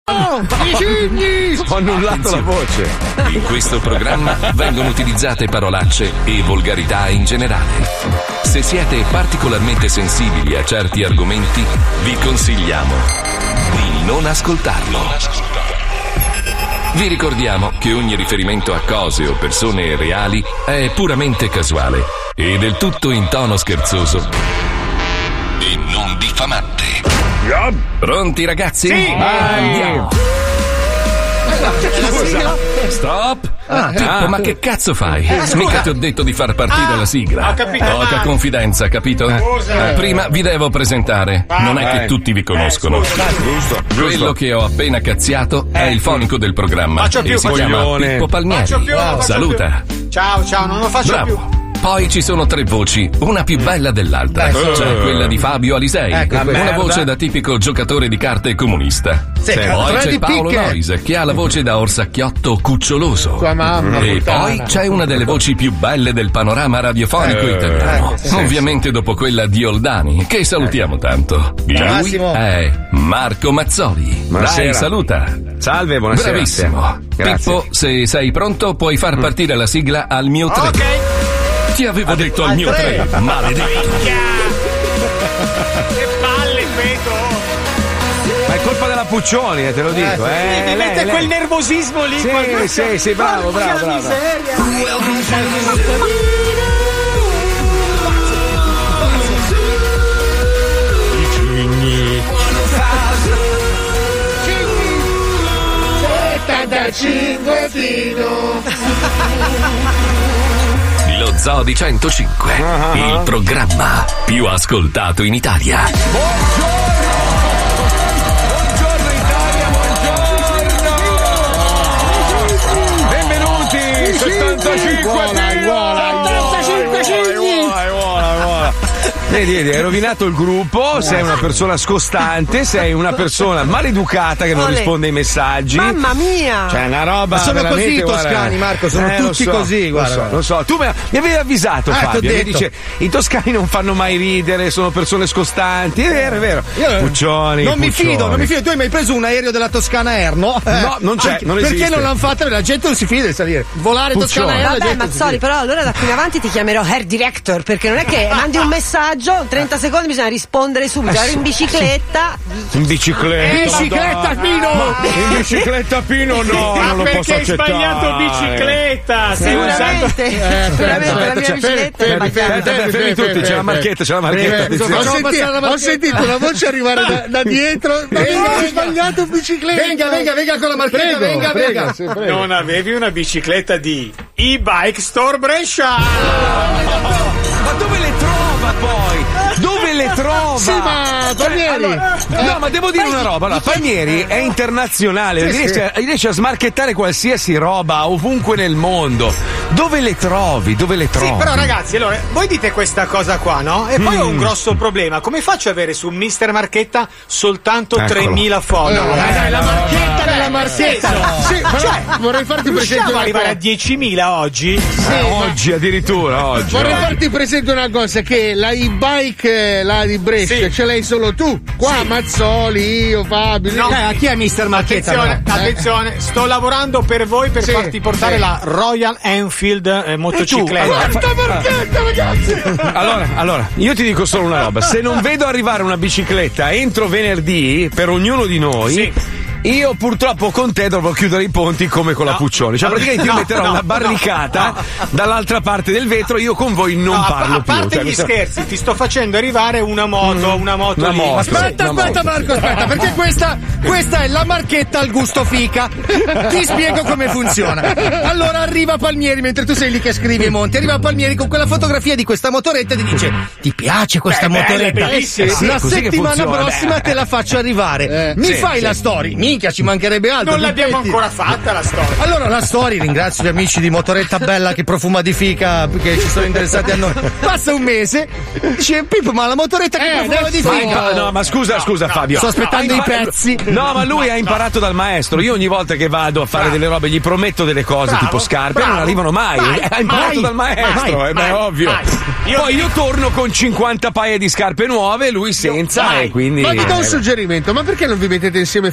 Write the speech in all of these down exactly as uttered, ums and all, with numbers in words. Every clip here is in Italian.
I cigni! Ho annullato la voce. In questo programma vengono utilizzate parolacce e volgarità in generale. Se siete particolarmente sensibili a certi argomenti, vi consigliamo di non ascoltarlo. Vi ricordiamo che ogni riferimento a cose o persone reali è puramente casuale e del tutto in tono scherzoso e non diffamante. Pronti ragazzi? Sì! Andiamo! Scusa. Stop! Ah, Pippo, ah. ma che cazzo fai? Eh, Mica ti ho detto di far partire Ah, la sigla. ho capito. Poca Ah. confidenza, capito? Scusa. Eh, Prima vi devo presentare. Ah. Non è che Eh. tutti vi conoscono. Eh, scusa. Giusto, giusto. Quello che ho appena cazziato è il fonico del programma. Faccio più, e si faccio chiama più. Pippo Palmieri. Faccio più, faccio Saluta. più. Ciao, ciao, non lo faccio Bravo. più. Poi ci sono tre voci, una più bella dell'altra. Ecco. C'è quella di Fabio Alisei, Ecco, una merda. voce da tipico giocatore di carte comunista. Sì, Poi tre c'è di Paolo picche. Noise, che ha la voce da orsacchiotto cuccioloso. Tua mamma, E puttana. poi c'è una delle voci più belle del panorama radiofonico Eh, italiano. eh, sì, Ovviamente dopo quella di Oldani, che salutiamo tanto. Lui Massimo. è Marco Mazzoli. Buonasera. Dai, saluta. Salve, buonasera. Bravissimo. Grazie. Pippo, se sei pronto, puoi far partire la sigla al mio tre. Ok. Ti avevo detto al al mio tre. tre, maledetto. Che palle, vedo. Ma è colpa della Puccioni, eh, te lo dico. Eh, Eh, mi lei- mette lei- quel nervosismo lì. Sì, qualcosa- sì, sì, bravo, Porca bravo, bravo. miseria. settantacinque fino. Lo Zoo di centocinque, Ah. il programma più ascoltato in Italia. Buongiorno Italia, buongiorno! Benvenuti! settantacinque Vuola, vuola, settantacinque cigni! Vuola, vuola, vuola. Vedi, vedi, hai rovinato il gruppo, sei una persona scostante, sei una persona maleducata che non Ole. risponde ai messaggi. Mamma mia! Cioè, una roba. Ma sono veramente, così i guarda, toscani, Marco, sono eh, lo tutti so, così, lo guarda, so, guarda. lo so. Tu mi mi avevi avvisato, Eh, t'ho Fabio, che detto. dice i toscani non fanno mai ridere, sono persone scostanti. È vero, è vero. Io- Puccioni. non mi Puccioni. fido, non mi fido. Tu hai mai preso un aereo della Toscana Air, no? No, non c'è, Anche- non Perché esiste. non l'hanno fatta? La gente non si fida di salire. Volare Puccioni. Toscana Air, la Vabbè, gente non si Mazzoli, fida. però allora da qui in avanti ti chiamerò Hair Director, perché non è che mandi un messaggio, trenta secondi bisogna rispondere subito. Ero in bicicletta. In bicicletta. In bicicletta, Pino! In bicicletta Pino no, Ma non lo posso perché hai accettare. sbagliato bicicletta? Stai usando. Sicuramente, sicuramente la mia C'è- bicicletta è fermi, sbagliata. fermi, Fermi, fermi tutti, c'è la marchetta, c'è la marchetta. Ho, attenzione. Facciamo sentito, passare la ho marchetta. sentito una voce arrivare da, da dietro. Venga, hai sbagliato bicicletta. Venga, venga, venga con la marchetta. venga, venga. Sì, prego. Non avevi una bicicletta di e-bike store Brescia? Ma dove le trova poi? Dove le trova? Sì, ma Palmieri. Allora, no, ma devo dire una roba. Allora, Palmieri è internazionale, Sì, riesce, riesce a smarchettare qualsiasi roba ovunque nel mondo. Dove le trovi? Dove le trovi? Sì, però ragazzi, allora, voi dite questa cosa qua, no? E poi ho un grosso problema. Come faccio ad avere su mister Marchetta soltanto Eccolo. tremila follower? Eh, dai, la marchetta Beh, nella marchetta. nel senso, Sì, però cioè, vorrei farti presente riusciamo ad una arrivare cosa. a diecimila oggi? Eh, oggi addirittura, oggi. Vorrei oggi. farti presente una cosa, che la e-bike, la di Brescia, Sì. ce l'hai solo tu. Qua Mazzoli, io, Fabio. No. Eh, a chi è mister Marchetta? Attenzione, no? Eh. attenzione, sto lavorando per voi per Sì, farti portare sì. la Royal Enfield eh, motocicletta. Quarta marchetta, ragazzi! Allora, allora, io ti dico solo una roba: se non vedo arrivare una bicicletta entro venerdì per ognuno di noi. Sì. Io purtroppo con te dovrò chiudere i ponti come con la No. Puccioni. Cioè, praticamente io No, metterò no, una barricata no. dall'altra parte del vetro, io con voi non No, a- parlo a parte più. Cioè, gli mi sembra- scherzi, ti sto facendo arrivare una moto, una moto Una lì. moto. Aspetta, Una aspetta, moto. Marco, aspetta, perché questa, questa è la marchetta al gusto fica. Ti spiego come funziona. Allora arriva Palmieri, mentre tu sei lì che scrivi e monti, arriva Palmieri con quella fotografia di questa motoretta e ti dice: ti piace questa Beh, bella, motoretta? bellissima. Sì, la così che settimana funziona, prossima beh. te la faccio arrivare. Mi sì, fai sì. la story? Minchia, ci mancherebbe altro. Non ti l'abbiamo metti. ancora fatta la storia. Allora la story, ringrazio gli amici di Motoretta Bella che profuma di fica che ci sono interessati a noi. Passa un mese, dice Pippo, ma la motoretta che profuma di Ma- fica. no, ma scusa, scusa, Fabio. Sto aspettando Ha i impar- pezzi. No, ma lui ha imparato dal maestro. Io ogni volta che vado a fare delle robe gli prometto delle cose Bravo, tipo scarpe, bravo. non arrivano mai. Mai, ha imparato mai, dal maestro, mai, eh, beh, è mai, ovvio. mai. Io- Poi io torno con cinquanta paia di scarpe nuove, lui senza, mai. e quindi. Ma ti do un eh, suggerimento, ma perché non vi mettete insieme e fate la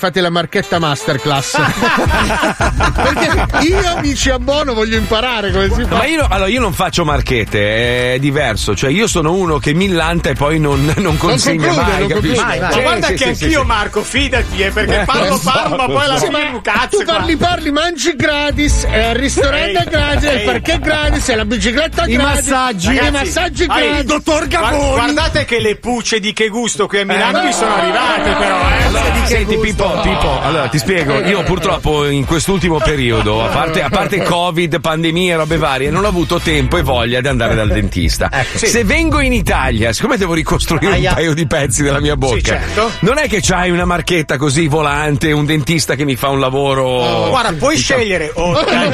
marchetta masterclass. Perché io mi ci abbono, voglio imparare come si fa. Ma io, allora, io non faccio marchette, è diverso. Cioè, io sono uno che millanta e poi non, non consegna non conclude, mai, non capisci? vai, vai. Ma Sì, guarda sì, che sì, anch'io, sì. Marco, fidati, eh, perché Eh, parlo, lo so, parlo, ma lo poi alla so. fine un cazzo. Tu parli, parli, mangi gratis, eh, il ristorante Ehi, è gratis, il ehi. parcheggio è gratis, la bicicletta è I gratis, massaggi. i Ragazzi, massaggi vai, gratis. dottor Gavoni. Guardate che le pucce di Che Gusto qui a Milano Eh, vi sono arrivate, però, eh. Allora, senti Pippo, Pippo, allora ti spiego, io purtroppo in quest'ultimo periodo, a parte, a parte Covid, pandemie e robe varie, non ho avuto tempo e voglia di andare dal dentista. sì. Se vengo in Italia, siccome devo ricostruire Aia. un paio di pezzi della mia bocca, Sì, certo. non è che c'hai una marchetta così volante, un dentista che mi fa un lavoro. Oh, guarda, puoi diciamo- scegliere o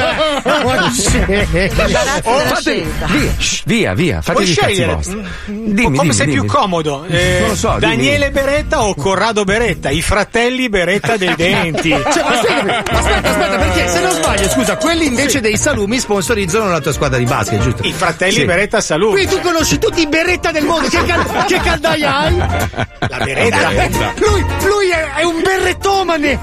Imbarazzo Oh, della Fate- scelta. via, shh, via, via, puoi fatevi i cazzi scegliere vostri. Mm, Dimmi, come dimmi, sei dimmi. più comodo, eh, Non lo so, dimmi. Daniele Beretta o Corrado Beretta, i fratelli Beretta dei denti. Cioè, ma aspetta, aspetta, aspetta, perché se non sbaglio, scusa, quelli invece dei salumi sponsorizzano la tua squadra di basket, giusto? I fratelli Sì. Beretta Salute. Qui tu conosci tutti i Beretta del mondo, che, cal- che caldaia hai? La Beretta. Lui, lui è, è un berrettomane!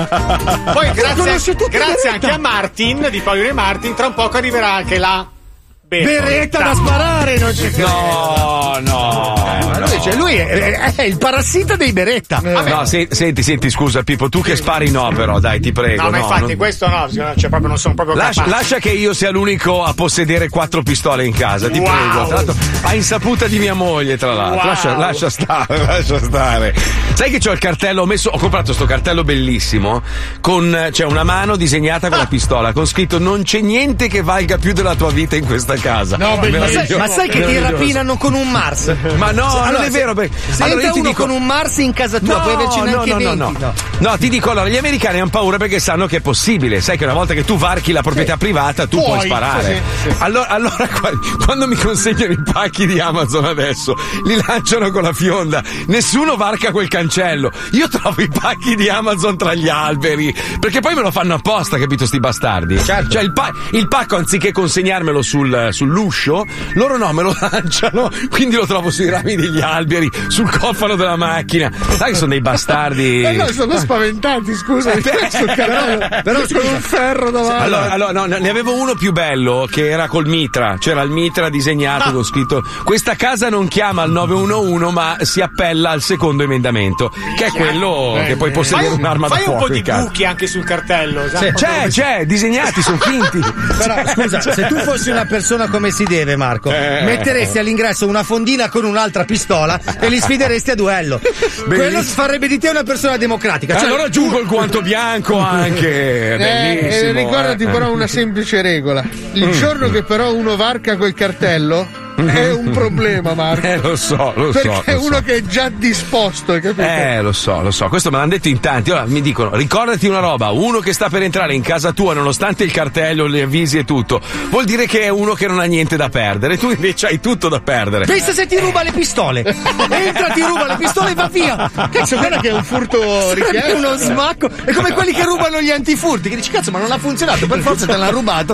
Poi grazie, Conosce tutti i grazie Beretta. anche a Martin di Paolo e Martin, tra un poco arriverà anche la Beretta da sparare, non ci credo. No, no. Ma lui, cioè, lui è, è- è il parassita dei Beretta. No, se- senti, senti, scusa Pippo, tu che spari no però, dai, ti prego. No, ma infatti non- questo no, cioè proprio non sono proprio Lascia, capace. lascia che io sia l'unico a possedere quattro pistole in casa, ti Wow. prego. Tra l'altro, a insaputa di mia moglie, tra l'altro. Wow. Lascia, lascia stare, lascia stare. Sai che c'ho il cartello, ho messo, ho comprato sto cartello bellissimo, con c'è una mano disegnata con la pistola, con scritto non c'è niente che valga più della tua vita in questa casa. No, Meraviglioso. ma sai, ma sai che ti Meraviglioso. rapinano con un Mars? Ma no, Se- non allora, è vero. Se, perché- se allora entra io ti uno dico, con un Mars in casa tua, puoi averci neanche no, no, venti. no, no. No, ti dico allora, gli americani hanno paura perché sanno che è possibile. Sai che una volta che tu varchi la proprietà privata, tu puoi, Puoi, sparare. sì, sì. Allora, allora qua- quando mi consegnano i pacchi di Amazon adesso, li lanciano con la fionda. Nessuno varca quel cancello. Io trovo i pacchi di Amazon tra gli alberi. Perché poi me lo fanno apposta, capito, sti bastardi? Certo. Cioè, il, pa- il pacco, anziché consegnarmelo sul, sull'uscio, loro no, me lo lanciano. Quindi lo trovo sui rami degli alberi, sul cofano della macchina. Sai che sono dei bastardi. Eh no, sono spaventati, scusa. Eh, Sto cartello, però con un ferro davanti. Allora, allora, no, ne avevo uno più bello che era col mitra. C'era il mitra disegnato con scritto: questa casa non chiama al nove uno uno, ma si appella al secondo emendamento, che è quello che puoi possedere Fai, un'arma da fai un fuoco po' di in casa. buchi anche sul cartello. sai? C'è, c'è, disegnati, sono finti. Però C'è, scusa, c'è. se tu fossi una persona come si deve, Marco, Eh. metteresti all'ingresso una fondina con un'altra pistola e li sfideresti a duello. Quello farebbe di te una persona democratica. Cioè, Allora aggiungo il guanto bianco anche. È bellissimo. Eh, ricordati eh. però una semplice regola. Il giorno che però uno varca quel cartello è un problema, Marco. Eh, lo so, lo so. Perché è lo so. uno che è già disposto, hai capito? Eh, lo so, lo so, questo me l'hanno detto in tanti. Ora mi dicono: ricordati una roba, uno che sta per entrare in casa tua, nonostante il cartello, le avvisi e tutto, vuol dire che è uno che non ha niente da perdere. Tu invece hai tutto da perdere. pensa se ti ruba le pistole. Entra, ti ruba le pistole e va via. Cazzo, guarda che è un furto Sarebbe richiesto. uno smacco. È come quelli che rubano gli antifurti. Che dici, cazzo, ma non ha funzionato, per forza te l'hanno rubato.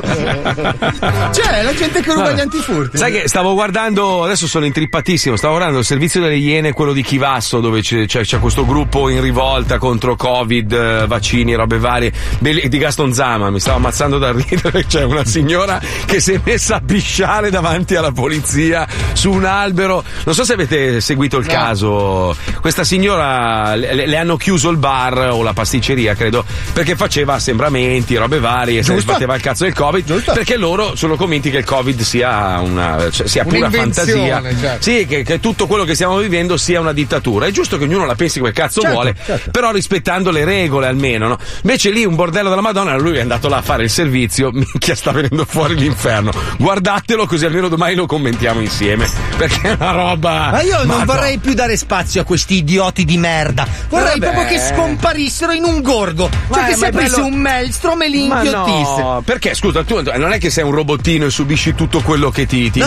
Cioè, la gente che ruba gli antifurti. Sai che stavo guardando, adesso sono intrippatissimo, stavo guardando il servizio delle Iene, quello di Chivasso, dove c'è, c'è, c'è questo gruppo in rivolta contro Covid, eh, vaccini, robe varie, belli- di Gaston Zama, mi stavo ammazzando da ridere, c'è una signora che si è messa a pisciare davanti alla polizia su un albero, non so se avete seguito il caso, questa signora le, le hanno chiuso il bar o la pasticceria, credo, perché faceva assembramenti, robe varie, se ne Giusto. sbatteva il cazzo del Covid, Giusto. perché loro sono convinti che il Covid sia una, cioè, sia pura Un'invenzione, fantasia. certo. Sì, che, che tutto quello che stiamo vivendo sia una dittatura. È giusto che ognuno la pensi quel cazzo Certo, vuole, certo. però rispettando le regole almeno, no? Invece lì un bordello della Madonna, lui è andato là a fare il servizio, minchia, sta venendo fuori l'inferno. Guardatelo così almeno domani lo commentiamo insieme, perché è una roba. Ma io non Madonna. vorrei più dare spazio a questi idioti di merda. Vorrei Vabbè. proprio che scomparissero in un gorgo. Cioè Ma- che ma si è aprisse bello- un maelstrom e li Ma inghiottisse. no, perché scusa, tu non è che sei un robottino e subisci tutto quello che ti, ti No, impongono. ma aspetta,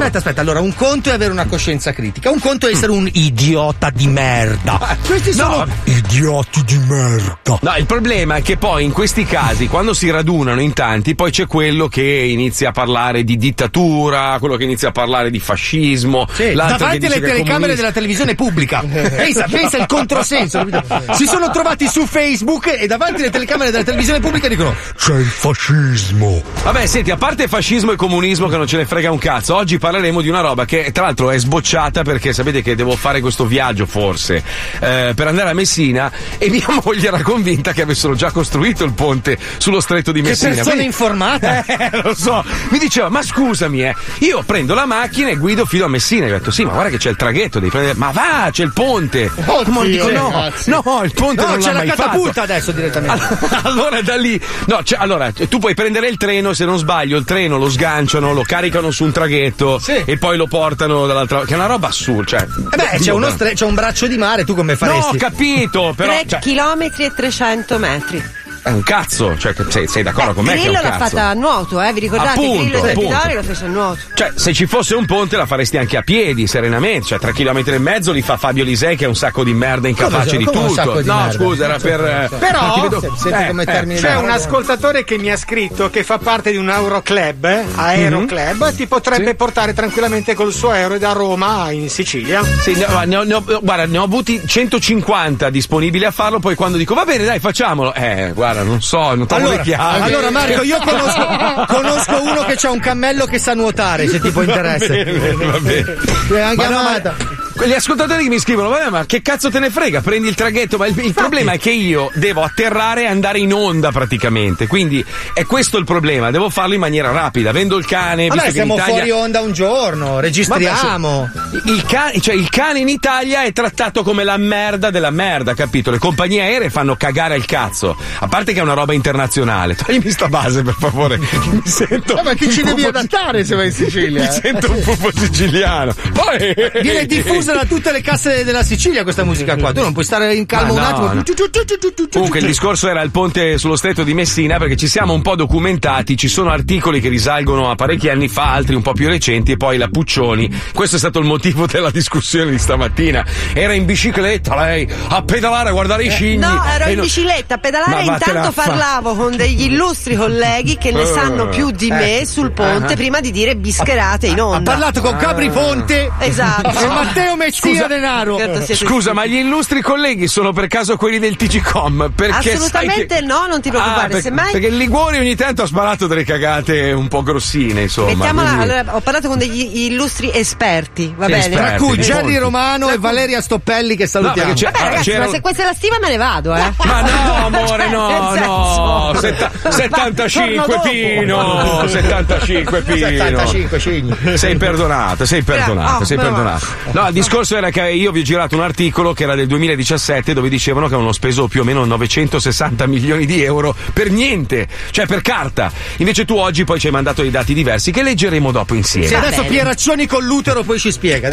aspetta, aspetta. Allora, un conto è avere una coscienza critica, un conto è essere un idiota di merda. Questi sono No. idioti di merda. No, il problema è che poi in questi casi, quando si radunano in tanti, poi c'è quello che inizia a parlare di dittatura, quello che inizia a parlare di fascismo, Sì, l'altro davanti che dice alle che è telecamere comunista. della televisione pubblica. Pensa, pensa il controsenso. capito? Si sono trovati su Facebook e davanti alle telecamere della televisione pubblica dicono c'è il fascismo. Vabbè, senti, a parte fascismo e comunismo che non ce ne frega un cazzo, oggi parleremo di una roba che tra l'altro è sbocciata perché sapete che devo fare questo viaggio forse eh, per andare a Messina e mia moglie era convinta che avessero già costruito il ponte sullo stretto di Che Messina. persona Quindi- informata. Eh, lo so, mi diceva, ma scusami, eh, io prendo la macchina e guido fino a Messina. Io ho detto, sì, ma guarda che c'è il traghetto, devi prendere. Ma va, c'è il ponte. Oddio, Ma dico, no, ragazzi. no, il ponte No, non c'è l'ha la mai catapulta fatto. adesso direttamente. Allora da lì, no, cioè, allora tu puoi prendere il treno, se non sbaglio, il treno lo sganciano, lo caricano su un traghetto Sì. e poi lo portano dall'altra parte. Che è una roba assurda, cioè. Eh beh, c'è, uno stre- c'è un braccio di mare, tu come No, faresti? ho capito, però. tre Cioè, chilometri e trecento metri. è un cazzo, cioè, sei, sei d'accordo con me? Che è Grillo un l'ha cazzo. fatta a nuoto, eh? Vi ricordate? Appunto, Grillo e appunto. Tepidori lo fece a nuoto. Cioè, se ci fosse un ponte la faresti anche a piedi, serenamente. Cioè, tre chilometri e mezzo li fa Fabio Lisei, che è un sacco di merda incapace Come- di come un tutto. sacco di no, merda? scusa, era per. eh, Però- ti vedo- Se- senti come termine C'è da- un ascoltatore che mi ha scritto che fa parte di un Aeroclub, eh, Aeroclub, e ti potrebbe Sì. portare tranquillamente col suo aereo da Roma in Sicilia. Sì, ne ho, ne ho- ne ho- guarda, ne ho avuti centocinquanta disponibili a farlo. Poi quando dico va bene, dai, facciamamolo. Eh, guarda, non so, non trovo Allora, le chiavi. allora Marco, io conosco, conosco uno che ha un cammello che sa nuotare, se ti può interessare. Va bene, va bene. È anche Ma no, amata. ma- Gli ascoltatori che mi scrivono, vabbè, ma che cazzo te ne frega? Prendi il traghetto, ma il, il problema è che io devo atterrare e andare in onda praticamente. Quindi è questo il problema, devo farlo in maniera rapida. Vendo il cane, visto Vabbè, che siamo in Italia... fuori onda un giorno, registriamo. Il cane, cioè il cane in Italia è trattato come la merda della merda, capito? Le compagnie aeree fanno cagare al cazzo. A parte che è una roba internazionale. Toglimi sta base, per favore. Mi sento. Eh, ma ti ci un devi po' adattare se vai in Sicilia. Mi eh. sento un po' siciliano. Poi Viene diffusa da tutte le casse della Sicilia questa musica qua. Tu non puoi stare in calmo Ma un no, attimo. no. Comunque il discorso era il ponte sullo stretto di Messina, perché ci siamo un po' documentati, ci sono articoli che risalgono a parecchi anni fa, altri un po' più recenti, e poi la Puccioni. Questo è stato il motivo della discussione di stamattina. Era in bicicletta lei a pedalare a guardare i cigni. No, ero e in non- bicicletta a pedalare Ma e vattene intanto a fa- parlavo con degli illustri colleghi che ne Eh, sanno più di me sul ponte prima di dire bischerate in Ha onda. parlato con Capri Ponte Esatto. e Matteo Messina Denaro. Certo, siete Scusa, ma gli illustri colleghi sono per caso quelli del T G Com? Perché Assolutamente sai che- no, non ti preoccupare, Ah, perché, semmai- perché il Liguori ogni tanto ha sparato delle cagate un po' grossine, insomma. Mettiamola, quindi- allora, ho parlato con degli illustri esperti, va Sì, bene? esperti. Tra cui Di Gerry Ponte. Romano e Valeria Stoppelli che salutiamo. No, perché c'è- Vabbè, ragazzi, c'era- ma se questa è la stima me ne vado, eh. Ma no, amore, no, Nel no. senso- Setta- Ma settantacinque torno dopo. Pino. settantacinque Pino. settantacinque cigni. Sei perdonata, sei perdonata, Oh, sei però- perdonata. No, il discorso era che io vi ho girato un articolo che era del duemiladiciassette dove dicevano che avevano speso più o meno novecentosessanta milioni di euro per niente, cioè per carta. Invece tu oggi poi ci hai mandato dei dati diversi che leggeremo dopo insieme. Sì, Va adesso bene. Pieraccioni con l'utero poi ci spiega.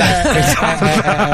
Dai.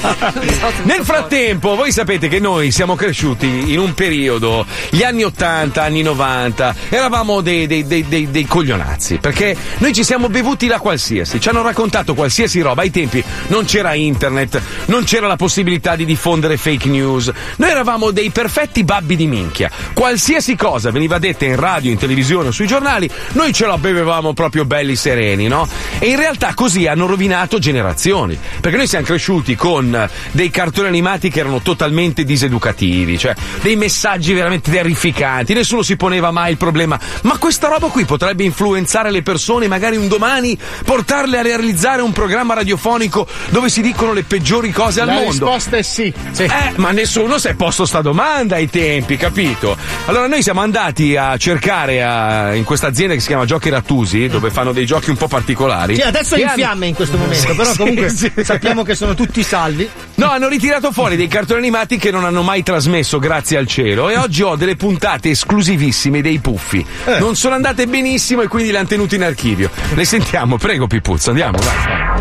Nel frattempo, voi sapete che noi siamo cresciuti in un periodo, gli anni ottanta, anni novanta, eravamo dei, dei, dei, dei, dei coglionazzi, perché noi ci siamo bevuti la qualsiasi, ci hanno raccontato qualsiasi roba. Ai tempi non c'era internet, non c'era la possibilità di diffondere fake news, noi eravamo dei perfetti babbi di minchia. Qualsiasi cosa veniva detta in radio, in televisione o sui giornali, noi ce la bevevamo proprio belli sereni, no? E in realtà così hanno rovinato generazioni, perché noi siamo cresciuti con dei cartoni animati che erano totalmente diseducativi, cioè dei messaggi veramente terrificanti. Nessuno si poneva mai il problema: ma questa roba qui potrebbe influenzare le persone, magari un domani portarle a realizzare un programma radiofonico dove si dicono le peggiori cose al La mondo? risposta è sì. Eh, ma nessuno si è posto sta domanda ai tempi, capito? Allora noi siamo andati a cercare a- in questa azienda che si chiama Giochi Rattusi, dove fanno dei giochi un po' particolari. Sì, adesso è E in hanno- fiamme in questo momento, Sì, però sì, comunque sì. sappiamo che sono tutti salvi. No, hanno ritirato fuori dei cartoni animati che non hanno mai trasmesso, grazie al cielo, e oggi ho delle puntate esclusivissime dei Puffi. Eh. Non sono andate benissimo e quindi le hanno tenute in archivio. Le sentiamo, prego Pipuzzo, andiamo, vai.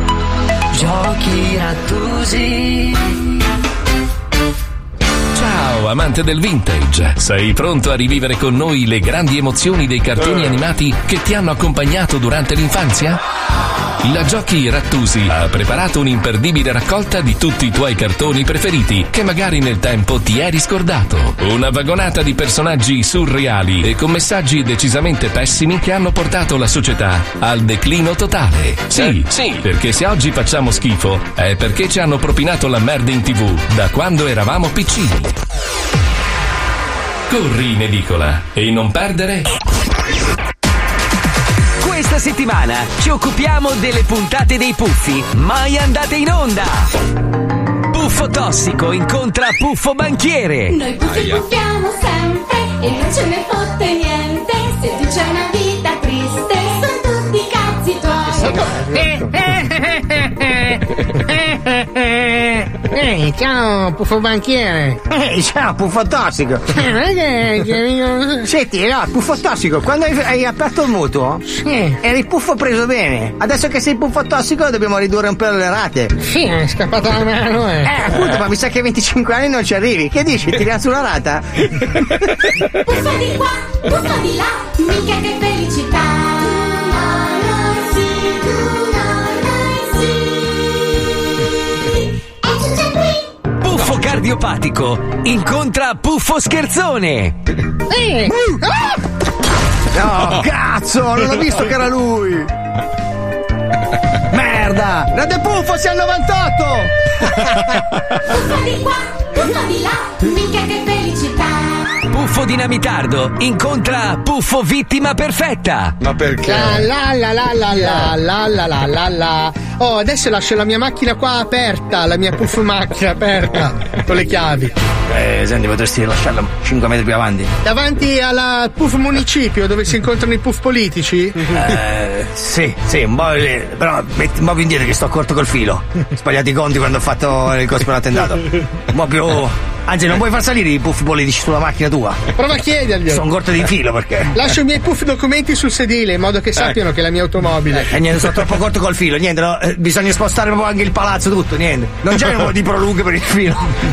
Giochi Rattusi. Ciao, Ciao amante del vintage, sei pronto a rivivere con noi le grandi emozioni dei cartoni animati che ti hanno accompagnato durante l'infanzia? La Giochi Rattusi ha preparato un'imperdibile raccolta di tutti i tuoi cartoni preferiti che magari nel tempo ti eri scordato. Una vagonata di personaggi surreali e con messaggi decisamente pessimi che hanno portato la società al declino totale. Sì, sì, perché se oggi facciamo schifo è perché ci hanno propinato la merda in tv da quando eravamo piccini. Corri in edicola e non perdere. Questa settimana ci occupiamo delle puntate dei Puffi mai andate in onda. Puffo tossico incontra Puffo banchiere. Noi Puffi puffiamo sempre e non ce ne fotte niente. Se tu c'hai una vita triste sono tutti cazzi tuoi. Ehi, ciao Puffo banchiere. Ehi, ciao Puffo tossico. Non è che, che... Senti, no, Puffo tossico, quando hai, hai aperto il mutuo, Sì. eri Puffo preso bene. Adesso che sei Puffo tossico dobbiamo ridurre un po' le rate. Sì, è scappata la mano, eh. Eh, appunto, ma mi sa che a venticinque anni non ci arrivi. Che dici? Tiriamo sulla rata? Puffa di qua, puffa di là, mica che felicità. Puffo cardiopatico incontra Puffo scherzone. Eh. No, cazzo, non ho visto che era lui. Merda! Radio Puffo, siamo al novantotto! Puffa di qua, puffa di là, mica che felicità. Puffo dinamitardo incontra Puffo vittima perfetta. Ma perché? La la la la la la la la la la. Oh, adesso lascio la mia macchina qua aperta, la mia puff macchina aperta, con le chiavi. Eh, senti, potresti lasciarla cinque metri più avanti. Davanti alla puff municipio, dove si incontrano i puff politici? Eh, sì, sì, un po' lì, però metti un po' più indietro che sto corto col filo. Sbagliati i conti quando ho fatto il costo per l'attentato. Un po' più... Anzi, non puoi far salire i puff politici sulla macchina tua. Prova a chiederglielo. Sono corto di filo perché... Lascio i miei puff documenti sul sedile in modo che sappiano che è la mia automobile. E eh, niente, sono troppo corto col filo, niente, no, eh, bisogna spostare proprio anche il palazzo, tutto, niente. Non c'è un po' di prolunghe per il filo.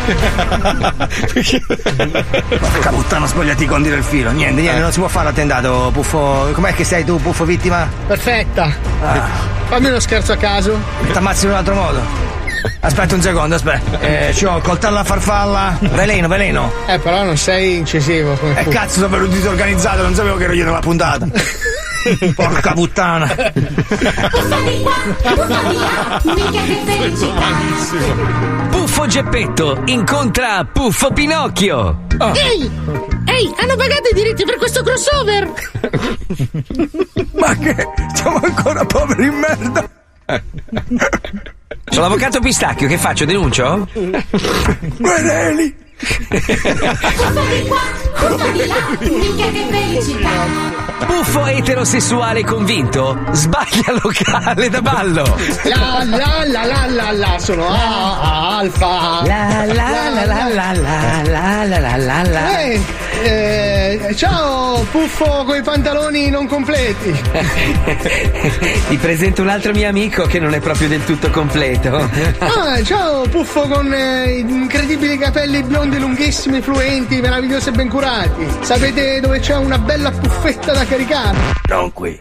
Porca puttana, spogliati i conti del filo, niente, niente, non si può fare l'attentato, Puffo. Com'è che sei tu, Puffo vittima? Perfetta. Ah. Fammi uno scherzo a caso. T'ammazzi in un altro modo. Aspetta un secondo, aspetta. Eh, ci ho coltello a farfalla. Veleno, veleno. Eh, però non sei incisivo come Eh, puff. cazzo, sono venuto disorganizzato, non sapevo che ero io nella puntata. Porca puttana. Puffa di qua, puffa di là, mica che felicità. Puffo Geppetto incontra Puffo Pinocchio. Oh. Ehi! Ehi, hanno pagato i diritti per questo crossover! Ma che? Siamo ancora poveri in merda. Sono l'avvocato Pistacchio, che faccio? Denuncio? Guareli. Puffa di qua, puffa di là, mica che felicità. Puffo eterosessuale convinto sbaglia locale da ballo. La la la la la la, sono a, a alfa. La la la la la la la la la la la. Eh, eh, ciao, Puffo coi pantaloni non completi. Ti presento un altro mio amico che non è proprio del tutto completo. Ah, ciao, Puffo con eh, incredibili capelli biondi lunghissimi, fluenti, meravigliosi e ben curati. Sapete dove c'è una bella puffetta da caricare? Non qui.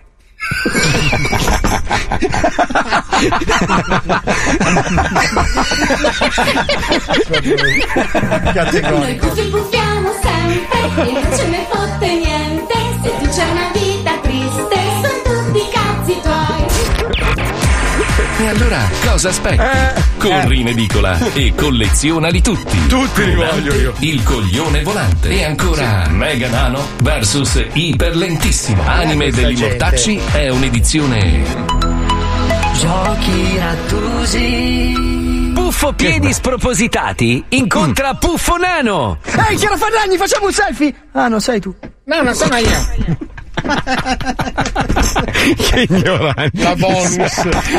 Noi Puffi puffiamo sempre e non ce ne fotte niente. Se tu c'hai una vita triste sono tutti cazzi tuoi. E allora cosa aspetti? Eh, Corri in edicola e collezionali tutti. Tutti li Volante, voglio io. Il coglione volante. E ancora Mega Nano versus Iperlentissimo. Anime degli mortacci è un'edizione. Giochi Rattusi. Puffo piedi spropositati incontra Puffo nano. Ehi, Chiara Ferragni, facciamo un selfie! Ah, non sei tu. No, non sono io. Che ignoranti. La bonus.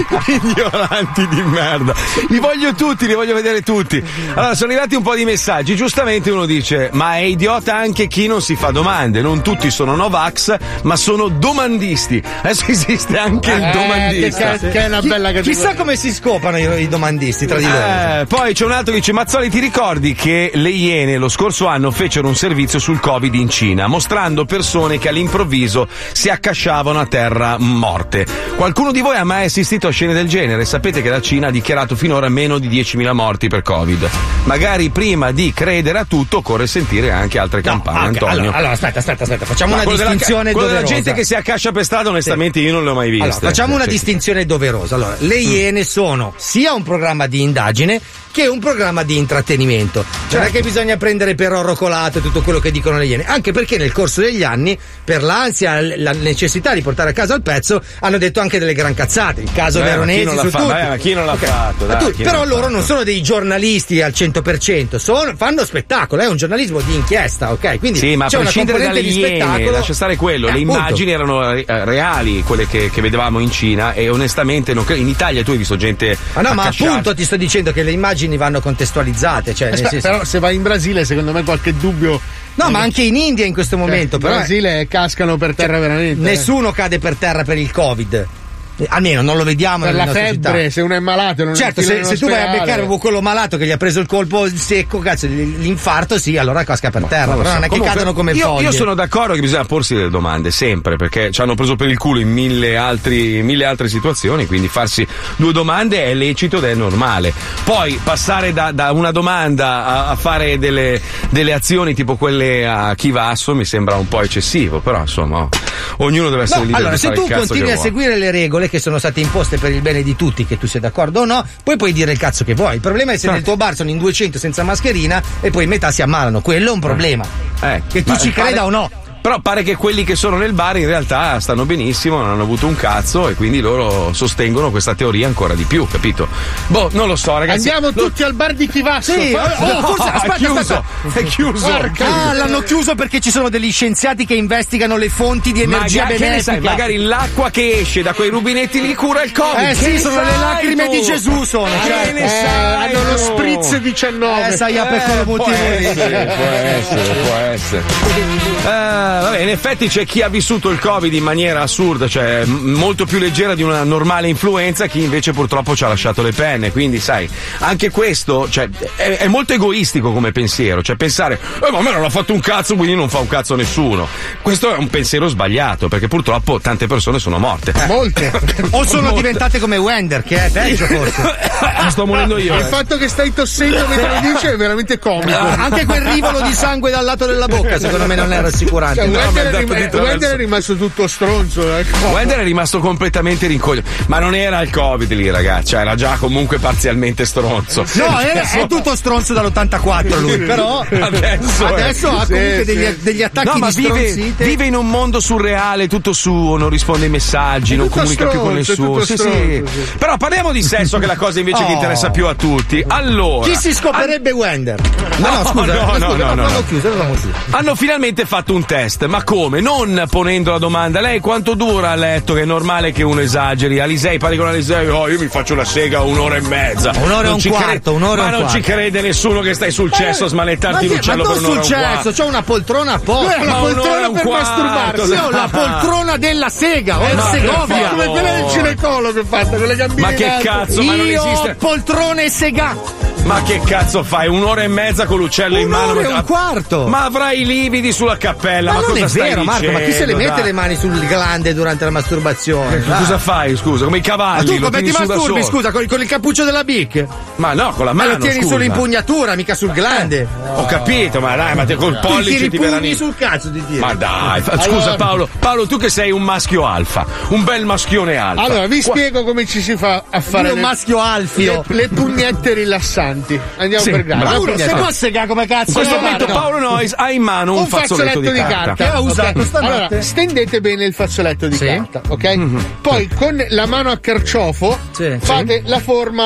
Ignoranti di merda. Li voglio tutti, li voglio vedere tutti. Allora, sono arrivati un po' di messaggi. Giustamente uno dice: ma è idiota anche chi non si fa domande. Non tutti sono Novax, ma sono domandisti. Adesso esiste anche il Eh, domandista. che, che è una bella categoria. Chissà come si scopano i, i domandisti tra di loro. Eh, poi c'è un altro che dice: Mazzoli, ti ricordi che le Iene lo scorso anno fecero un servizio sul Covid in Cina, mostrando persone che all'improvviso si accasciavano a terra morte? Qualcuno di voi ha mai assistito a scene del genere? Sapete che la Cina ha dichiarato finora meno di diecimila morti per Covid. Magari prima di credere a tutto occorre sentire anche altre campane. Okay, Antonio. allora, allora, aspetta, aspetta, aspetta. Facciamo Ma una quello distinzione della, quello doverosa. della gente che si accascia per strada, onestamente, sì. Io non l'ho mai vista. Allora, facciamo una sì. distinzione doverosa. Allora, le Iene sono sia un programma di indagine che un programma di intrattenimento. Cioè, non è che bisogna prendere per oro colato e tutto quello che dicono le Iene, anche perché nel corso degli anni, per l'ansia, la necessità di portare a casa il pezzo, hanno detto anche delle gran cazzate. Il caso Beh, Veronesi su fa- tutti. Beh, ma chi non l'ha Okay. fatto? Dai, Tu- chi però non l'ha loro fatto? non sono dei giornalisti al cento per cento, sono, fanno spettacolo, è un giornalismo di inchiesta, ok? Quindi Sì, ma a c'è una prescindere dalle componente di Iene, spettacolo. lascia stare quello, Eh, le appunto. immagini erano eh, reali, quelle che, che vedevamo in Cina, e onestamente non cre- in Italia tu hai visto gente Ma no, ma accasciata. appunto ti sto dicendo che le immagini vanno contestualizzate, cioè nel Aspetta, senso- però se vai in Brasile, secondo me qualche dubbio. No, ma anche in India in questo momento, in però. Brasile cascano per terra veramente. Nessuno cade per terra per il Covid. Eh, Almeno non lo vediamo Per nelle la nostre febbre, città. se uno è malato, non Certo, è se, se tu vai a beccare proprio quello malato che gli ha preso il colpo secco, cazzo, l'infarto, sì, allora casca per terra, Non lo però so. non è che Comunque, cadono come io, foglie. io sono d'accordo che bisogna porsi delle domande sempre, perché ci hanno preso per il culo in mille, altri, mille altre situazioni, quindi farsi due domande è lecito ed è normale. Poi passare da, da una domanda a, a fare delle, delle azioni tipo quelle a Chivasso mi sembra un po' eccessivo, però insomma oh, ognuno deve essere No, libero allora, di se fare tu il cazzo continui che a vuole. seguire le regole che sono state imposte per il bene di tutti, che tu sia d'accordo o no, poi puoi dire il cazzo che vuoi. Il problema è se nel tuo bar sono in duecento senza mascherina e poi metà si ammalano. Quello è un problema. Eh, Che tu ma ci creda pare- o no. Però pare che quelli che sono nel bar in realtà stanno benissimo, non hanno avuto un cazzo e quindi loro sostengono questa teoria ancora di più, capito? Boh, non lo so, ragazzi. Andiamo Lo- tutti al bar di Chivasso. Sì, Fa- oh, No, forse- aspetta, è chiuso, aspetta. è chiuso. Porca Ah, l'hanno chiuso perché ci sono degli scienziati che investigano le fonti di energia Magari, che ne sai, benefica. magari l'acqua che esce da quei rubinetti lì cura il Covid. Eh Che sì, ne sono sai le lacrime tu? di Gesù sono. Che Cioè, ne Eh, sai hanno lo tu? spritz diciannove. Eh, sai a per Eh, quale può motivo lì. essere, può essere, può essere. Eh, vabbè, in effetti c'è chi ha vissuto il Covid in maniera assurda, cioè m- molto più leggera di una normale influenza, chi invece purtroppo ci ha lasciato le penne. Quindi, sai, anche questo, cioè, è, è molto egoistico come pensiero, cioè pensare, eh, ma a me non ha fatto un cazzo, quindi non fa un cazzo nessuno. Questo è un pensiero sbagliato, perché purtroppo tante persone sono morte. Molte. O sono Molte. diventate come Wender, che è peggio forse. Eh, sto morendo io. Il eh. fatto che stai tossendo mentre lo dici è veramente comico. Anche quel rivolo di sangue dal lato della bocca, secondo me non è rassicurante. Cioè, No, Wender, ma è è, andato rim- di eh, traverso. Wender è rimasto tutto stronzo. Ecco. Wender è rimasto completamente rincoglionito, ma non era il Covid lì, ragazzi, cioè, era già comunque parzialmente stronzo. No, era, è tutto stronzo dall'ottantaquattro lui, però Adesso, adesso ha sì, comunque sì. degli, degli attacchi No, ma di vive, stronzite. vive in un mondo surreale, tutto suo, non risponde ai messaggi, È non tutto comunica più con stronzo, è nessuno. tutto Sì, stronzo, sì. sì. Però parliamo di sesso, che è la cosa invece che Oh. interessa più a tutti. Allora, Chi si scoperebbe Wender? No, No, no, scusa, no, scusa, no, no, no, l'avevamo no. chiuso, l'avevamo chiuso. hanno finalmente fatto un test, ma come? Non ponendo la domanda, lei quanto dura a letto, che è normale che uno esageri. Alisei, parli con Alisei, oh io mi faccio una sega un'ora e mezza. Un'ora e Non un ci quarto, un'ora e Ma un non ci quarto. crede nessuno che stai sul cesso a smanettarti Ma, che, l'uccello ma per non un'ora sul e un quarto. cesso, c'ho una poltrona apposta. Eh, la Ma poltrona un'ora e un per quarto, masturbarsi. Io ho la poltrona della sega, ho il ma per Segovia. favore. Come quella del ginecologo fatta con le gambine Ma che in alto. cazzo, ma non Io ho esiste. poltrone sega. Ma che cazzo fai? Un'ora e mezza con l'uccello in mano? Un'ora e un quarto. Ma avrai i lividi sulla cappella. Ma, Ma, non cosa è stai vero, Marco, ma chi se le dicendo, mette dai? le mani sul glande durante la masturbazione? Tu cosa fai, scusa? Come i Ma cavalli, tu lo come tieni ti su da masturbi, solo. scusa, con, con il cappuccio della Bic? Ma no, con la Ma mano, lo tieni scusa. sull'impugnatura, mica sul glande. Ho capito, ma dai, ma te col Tu pollice tiri ti pugni verrà. sul cazzo di dire. Ma dai, fa- scusa Allora- Paolo, Paolo, tu che sei un maschio alfa, un bel maschione alfa. Allora, vi Qua- spiego come ci si fa a fare Io le, maschio alfio. le, le pugnette rilassanti. Andiamo Sì, per gradi. bravo. Ma uno Pugnette. se può segare come cazzo? In questo no, momento no. Paolo Nois ha in mano un, un fazzoletto di carta, Che ha usato ok? stanotte. Allora, stendete bene il fazzoletto di Sì. carta, ok? Poi con la mano a carciofo Sì. fate la forma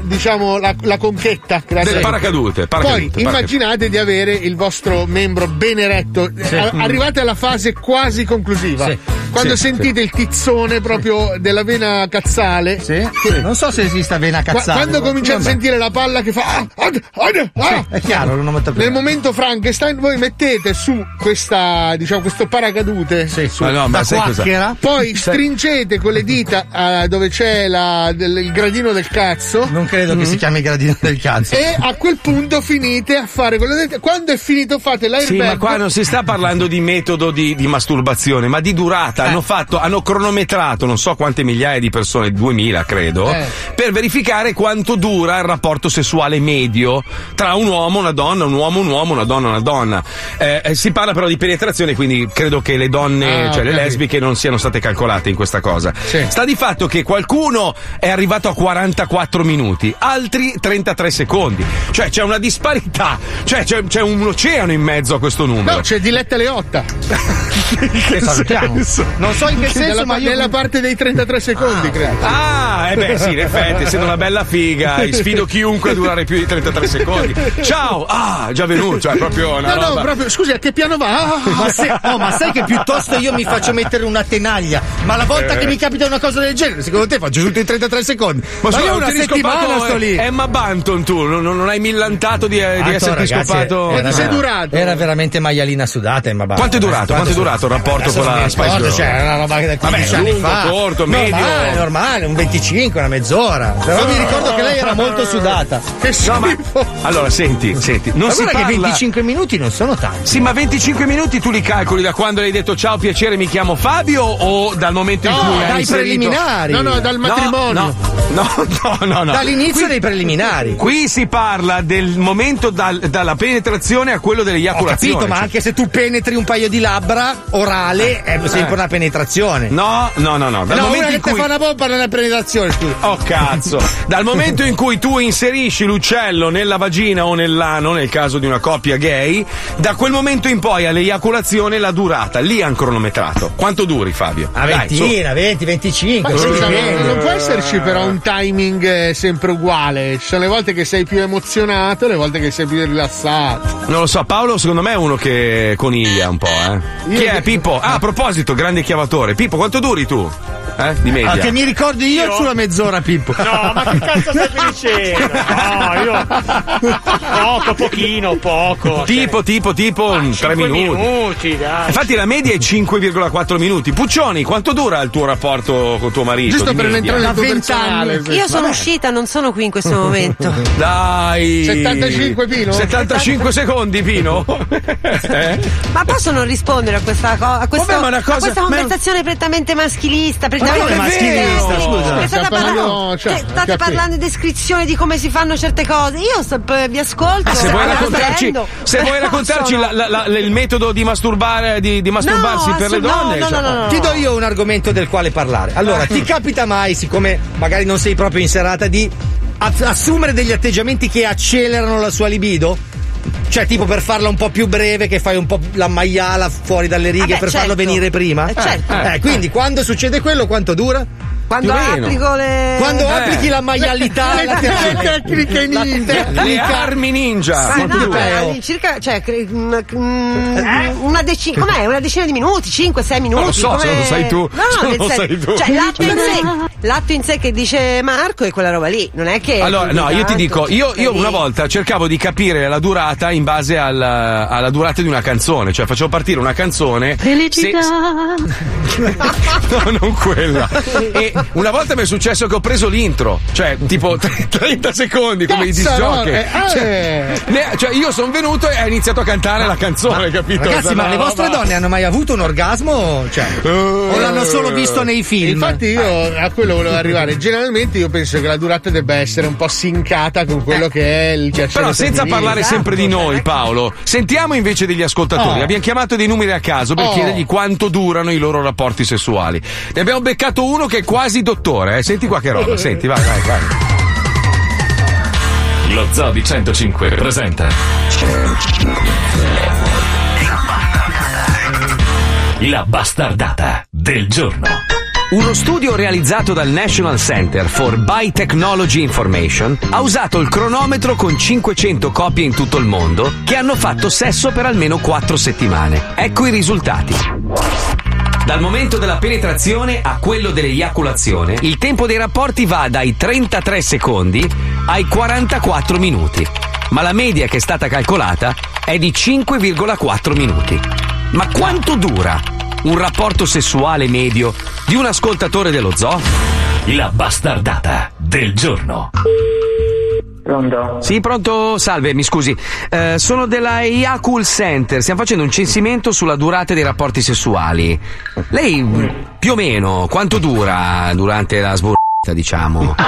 diciamo la, la conchetta del paracadute, paracadute poi immaginate di avere il vostro membro ben eretto, Sì. a- arrivate alla fase quasi conclusiva, Sì. quando Sì, sentite il tizzone proprio della vena cazzale. Sì? Sì. Non so se esista vena Qua- cazzata. quando cominciate a sentire la palla che fa ah, ah, ah, ah, È chiaro, non ho molto nel momento Frankenstein voi mettete su questa, diciamo, questo paracadute, Sì, su Ma no, ma da sai cosa? quacchera. poi stringete con le dita ah, dove c'è la, del- il gradino del cazzo. Non credo che si chiami gradino del cazzo. E a quel punto finite a fare quello del... Quando è finito fate l'airbag. Sì, ma qua non si sta parlando di metodo di, di masturbazione, ma di durata. Eh. Hanno fatto, hanno cronometrato non so quante migliaia di persone, duemila credo, Eh. per verificare quanto dura il rapporto sessuale medio tra un uomo, una donna, un uomo, un uomo, una donna, una donna. Eh, eh, si parla però di penetrazione, quindi credo che le donne, Ah, cioè le ok. lesbiche, non siano state calcolate in questa cosa. Sì. Sta di fatto che qualcuno è arrivato a quarantaquattro minuti, altri trentatré secondi. Cioè c'è una disparità, cioè c'è, c'è un oceano in mezzo a questo numero. No, c'è Diletta Leotta. Che salutiamo. Non so in che senso, nella, ma io. nella parte dei trentatré secondi, credo. Ah, eh beh sì, in effetti, essendo una bella figa, sfido chiunque a durare più di trentatré secondi. Ciao! Ah, già venuto, cioè proprio una No, roba. no, proprio, scusi, a che piano va? Ah, Ma, se- oh, ma sai che piuttosto io mi faccio mettere una tenaglia? Ma la volta Eh. che mi capita una cosa del genere, secondo te faccio tutto in trentatré secondi? Ma, scusa, io non una ti eri settimana scopato, sto lì. eh, Emma Banton tu, non, non hai millantato di, eh, di Tanto, esserti ragazzi, scopato. era, sei durato? era veramente maialina sudata, Emma Banton. Quanto è durato? Quanto è durato il rapporto con la Spice Girl? Cioè, era una roba da quindici Vabbè, anni lungo, fa. corto, medio. Normale, normale, un venticinque, una mezz'ora. Però mi ricordo che lei era molto sudata. Che No, ma schifo. allora senti, senti, non Ma si guarda che parla. venticinque minuti non sono tanti. Sì, ma venticinque minuti tu li calcoli da quando le hai detto ciao, piacere, mi chiamo Fabio o dal momento in No, cui hai dai inserito... preliminari. No, no, dal matrimonio. No, no, no, no, no. Dall'inizio Qui- dei preliminari. Qui si parla del momento dal- dalla penetrazione a quello Ho dell'eiaculazione. capito, ma cioè- anche se tu penetri un paio di labbra orale è sempre una penetrazione. No, no, no, no. Dal no, momento una che in ti cui... fa una pompa non è penetrazione, scusa. Oh cazzo! Dal momento in cui tu inserisci l'uccello nella vagina o nell'ano, nel caso di una coppia gay, da quel momento in poi all'eiaculazione la durata, lì hanno cronometrato. Quanto duri, Fabio? A Dai, su. ventina, venti, venticinque. Ma così scusa, viene. non, non può esserci però un timing eh, sempre uguale. Ci sono le volte che sei più emozionato e le volte che sei più rilassato. Non lo so, Paolo secondo me è uno che coniglia un po', eh. Chi Io- è Pippo? Ah, a proposito, grande chiavatore. Pippo, quanto duri tu? Eh? Di media? Ah, che mi ricordi io, Io? sulla mezz'ora, Pippo. No, ma che cazzo stai dicendo? No, io. Poco, pochino, poco. Tipo, tipo, tipo, cioè, mm, tre cinque minuti. minuti, dai. Infatti la media è cinque virgola quattro minuti. Puccioni, quanto dura il tuo rapporto con tuo marito? Giusto di per non media? entrare nel tuo Da vent'anni. personale. sì. Io sono uscita, non sono qui in questo momento. Dai! settantacinque Pino? settantacinque secondi, Pino? eh? Ma posso non rispondere a questa, co- a questo- Vabbè, ma una cosa- a questa ma- conversazione prettamente maschilista? non è prettamente maschilista, femminile? scusa. Che state Stiamo parlando, parlando- cioè, che state capito. parlando di descrizione di come si fanno certe cose. Io sto- p- vi ascolto. Ah, se vuoi sto raccontarci, prendo. se vuoi Però raccontarci sono- la- la- la- il metodo di masturbare, di, di masturbarsi No, per le assu- no, donne? no, cioè- no, no, no. Ti do io un argomento del quale parlare. Allora, ti capita mai, siccome magari non sei proprio in serata, di ass- assumere degli atteggiamenti che accelerano la sua libido? Cioè, tipo per farla un po' più breve, che fai un po' la maiala fuori dalle righe Vabbè, per certo. farlo venire prima? Eh, certo. Eh, quindi quando succede quello, quanto dura? Quando più o meno. applico le. Quando Eh. applichi la maialità, Le- la le tecnica- tecniche la ninja. Le tecnica- armi ninja. Ah, Quanto no, dura? beh, all'incirca, cioè, cre- mm, mm, una decina, com'è? Una decina di minuti, cinque sei minuti. Non lo so, come- se non lo sai tu, No, se non nel lo senso- sai tu. Cioè, l'atto in, sé, l'atto in sé che dice Marco è quella roba lì, non è che. Allora, no, io ti dico, io, io una volta volta cercavo di capire la durata in base al- alla durata di una canzone, cioè facevo partire una canzone. Felicità. No, non quella. E una volta mi è successo che ho preso l'intro, cioè tipo trenta secondi come i disc Cazzarone, jockey. eh, Cioè, eh. ne- cioè, io sono venuto e ho iniziato a cantare la canzone, capito? Ragazzi, ma No, le vostre roba- donne hanno mai avuto un orgasmo? Cioè, o l'hanno solo visto nei film? Infatti io a quello volevo arrivare. Generalmente io penso che la durata debba essere un po' sincata con quello che è il piacere. Però senza femminile. parlare sempre di Esatto, noi, cioè, Paolo, sentiamo invece degli ascoltatori. Oh. Abbiamo chiamato dei numeri a caso per Oh. chiedergli quanto durano i loro rapporti sessuali. Ne abbiamo beccato uno che è quasi dottore, eh. Senti qua che roba, senti, vai, vai, vai. Lo Zoo di centocinque presenta La bastardata del giorno. Uno studio realizzato dal National Center for Biotechnology Information ha usato il cronometro con cinquecento coppie in tutto il mondo che hanno fatto sesso per almeno quattro settimane. Ecco i risultati. Dal momento della penetrazione a quello dell'eiaculazione, il tempo dei rapporti va dai trentatré secondi ai quarantaquattro minuti. Ma la media che è stata calcolata è di cinque virgola quattro minuti. Ma quanto dura un rapporto sessuale medio di un ascoltatore dello zoo? La bastardata del giorno. Pronto? Sì, pronto? Salve, mi scusi. Eh, sono della Eacul Center. Stiamo facendo un censimento sulla durata dei rapporti sessuali. Lei, più o meno, quanto dura durante la sburrata, diciamo? uh,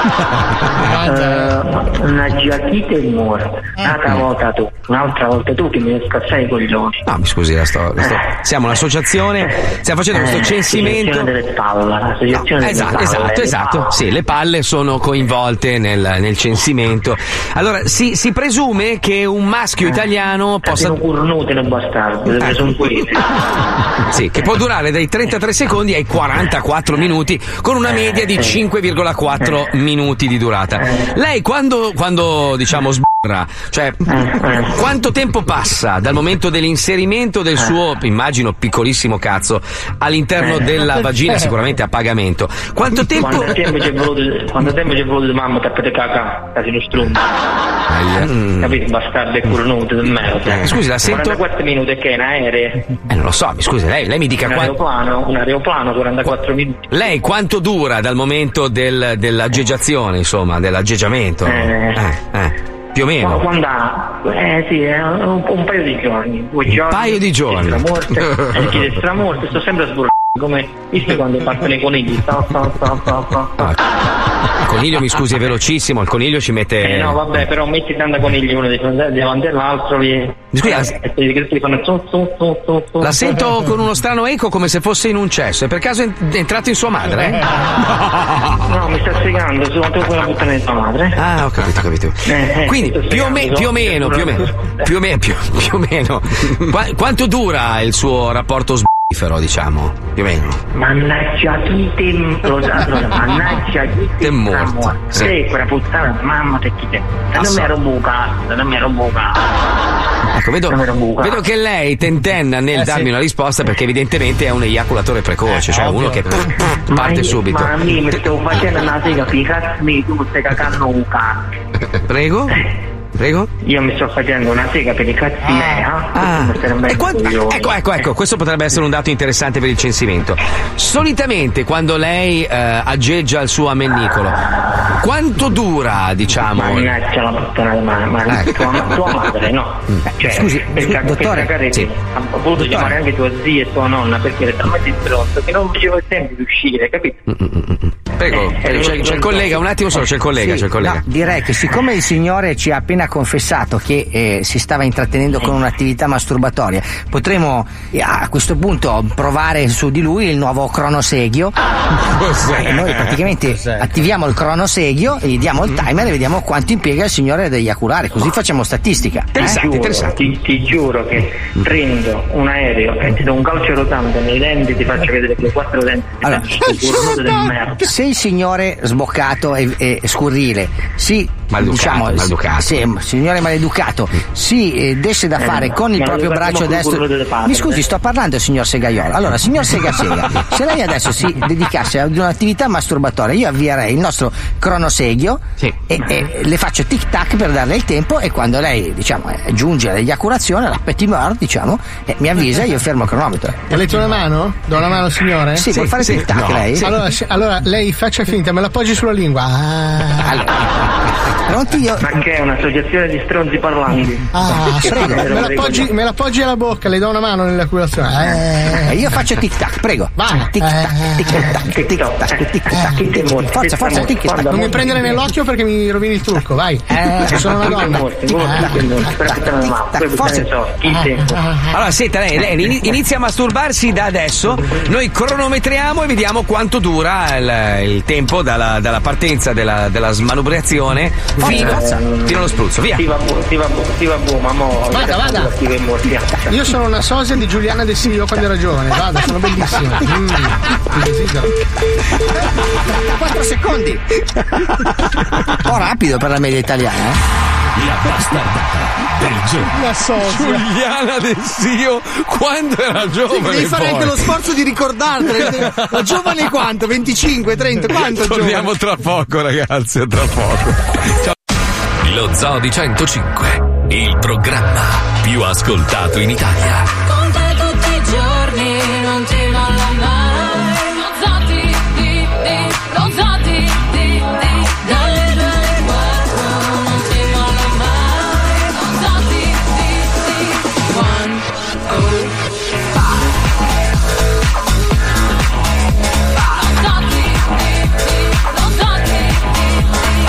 una giacchita e morta. Un'altra volta tu, un'altra volta tu che mi devi scassare i coglioni. No, mi scusi, la sto, la sto... siamo un'associazione, stiamo facendo questo eh, censimento. L'associazione delle palle, l'associazione No, delle esatto, palle, esatto, esatto. palle. Sì, le palle sono coinvolte nel, nel censimento. Allora, si, si presume che un maschio Eh, italiano possa. Sono cornute le bastarde, le sono pulite. Sì, che può durare dai trentatré secondi ai quarantaquattro minuti, con una media di cinque virgola quattro minuti di durata. Lei quando, quando diciamo sbarra, cioè quanto tempo passa dal momento dell'inserimento del suo, immagino, piccolissimo cazzo all'interno della vagina, sicuramente a pagamento? Quanto tempo? Quanto tempo ci è voluto, quanto tempo ci è voluto mamma tappate caca, casi uno strumento. Mm. Capito, bastarde cornute del merda. Eh, scusi, la sento- quarantaquattro minuti che è un aereo. Eh, non lo so, mi scusi, lei, lei mi dica Un quanto. aeroplano, un aeroplano quarantaquattro minuti. Lei quanto dura dal momento del, dell'aggeggiazione, insomma, dell'aggeggiamento? Eh. Eh, eh. Più o Ma meno. quando ha? Eh sì, è un, un paio di giorni. Due Un giorni. paio di giorni. Estramorte. Eh, chi è estramorte, sto sempre a sburrare. Come visto quando partono i conigli. Sta, sta, sta, sta, sta. Il coniglio, mi scusi, è velocissimo, il coniglio ci mette. Eh no, vabbè, però metti tanta conigli uno di fronte davanti all'altro. Vi... Mi scusi, la- eh, e ti fanno su, su, su, su, su. La sento con uno strano eco come se fosse in un cesso. È per caso è entrato in sua madre? Eh? No, mi sta spiegando, su tu quella puttana di tua madre. Ah, ho capito, ho capito. Eh, eh, Quindi sto più o, me- spiegando, più o meno, più o meno, più o meno, più, più o meno. Qua- quanto dura il suo rapporto sbifero, diciamo? Più o meno. Mannaggia chi te lo sa, lo sa, mannaggia chi te È morto, sì. Sì, quella puttana, mamma te chi te. Non so. mi ero bucato, non mi ero bucato. Ecco, vedo, Non mi ero bucato. vedo che lei tentenna nel Eh, darmi sì. una risposta perché evidentemente è un eiaculatore precoce, cioè uno che pff, parte Ma io- subito. Ma a me mi stavo facendo una sega, per i cazzi miei, tu mi stai cagando un cazzo. Prego? Prego? Io mi sto facendo una sega per i cazzi miei, ah? Ah, Tu mi stai e mettendo quan- coglioni. ecco, ecco, ecco, questo potrebbe essere un dato interessante per il censimento. Solitamente quando lei eh, aggeggia il suo ammennicolo, quanto dura, diciamo? Mannaggia la puttana di mamma, ma Ecco. tua, tua madre, no? Cioè, Scusi, per, scusi, ca- dottore, per cagare, sì. ha voluto chiamare anche tua zia e tua nonna perché era talmente stronzo che non facevo il tempo di uscire, capito? Prego, prego, c'è, c'è il collega, un attimo solo, c'è il collega, Sì, c'è il collega. no, direi che siccome il signore ci ha appena confessato che eh, si stava intrattenendo con un'attività masturbatoria, potremmo eh, a questo punto provare su di lui il nuovo cronoseghio. E noi praticamente attiviamo il cronoseghio, gli diamo il timer e vediamo quanto impiega il signore ad eiaculare, così facciamo statistica. Ti giuro, Ti, ti giuro che prendo un aereo e ti do un calcio rotante nei denti e ti faccio vedere che quattro denti ti Allora, faccio sto cornuto del merda. se il signore sboccato e, e scurrile si Maleducato, diciamo maleducato. sì, signore maleducato si eh, desse da fare Eh, con il proprio maleducato braccio ma col destro. culo delle palle, Mi scusi, eh. sto parlando signor Segaiolo. Allora, signor Sega Sega, se lei adesso si dedicasse ad un'attività masturbatoria, io avvierei il nostro cronoseghio Sì. e, e le faccio tic tac per darle il tempo, e quando lei diciamo eh, giunge all'eiaculazione, la petit mort, diciamo, eh, mi avvisa e io fermo il cronometro. Volete una mano? Do una mano, signore? Sì, vuol fare tic tac lei? Allora, se- allora, lei faccia finta, me l'appoggi sulla lingua. Ah, Pronti? Io Ma che è un'associazione di stronzi parlanti? ah Prego. me, l'appoggi, me l'appoggi alla bocca, le do una mano nell'eiaculazione. Eh, Eh. io faccio tic tac, prego. Vai. Tic tac, tic tac, tic tac, tic tac. Forza, forza, tic tac. Non mi prendere nell'occhio perché mi rovini il trucco, vai. Eh. Sono una donna. Allora, senta, lei, lei ini- inizia a masturbarsi da adesso, noi cronometriamo e vediamo quanto dura il, il tempo dalla, dalla partenza della, della smanobriazione fino, fino allo spruzzo. Abruzzo, via. Sì, vabbè, sì, vabbè, sì, vabbè, ma mo. Vada, vada. Io sono una sosia di Giuliana De Silio quando era giovane, vada, sono bellissima. Mm, quattro secondi. Un po' rapido per la media italiana, eh? La bastardata del giorno. La sosia. Giuliana De Sio quando era giovane. Devi fare poi. anche lo sforzo di ricordartene. Ma giovane quanto? venticinque, trenta, quanto Torniamo giovane? tra poco, ragazzi, tra poco. Ciao. Lo Zoo di centocinque, il programma più ascoltato in Italia. Con te tutti i giorni, non ti molla mai. Lo Zoo di, di, di, lo Zoo di, di, di, dalle due alle quattro, non ti molla mai. Lo Zoo di, di, di, one, oh, five. Lo Zoo di, di, di, lo Zoo di, di, di,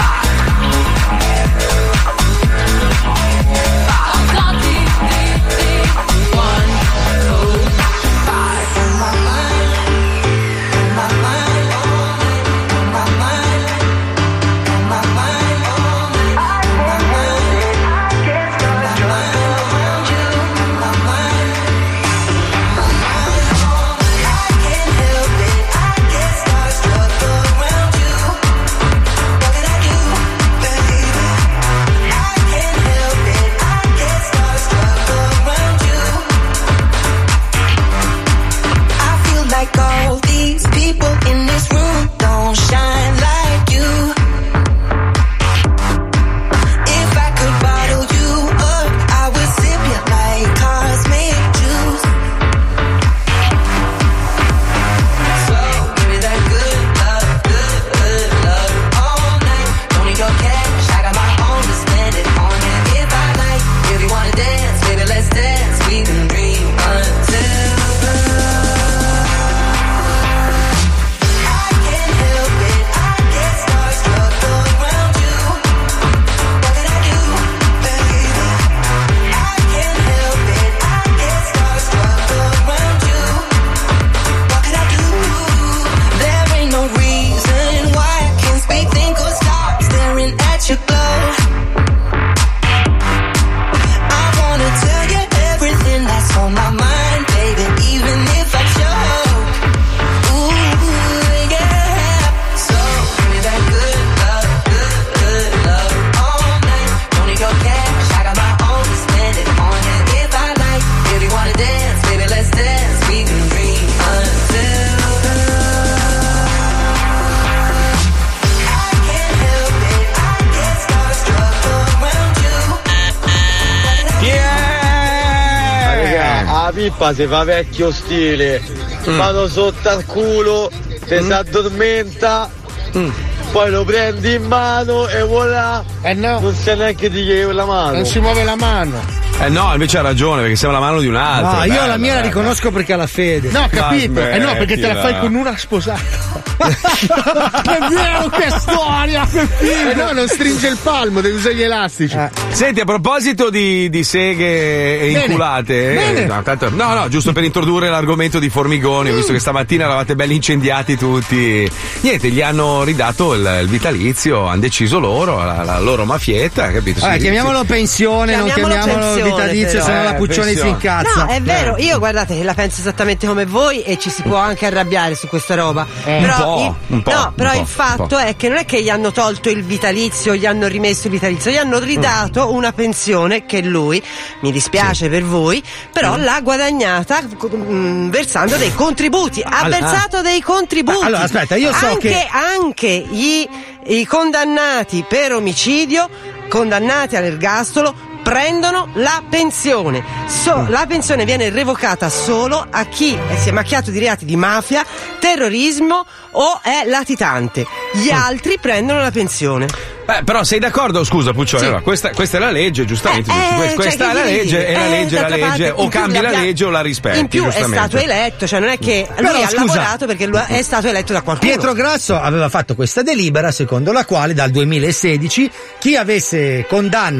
pippa si fa vecchio stile, mm. mano sotto al culo, te mm. si addormenta, mm. poi lo prendi in mano e voilà, eh no. non sai neanche di che è la mano. Non si muove la mano. Eh no, invece ha ragione, perché siamo la mano di un altro. No, io bello, la mia bello. la riconosco perché ha la fede. No, capito? Ma eh no, perché te la fai smettila. con una sposata. È vero, che storia! Eh no, non stringe il palmo, devi usare gli elastici. Eh. Senti, a proposito di, di seghe e Bene. inculate, Bene. eh, no, tanto, no, no, giusto per introdurre l'argomento di Formigoni, ho visto che stamattina eravate belli incendiati tutti. Niente, gli hanno ridato il, il vitalizio, hanno deciso loro, la, la loro mafietta, capito? Allora, Sì, chiamiamolo pensione, non Chiamiamolo chiamiamolo pensione, vitalizio, però. se no la Eh, Puccioni si pensione. incazza. No, è vero, io guardate che la penso esattamente come voi e ci si può anche arrabbiare su questa roba. Eh. Però Un po', il, un po', no, un però po', il un fatto po'. è che non è che gli hanno tolto il vitalizio, gli hanno rimesso il vitalizio, gli hanno ridato una pensione che lui, mi dispiace per voi, però l'ha guadagnata mm, versando dei contributi. Ha Allora, versato dei contributi. Allora, aspetta, io so anche, che- anche gli, i condannati per omicidio, condannati all'ergastolo, prendono la pensione. So, la pensione viene revocata solo a chi si è macchiato di reati di mafia, terrorismo o è latitante. Gli altri prendono la pensione. Eh, però sei d'accordo? Scusa, Puccioni, Sì. allora, questa, questa è la legge, giustamente. Eh, dici, eh, questa questa cioè, è la che devi legge, dire? è la Eh, legge, è la d'altra legge. parte, O in più cambi la l'abbia- legge o la rispetti. In più è giustamente. stato eletto, cioè non è che lui Però, ha scusa. lavorato perché lui è stato eletto da qualcuno. Pietro Grasso aveva fatto questa delibera secondo la quale dal duemilasedici chi avesse condanne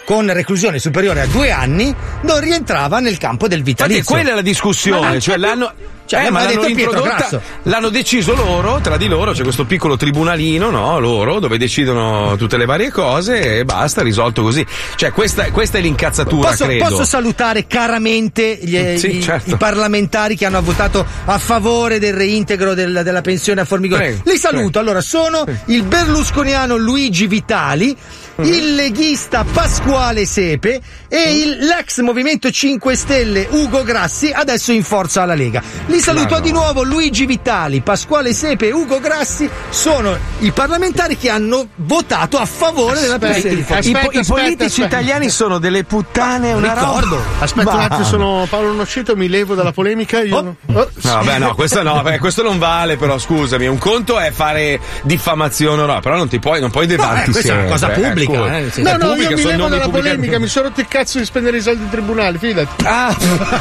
con reclusione superiore a due anni non rientrava nel campo del vitalizio. Infatti, quella è la discussione, cioè l'hanno. Cioè, eh, ma l'ha l'hanno detto Pietro introdotta, Grasso. l'hanno deciso loro, tra di loro c'è questo piccolo tribunalino, no? Loro, dove decidono tutte le varie cose e basta, risolto così. Cioè, questa, questa è l'incazzatura, Posso, credo. posso salutare caramente gli, Sì, i, certo. i parlamentari che hanno votato a favore del reintegro del- della pensione a Formigoni. Prego, Li saluto. prego. Allora, sono il berlusconiano Luigi Vitali, il leghista Pasquale Sepe e il, l'ex Movimento cinque Stelle Ugo Grassi, adesso in forza alla Lega. Li saluto Ma no. di nuovo. Luigi Vitali, Pasquale Sepe e Ugo Grassi sono i parlamentari che hanno votato a favore della pensione di I, Formigoni. po- i aspetta, politici aspetta. italiani sono delle puttane, una Ricordo. roba. Aspetta un Ma- attimo, sono Paolo Nocito, mi levo dalla polemica. Io Oh. oh, No, vabbè, no, questo no, beh, questo non vale, però scusami, un conto è fare diffamazione, no, però non ti puoi, non puoi devarti eh, questa è una cosa sempre, pubblica, scusa. eh, sì. No, È no, pubblica, io mi sono levo nomi dalla pubblicati. polemica, mi sono rotto il cazzo di spendere i soldi in tribunale, fidati. Ah,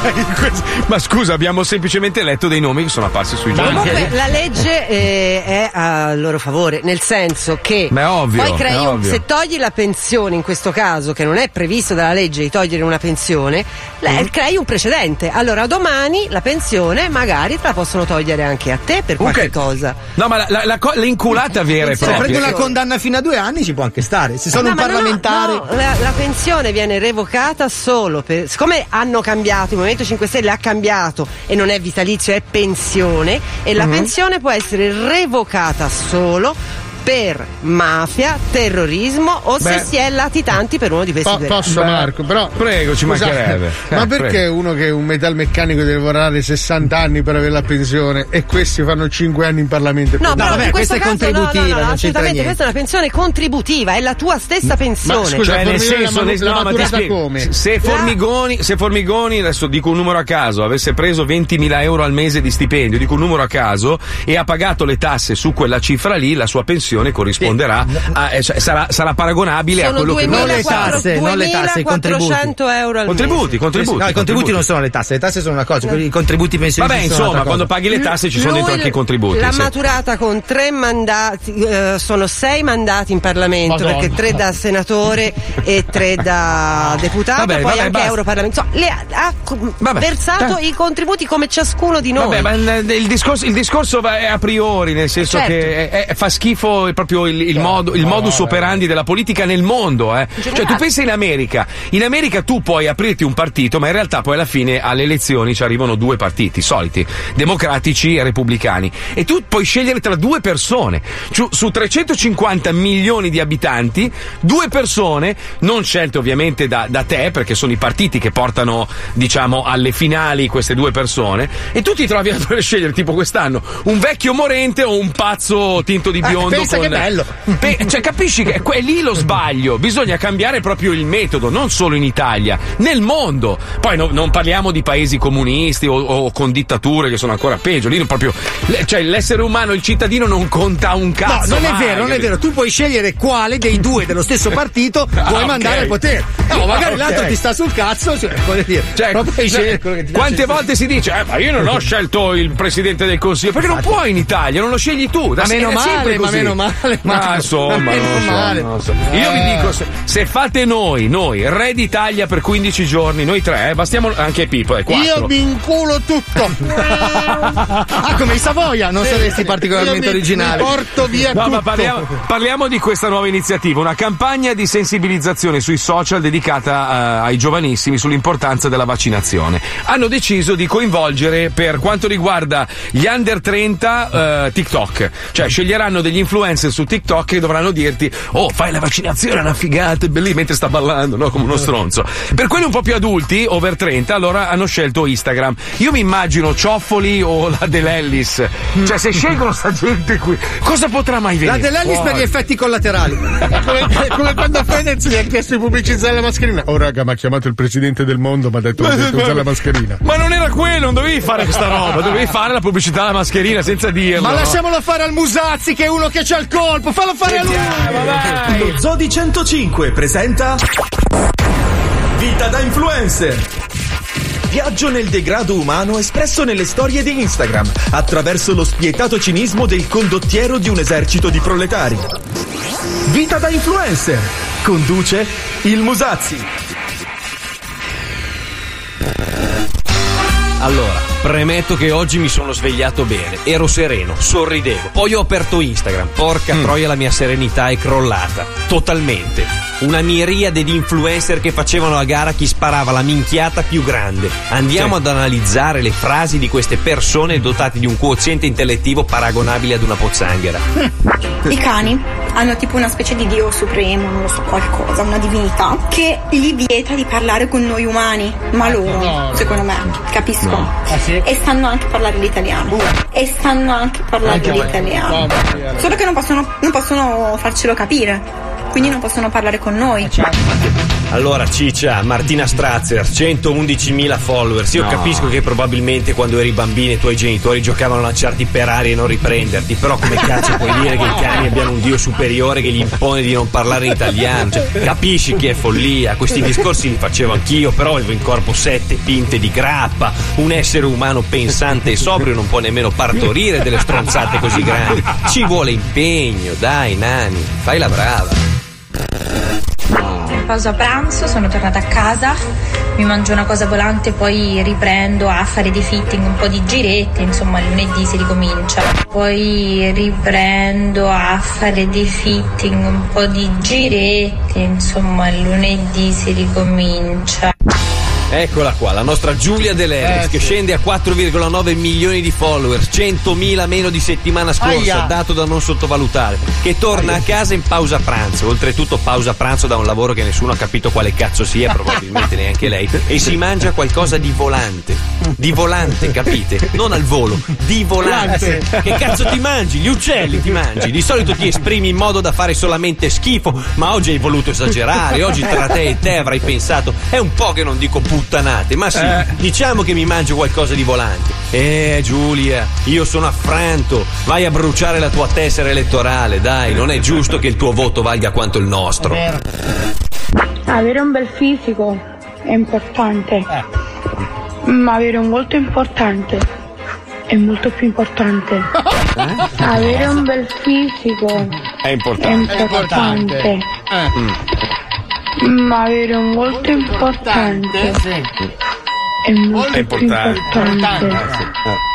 ma scusa, abbiamo semplicemente letto dei nomi che sono apparsi sui giornali. Comunque la legge eh, è a loro favore, nel senso che Ma è ovvio, poi crei è un- ovvio. se togli la pensione in questo caso, che non è previsto dalla legge di togliere una pensione, le- crei un precedente. Allora domani la pensione magari te la possono togliere anche a te per qualche Ok. cosa. No, ma la, la, la co- l'inculata vera e Se propria. prende una condanna fino a due anni ci può anche stare. Se sono No, un ma no, parlamentare. no, la, la pensione viene revocata solo per. Siccome hanno cambiato, il Movimento cinque Stelle ha cambiato e non è vitalizio, è pensione, e la Mhm. pensione può essere revocata solo per mafia, terrorismo o Beh. se si è latitanti per uno di questi Po- due. posso Marco, però Prego, ci Scusate, mancherebbe. Ma Eh, perché prego. uno che è un metalmeccanico deve lavorare sessanta anni per avere la pensione e questi fanno cinque anni in Parlamento? No, No, però vabbè, in questo questa è caso contributiva, no, no, no, non c'entra assolutamente, niente. questa è una pensione contributiva, è la tua stessa pensione. scusa, Cioè, nel Formigoni senso, l'ha nel- ma- l'ha no, ma ti maturata spiego. come? Se Formigoni, se Formigoni, adesso dico un numero a caso, avesse preso ventimila euro al mese di stipendio, dico un numero a caso, e ha pagato le tasse su quella cifra lì, la sua pensione corrisponderà, a- eh, cioè, sarà, sarà paragonabile a Sono quello che Non le duemilaquattro- tasse, non le tasse, i contributi. duemilaquattrocento euro al Contributi, mese. contributi. No, i contributi non sono le tasse, le tasse sono una cosa, quelli- i contributi pensionistici Vabbè, sono insomma, un'altra quando cosa. paghi le tasse ci sono Lui dentro anche i contributi. L'ha sì. maturata con tre mandati, eh, sono sei mandati in Parlamento, Madonna. perché tre da senatore e tre da deputato, Vabbè, poi vabbè, anche basta. europarlamentare. Insomma, le ha, ha co- Vabbè, versato eh. i contributi come ciascuno di noi. Vabbè, ma il, il discorso, il discorso va- è a priori, nel senso Certo. che è- è- fa schifo proprio il, il modo, il modus operandi della politica nel mondo. Eh. Cioè, generale. tu pensi in America, in America tu puoi aprirti un partito, ma in realtà poi alla fine alle elezioni ci arrivano due partiti soliti, democratici e repubblicani, e tu puoi scegliere tra due persone. Su, su trecentocinquanta milioni di abitanti, due persone, non scelte ovviamente da, da te, perché sono i partiti che portano, diciamo, alle finali queste due persone, e tu ti trovi a dover scegliere, tipo quest'anno, un vecchio morente o un pazzo tinto di biondo. Eh, pensa con... che bello. Pe- cioè, capisci che è lì lo sbaglio. Bisogna cambiare proprio il metodo, non solo in Italia, nel mondo. Poi no- non parliamo di paesi comunisti o, o con dittature che sono ancora peggio. Lì proprio, le- cioè, l'essere umano, il cittadino non conta un No, cazzo. non è mai, vero, non è capito? vero. Tu puoi scegliere quale dei due dello stesso partito vuoi ok. mandare al potere. No, magari Ok. l'altro ti sta sul cazzo, cioè, voglio dire. Cioè, però puoi scegliere quello che ti quante piace. volte si dice, eh, ma io non ho scelto il presidente del consiglio, perché non puoi in Italia, non lo scegli tu. Da Ma meno è sempre male, ma così. meno male, Ma ma- insomma, ma meno non lo so, male. non lo so. Io vi dico, se, se fate noi, noi, Re d'Italia per quindici giorni, noi tre, eh, bastiamo anche Pippo, è quattro. Io mi inculo tutto. Ah, come i Savoia, non saresti particolarmente Io mi- originale. Mi porto via No, tutto. ma parliamo, parliamo di questa nuova iniziativa, una campagna di sensibilizzazione sui social dedicata eh, ai giovanissimi sull'importanza della vaccinazione. Hanno deciso di coinvolgere, per quanto riguarda gli under trenta, eh, TikTok. Cioè sceglieranno degli influencer su TikTok che dovranno dirti: oh, fai la vaccinazione, è una figata, è bellissima, mentre sta ballando, no? Come uno stronzo. Per quelli un po' più adulti, over trenta, allora hanno scelto Instagram. Io mi immagino Cioffoli o la Dell'Ellis. Cioè, se scelgono sta gente qui, cosa potrà mai La venire? dell'Ellis per gli effetti collaterali. come, come quando Fedez gli ha chiesto di pubblicizzare la mascherina. Oh raga, mi ha chiamato il presidente del mondo, mi ha detto di usare la mascherina. Ma non era quello, non dovevi fare questa roba, dovevi fare la pubblicità alla mascherina senza dirlo. Ma lasciamolo fare al Musazzi, che è uno che c'ha il colpo, fallo fare a lui. Sentiamo, vai. Lo Zodi centocinque presenta Vita da influencer. Viaggio nel degrado umano espresso nelle storie di Instagram attraverso lo spietato cinismo del condottiero di un esercito di proletari. Vita da influencer. Conduce il Musazzi. Allora, premetto che oggi mi sono svegliato bene, ero sereno, sorridevo, poi ho aperto Instagram, porca mm. troia la mia serenità è crollata, totalmente. Una miriade di influencer che facevano a gara chi sparava la minchiata più grande. Andiamo sì. ad analizzare le frasi di queste persone dotate di un quoziente intellettivo paragonabile ad una pozzanghera. I cani hanno tipo una specie di dio supremo, non lo so, qualcosa, una divinità, che gli vieta di parlare con noi umani, ma loro, no. secondo me, capiscono. No. Ah, sì? E sanno anche parlare l'italiano. Uh. E sanno anche parlare anche l'italiano. No, solo che non possono, non possono farcelo capire. Quindi non possono parlare con noi. Allora Ciccia, Martina Strazzer, centoundicimila followers. Io no. capisco che probabilmente quando eri bambina i tuoi genitori giocavano a lanciarti per aria e non riprenderti. Però come cazzo puoi dire che i cani abbiano un dio superiore che gli impone di non parlare in italiano? Cioè, capisci che è follia? Questi discorsi li facevo anch'io, però avevo in corpo sette pinte di grappa. Un essere umano pensante e sobrio non può nemmeno partorire delle stronzate così grandi. Ci vuole impegno, dai nani, fai la brava. Pausa pranzo, sono tornata a casa, mi mangio una cosa volante, poi riprendo a fare dei fitting, un po' di giretti, insomma il lunedì si ricomincia. Poi riprendo a fare dei fitting, un po' di giretti, insomma il lunedì si ricomincia. Eccola qua, la nostra Giulia Deleris, eh, che sì. scende a quattro virgola nove milioni di followers, centomila meno di settimana scorsa, Aia. dato da non sottovalutare, che torna Aia. a casa in pausa pranzo, oltretutto pausa pranzo da un lavoro che nessuno ha capito quale cazzo sia, probabilmente neanche lei, e si mangia qualcosa di volante, di volante, capite? Non al volo, di volante. Che cazzo ti mangi? Gli uccelli ti mangi, di solito ti esprimi in modo da fare solamente schifo, ma oggi hai voluto esagerare, oggi tra te e te avrai pensato, è un po' che non dico puttana, puttanate, ma sì, eh. diciamo che mi mangio qualcosa di volante. Eh Giulia, io sono affranto, vai a bruciare la tua tessera elettorale, dai, non è giusto che il tuo voto valga quanto il nostro. Avere un bel fisico è importante, eh. ma avere un volto importante è molto più importante. Eh? Avere un bel fisico è importante. È importante. È importante. Eh. Mm. Ma avere un volto importante, importante. è molto è più importante. importante.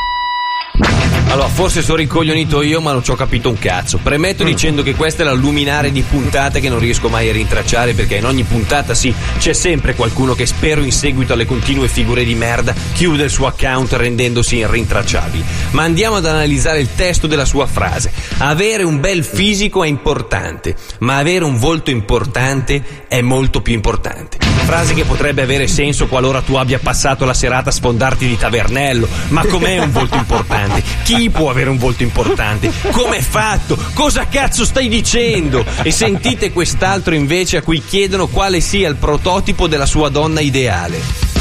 Allora, forse sono rincoglionito io, ma non ci ho capito un cazzo. Premetto mm. dicendo che questa è la luminare di puntate che non riesco mai a rintracciare, perché in ogni puntata sì, c'è sempre qualcuno che, spero in seguito alle continue figure di merda, chiude il suo account rendendosi irrintracciabile. Ma andiamo ad analizzare il testo della sua frase. Avere un bel fisico è importante, ma avere un volto importante è molto più importante. Frase che potrebbe avere senso qualora tu abbia passato la serata a sfondarti di tavernello. Ma com'è un volto importante? Chi può avere un volto importante? Com'è fatto? Cosa cazzo stai dicendo? E sentite quest'altro invece a cui chiedono quale sia il prototipo della sua donna ideale.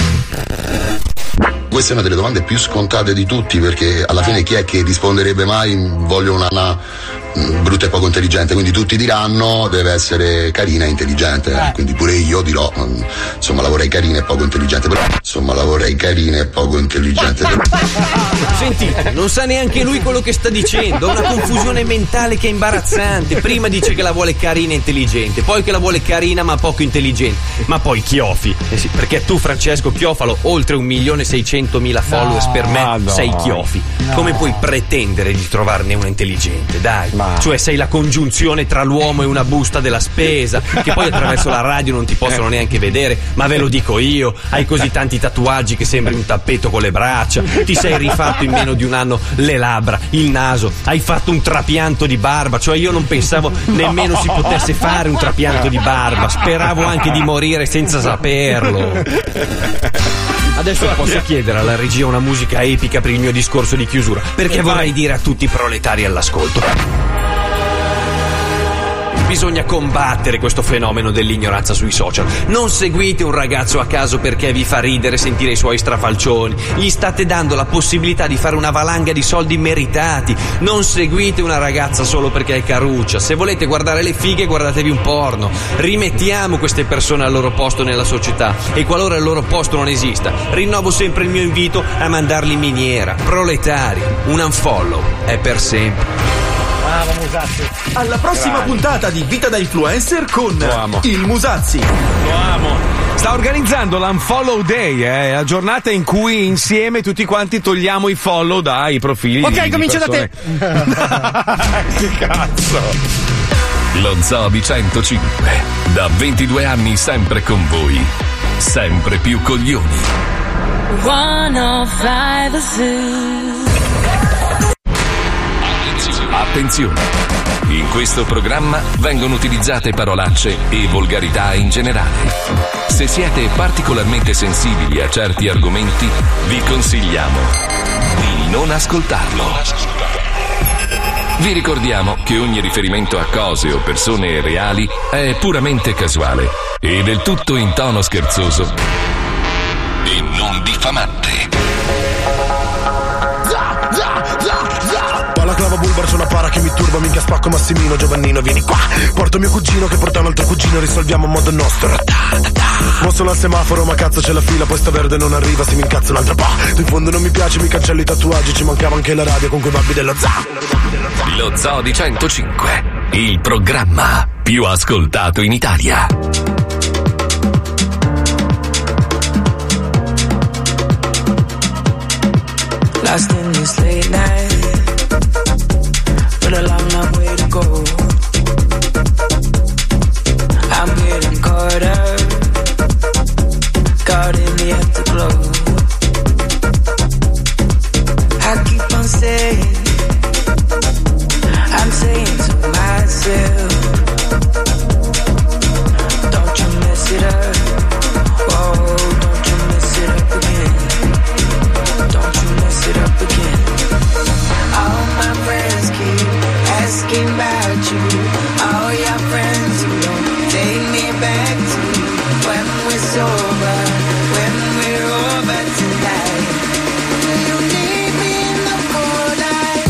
Questa è una delle domande più scontate di tutti, perché alla fine chi è che risponderebbe mai voglio una, una brutta e poco intelligente, quindi tutti diranno deve essere carina e intelligente, eh. quindi pure io dirò insomma la vorrei carina e poco intelligente, però insomma la vorrei carina e poco intelligente. Sentite, non sa neanche lui quello che sta dicendo, ha una confusione mentale che è imbarazzante. Prima dice che la vuole carina e intelligente, poi che la vuole carina ma poco intelligente, ma poi chiofi, eh sì, perché tu Francesco Chiofalo oltre un milione seicentomila followers, no, per me no, sei chiofi, no. Come puoi pretendere di trovarne una intelligente, dai, ma... cioè sei la congiunzione tra l'uomo e una busta della spesa, che poi attraverso la radio non ti possono neanche vedere, ma ve lo dico io, hai così tanti tatuaggi che sembri un tappeto con le braccia, ti sei rifatto in meno di un anno le labbra, il naso, hai fatto un trapianto di barba, cioè io non pensavo nemmeno si potesse fare un trapianto di barba, speravo anche di morire senza saperlo. Adesso posso chiedere alla regia una musica epica per il mio discorso di chiusura, perché vorrei dire a tutti i proletari all'ascolto: bisogna combattere questo fenomeno dell'ignoranza sui social. Non seguite un ragazzo a caso perché vi fa ridere sentire i suoi strafalcioni. Gli state dando la possibilità di fare una valanga di soldi meritati. Non seguite una ragazza solo perché è caruccia. Se volete guardare le fighe, guardatevi un porno. Rimettiamo queste persone al loro posto nella società, e qualora il loro posto non esista, rinnovo sempre il mio invito a mandarli in miniera. Proletari, un unfollow è per sempre. Bravo Musazzi. Alla prossima Grande. puntata di Vita da Influencer con Lo amo. il Musazzi. Lo amo. Sta organizzando l'Unfollow Day, eh, la giornata in cui insieme tutti quanti togliamo i follow dai profili. Ok, di comincio da persone. Che cazzo. Lo Zoo di centocinque, da ventidue anni sempre con voi, sempre più coglioni. centocinque Zoo. Attenzione! In questo programma vengono utilizzate parolacce e volgarità in generale. Se siete particolarmente sensibili a certi argomenti, vi consigliamo di non ascoltarlo. Vi ricordiamo che ogni riferimento a cose o persone reali è puramente casuale e del tutto in tono scherzoso e non diffamante. Balaclava bulbar, c'è una para che mi turba, minchia spacco Massimino, Giovannino vieni qua. Porto mio cugino che porta un altro cugino, risolviamo a modo nostro. Mosso al semaforo ma cazzo c'è la fila, poi sta verde non arriva, se mi incazzo un altro po'. Tu in fondo non mi piace, mi cancelli i tatuaggi, ci mancava anche la radio con quei babbi dello zoo. Lo Zoo di centocinque, il programma più ascoltato in Italia. Lost in this late night, but a long, long way to go. I'm getting caught up, caught in the afterglow. I keep on saying, I'm saying to myself, don't you mess it up, oh, don't you mess it up again. Don't you mess it up again. All my friends keep asking about you. All your friends who don't take me back to when we're sober, when we're over tonight. Will you leave me in the cold night?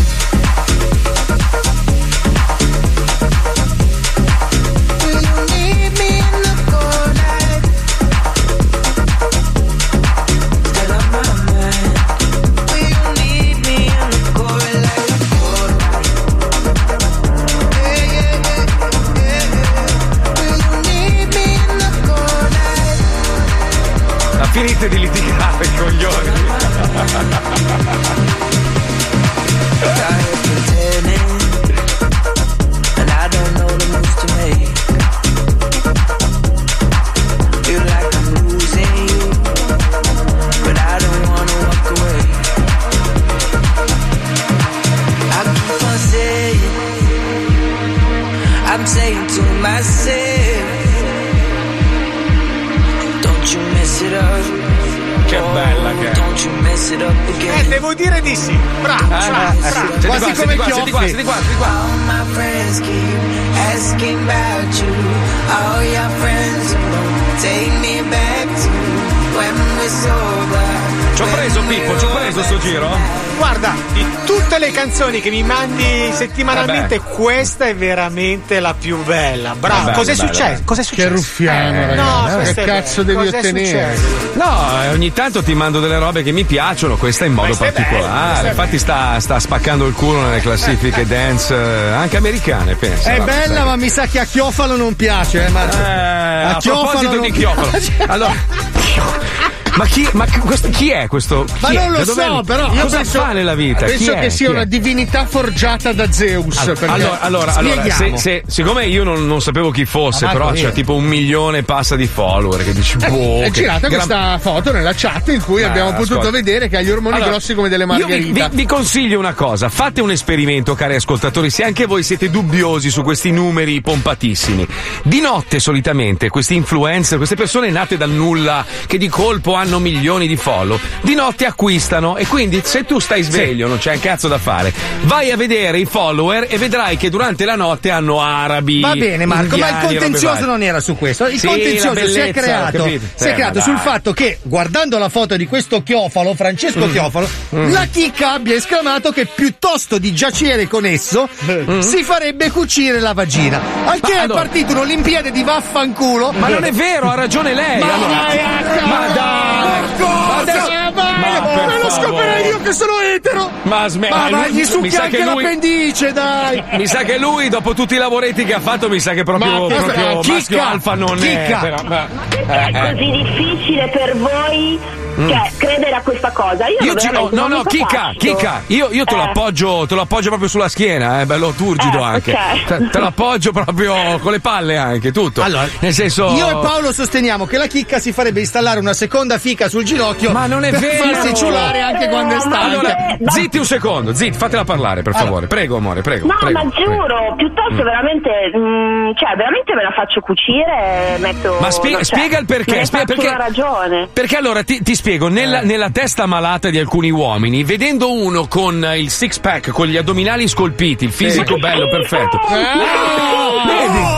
Will you leave me in the cold night? Still on my mind. Will you leave me in the cold like a cold night? Yeah, yeah, yeah, yeah, yeah. Will you leave me in the cold night? Ma finite di litigare, coglioni. Tired pretending, and I don't know the moves to make. Feel like I'm losing you, but I don't wanna walk away. I keep on saying, I'm saying to myself, don't you mess it up. Che bella che è. Don't you mess it up again. Eh, devo dire di sì. Bravo, Ah, bravo, sì. bravo. Senti Quasi qua, come senti qua, senti qua, Chioffi. senti qua, senti qua. All my friends keep asking about you. All your friends who don't take me back to when we're sober. Ci ho preso Pippo, ci ho preso sto giro. Guarda, di tutte le canzoni che mi mandi settimanalmente, Vabbè. questa è veramente la più bella. Bravo. Vabbè, Cos'è vabbè, successo? vabbè. Cos'è successo? Che ruffiano, Eh, ragazzi. no, Che questo è cazzo bello. devi Cos'è ottenere? successo? No, eh, ogni tanto ti mando delle robe che mi piacciono, questa in modo Questa è bella, particolare. questa è Infatti sta, sta spaccando il culo nelle classifiche dance eh, anche americane, penso. È Vabbè, bella, sai. ma mi sa che a Chiofalo non piace, eh, Marco. Eh, a Chiofalo proposito non di Chiofalo. piace. Allora, ma chi, ma questo, chi è questo? Chi Ma è? non lo Da dov'è- so, però. Cosa penso- fa nella vita? Penso Chi è? che sia Chi è? una divinità forgiata da Zeus. Allora, perché- allora, allora, allora, se, Spieghiamo. se- siccome io non, non sapevo chi fosse, Ah, però Marco, c'è io. tipo un milione e passa di follower che dici, Eh, boh. è che girata gran- questa foto nella chat in cui Eh, abbiamo potuto ascolta. vedere che ha gli ormoni Allora, grossi come delle io vi, margherita. vi- vi consiglio una cosa, fate un esperimento, cari ascoltatori, se anche voi siete dubbiosi su questi numeri pompatissimi. Di notte solitamente questi influencer, queste persone nate dal nulla, che di colpo hanno milioni di follow, di notte acquistano e quindi se tu stai sveglio, non c'è un cazzo da fare, vai a vedere i follower e vedrai che durante la notte hanno arabi. Va bene Marco, ma il indiani, robe contenzioso varie. non era su questo. Il Sì, contenzioso la si è bellezza, creato, ho capito. si è Eh, creato ma sul dai. fatto che, guardando la foto di questo Chiofalo, Francesco Mm. Chiofalo, Mm. la chicca abbia esclamato che piuttosto di giacere con esso Mm. si farebbe cucire la vagina. Al che Ma è allora- partita un'Olimpiade di vaffanculo. Ma non è vero, ha ragione lei. Ma allora. vai a Ma dai! Ma cosa? Ma, per Me lo favore. scoperei io che sono etero. Ma smetti. Ma vai, gli mi succhi sa anche che lui- l'appendice, dai. Mi sa che lui, dopo tutti i lavoretti che ha fatto, mi sa che proprio, Ma- proprio Chicca, maschio alfa non Chicca. è. Però, ma- È eh, eh. così difficile per voi cioè, credere a questa cosa. Io, Io ci- veramente oh, no, non no, mi Chicca, faccio. Chicca, io, io te, Eh. lo appoggio, te lo appoggio proprio sulla schiena, eh, bello turgido Eh, anche. ok. Te, te lo appoggio proprio con le palle anche, tutto. Allora, nel senso. io e Paolo sosteniamo che la chicca si farebbe installare una seconda fica sul ginocchio. Ma non è per vero! farsi ciulare anche quando è stanca. Allora, zitti un secondo, zitti, fatela parlare, per favore. Prego, amore, prego. No, prego, ma giuro, piuttosto veramente, mm, cioè veramente me la faccio cucire, metto. Ma spie- no, cioè, spiega il perché, me ne spiega faccio perché- una ragione. Perché allora ti, ti spiego, nella, nella testa malata di alcuni uomini, vedendo uno con il six pack, con gli addominali scolpiti, il fisico Sì. bello, perfetto. Ah, vedi, oh,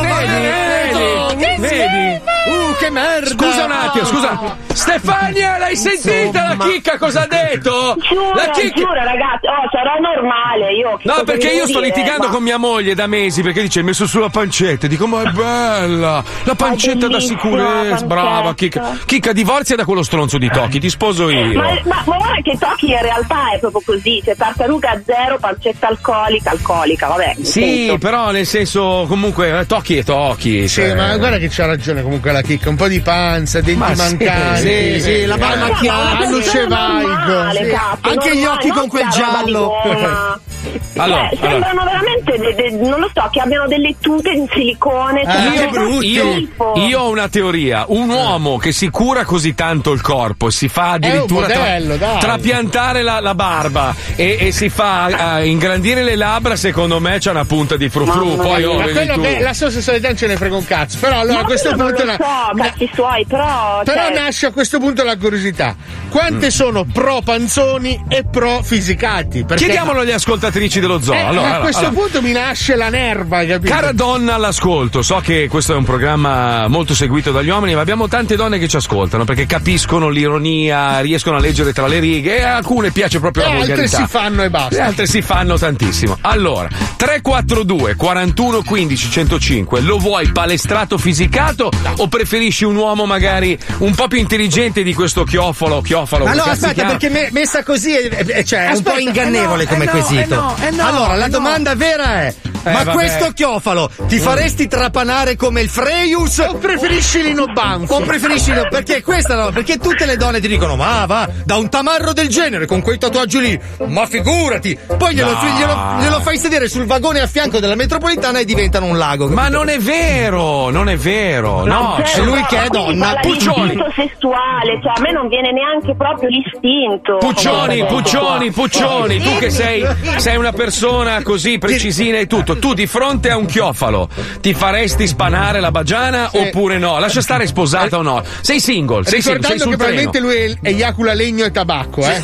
vedi, vedi, vedi. Uh, che merda! Scusa un attimo, scusa. Stefania, l'hai sentita la chicca cosa ha detto? Giuro, La chicca. giuro ragazzi, oh, sarò normale io. che No, cosa perché devo io sto dire? litigando Ma- con mia moglie da mesi perché dice hai messo sulla pancetta. Dico, ma è bella! La pancetta da bellissima sicurezza. la Brava, pancetta. Chicca. Chicca, divorzia da quello stronzo di Tocchi, ti sposo io. Ma, ma, ma guarda che Tocchi in realtà è proprio così, c'è tartaruga zero, pancetta alcolica, alcolica, vabbè. nel Sì, senso. però nel senso, comunque, eh, Tocchi e Tocchi. Sì, cioè. ma guarda che c'ha ragione comunque la chicca, un po' di panza, denti Ma sì, mancanti. Sì, sì, la barba Eh, chiara, hanno scevaico. normale, Sì. cazzo, Anche gli normale, occhi con non quel sta roba di giallo. gomma. Allora, Cioè, sembrano veramente, de- de- non lo so, che abbiano delle tute in silicone. Cioè, Io, che brutti. io- io ho una teoria, un uomo che si cura così tanto il corpo, si fa addirittura tra- modello, dai. trapiantare la, la barba e, e si fa eh, ingrandire le labbra, secondo me c'è una punta di frufru. Mamma Poi mia. oh, Ma vedi quello, tu. beh, la sua sessualità non ce ne frega un cazzo. Però allora Ma a questo quello punto. non lo la- so, cazzi suoi, però. Però cioè, nasce a questo punto la curiosità. Quante Mm. sono pro panzoni e pro fisicati? Perché Chiediamolo alle ascoltatrici dello zoo. Eh, allora, a allora, questo allora. punto mi nasce la nerva, capito? Cara donna all'ascolto, so che questo è un programma molto seguito dagli uomini, ma abbiamo tante donne che ci ascoltano perché capiscono l'ironia, riescono a leggere tra le righe e a alcune piace proprio E la altre volgarità. si fanno e basta. Le altre si fanno tantissimo. Allora, tre quattro due quarantuno quindici centocinque, lo vuoi palestrato fisicato o preferisci un uomo magari un po' più intelligente di questo chiofalo, chiofalo? Ma come no, cazzo si aspetta, chiama? perché me- messa così è, è- cioè, è un Aspetta, po' ingannevole eh no, come eh no, quesito. eh no, eh no, allora, la eh no. domanda vera è: Eh, ma vabbè. questo chiofalo ti Mm. faresti trapanare come il Freius? O preferisci Lino Banfi? O preferisci Lino? Perché questa no, perché tutte le donne ti dicono: ma va, da un tamarro del genere con quei tatuaggi lì, ma figurati! Poi glielo, No. glielo- glielo fai sedere sul vagone a fianco della metropolitana e diventano un lago. Ma capito? non è vero, non è vero, no. Cioè, c'è lui che è ma quindi donna. parla di Puccioni. istinto sessuale, cioè a me non viene neanche proprio l'istinto. Puccioni, Come Puccioni, qua. Puccioni, tu che sei, sei una persona così precisina e tutto, tu di fronte a un chiofalo ti faresti spanare la bagiana Sì. oppure no? Lascia stare sposata o no? Sei single, sei single, sei Ricordando sul che treno. probabilmente lui eiacula legno e tabacco, eh?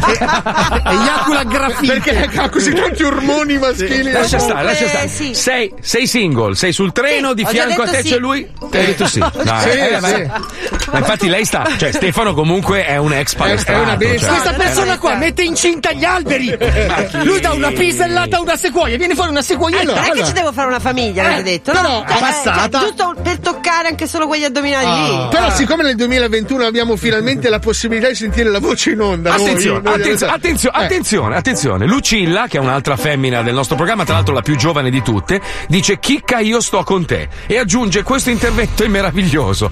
Eiacula grafite. Perché ha così tanti ormoni maschili. Lascia stare, Comunque, lascia stare. sì. Sei, sei single, sei sul treno, Sì, di ho già fianco a detto te sì. c'è lui? Ti hai detto sì. Dai. Sì, Eh, sì. Ma infatti lei sta, cioè Stefano comunque è un ex palestrato. È una bestia. cioè. Questa persona qua mette incinta gli alberi. Lui dà una pisellata a una sequoia, viene fuori una sequoia. Eh, non è che allora. ci devo fare una famiglia, avete detto, no? però, Cioè, è passata. cioè, giusto per toccare anche solo quegli addominali lì. Però siccome nel duemilaventuno abbiamo finalmente la possibilità di sentire la voce in onda. noi- Attenzione, noi- attenzione, attenzione, Eh. attenzione, attenzione. Lucilla, che è un'altra femmina del nostro programma, tra l'altro la più giovane di tutte, dice chicca io sto con te e aggiunge questo intervento è meraviglioso.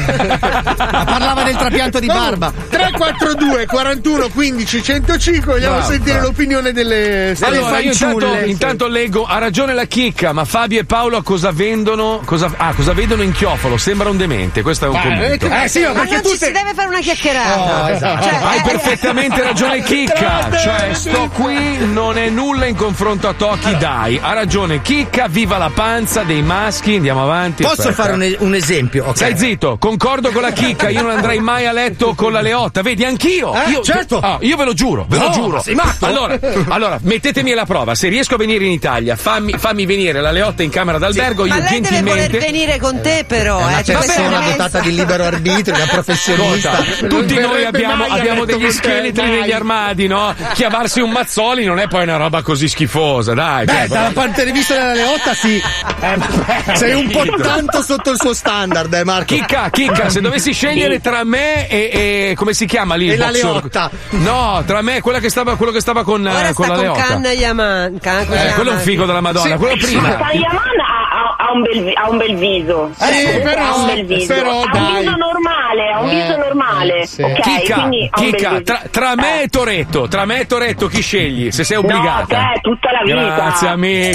Ma parlava del trapianto di barba. tre quattro due quarantuno quindici centocinque, vogliamo Bravo, sentire bravo. l'opinione delle, delle Allora, io intanto, fanciulle. intanto leggo, ha ragione la chicca, ma Fabio e Paolo cosa vendono? Cosa, ah, cosa vedono in chiofalo? Sembra un demente, questo è un Ma, commento. eh, Eh sì, ma Ma perché non tu ci si deve fare una chiacchierata. Oh, esatto. Cioè, Hai eh, perfettamente ragione Chicca, cioè sto qui non è nulla in confronto a Tocchi, dai, ha ragione Chicca, viva la panza dei maschi, andiamo avanti. Posso Aspetta. fare un, un esempio? Ok. Stai zitto, concordo con la Chicca, io non andrei mai a letto con la Leotta, vedi, anch'io. Eh, io, certo. ah, io ve lo giuro, ve lo No, giuro. ma sei matto? Allora, allora, mettetemi alla prova, se riesco a venire in Italia, fammi, fammi venire la Leotta in camera d'albergo, ma io lei deve voler gentilmente. venire con te, però. È una eh, cioè, questa è persona una dotata messa. di libero arbitrio, una professionista. Ascolta, tutti Non noi verrebbe abbiamo, mai a abbiamo letto degli con te, scheletri mai. negli armadi, no? Chiavarsi un Mazzoli non è poi una roba così schifosa, dai. Beh, cioè, dalla panterivista della Leotta sì. Eh, Sei un po' capito. tanto sotto il suo standard, eh, Marco. Chicca, chicca, se dovessi dovessi scegliere tra me e, e come si chiama lì? E il la boxer? Leotta. No, tra me e quella che stava, quello che stava con, Ora eh, con sta la con Leotta. Can Yaman. Can, come si Eh, chiama? quello è un figo della Madonna, Sì. quello prima. Ma Can Yaman ha, ha un bel, vi- ha un bel viso. Sì, Comunque però- ha un bel viso. però ha un dai. viso normale, ha un Eh, viso normale. eh, sì. Ok, Chicca, quindi ha un bel Chicca, viso. tra, tra me e Toretto, tra me e Toretto chi scegli? Se sei No, obbligata. te tutta la vita. Grazie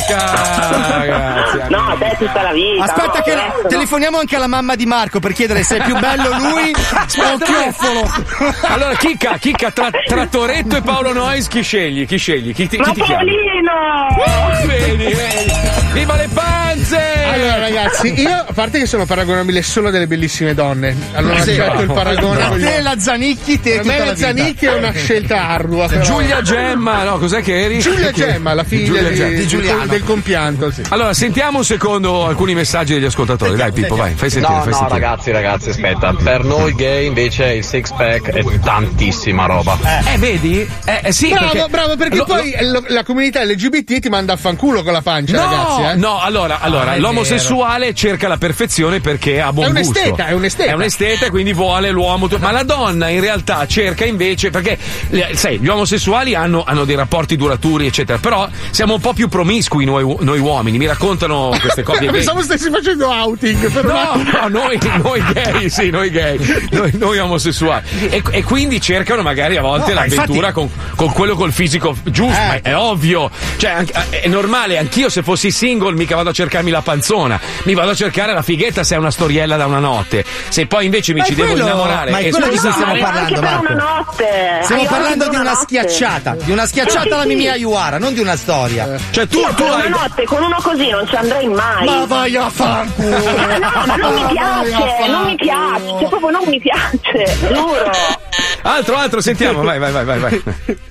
amica. Grazie. No, te tutta la vita. Aspetta no, che adesso no. telefoniamo anche alla mamma di Marco per chiedere se è più bello lui o Chioffolo. Allora, Chicca, Chicca, tra, tra Toretto e Paolo Noyes chi scegli? Chi scegli? Chi ti, chi Ma ti chiama? Paolino! Vedi, vedi. Viva le panze! Allora ragazzi, io a parte che sono paragonabile solo a delle bellissime donne, allora Sì, accetto no. il paragone. No, con gli te uomini. la Zanicchi, te Per me tutta la la vita. Zanicchi è una scelta ardua. però. Giulia Gemma, no, cos'è che eri? Giulia Gemma, la figlia Giulia di, Gemma. di Giuliano. del compianto. Sì. Allora, sentiamo un secondo alcuni messaggi degli ascoltatori. Dai, Pippo, vai, fai sentire, No, fai no, sentire. ragazzi, ragazzi, aspetta. Per noi gay invece il six pack è tantissima roba. Eh, vedi? Eh, eh, sì, Bravo, perché... bravo, perché lo- poi lo- la comunità L G B T ti manda a fanculo con la pancia, No, ragazzi. Eh? no, allora, allora Ah, è l'omosessuale cerca la perfezione perché ha buon È un gusto. esteta, è un esteta. È un esteta e quindi vuole l'uomo. Ma la donna in realtà cerca invece, perché le- sai, gli omosessuali hanno, hanno dei rapporti duraturi, eccetera. Però siamo un po' più promiscui noi, noi uomini. Mi raccontano queste coppie gay. Pensavo stessi facendo outing per un No, attimo. no, noi, noi gay, sì, noi gay, noi, noi omosessuali. E, e quindi cercano magari a volte No, ma l'avventura infatti- con, con quello col fisico giusto, Eh. ma è ovvio. Cioè, anche- è normale, anch'io se fossi single mica vado a cercarmi la panzona, mi vado a cercare la fighetta se è una storiella da una notte. Se poi invece mi Ma ci è devo quello- innamorare. ma è e quello di scusa- cui stiamo Ma parlando, anche per Marco. una notte. Stiamo Io parlando anche di per una notte. schiacciata, di una schiacciata alla Mimì Aiuara, non di una storia. Cioè, tu, Io tu per hai. una notte con uno così non ci andrei mai. Ma vai a fanculo! Ma no, ma non mi Ma vai a piace, non mi piace, cioè proprio non mi piace, giuro. Altro, altro, sentiamo, vai, vai, vai, vai, vai.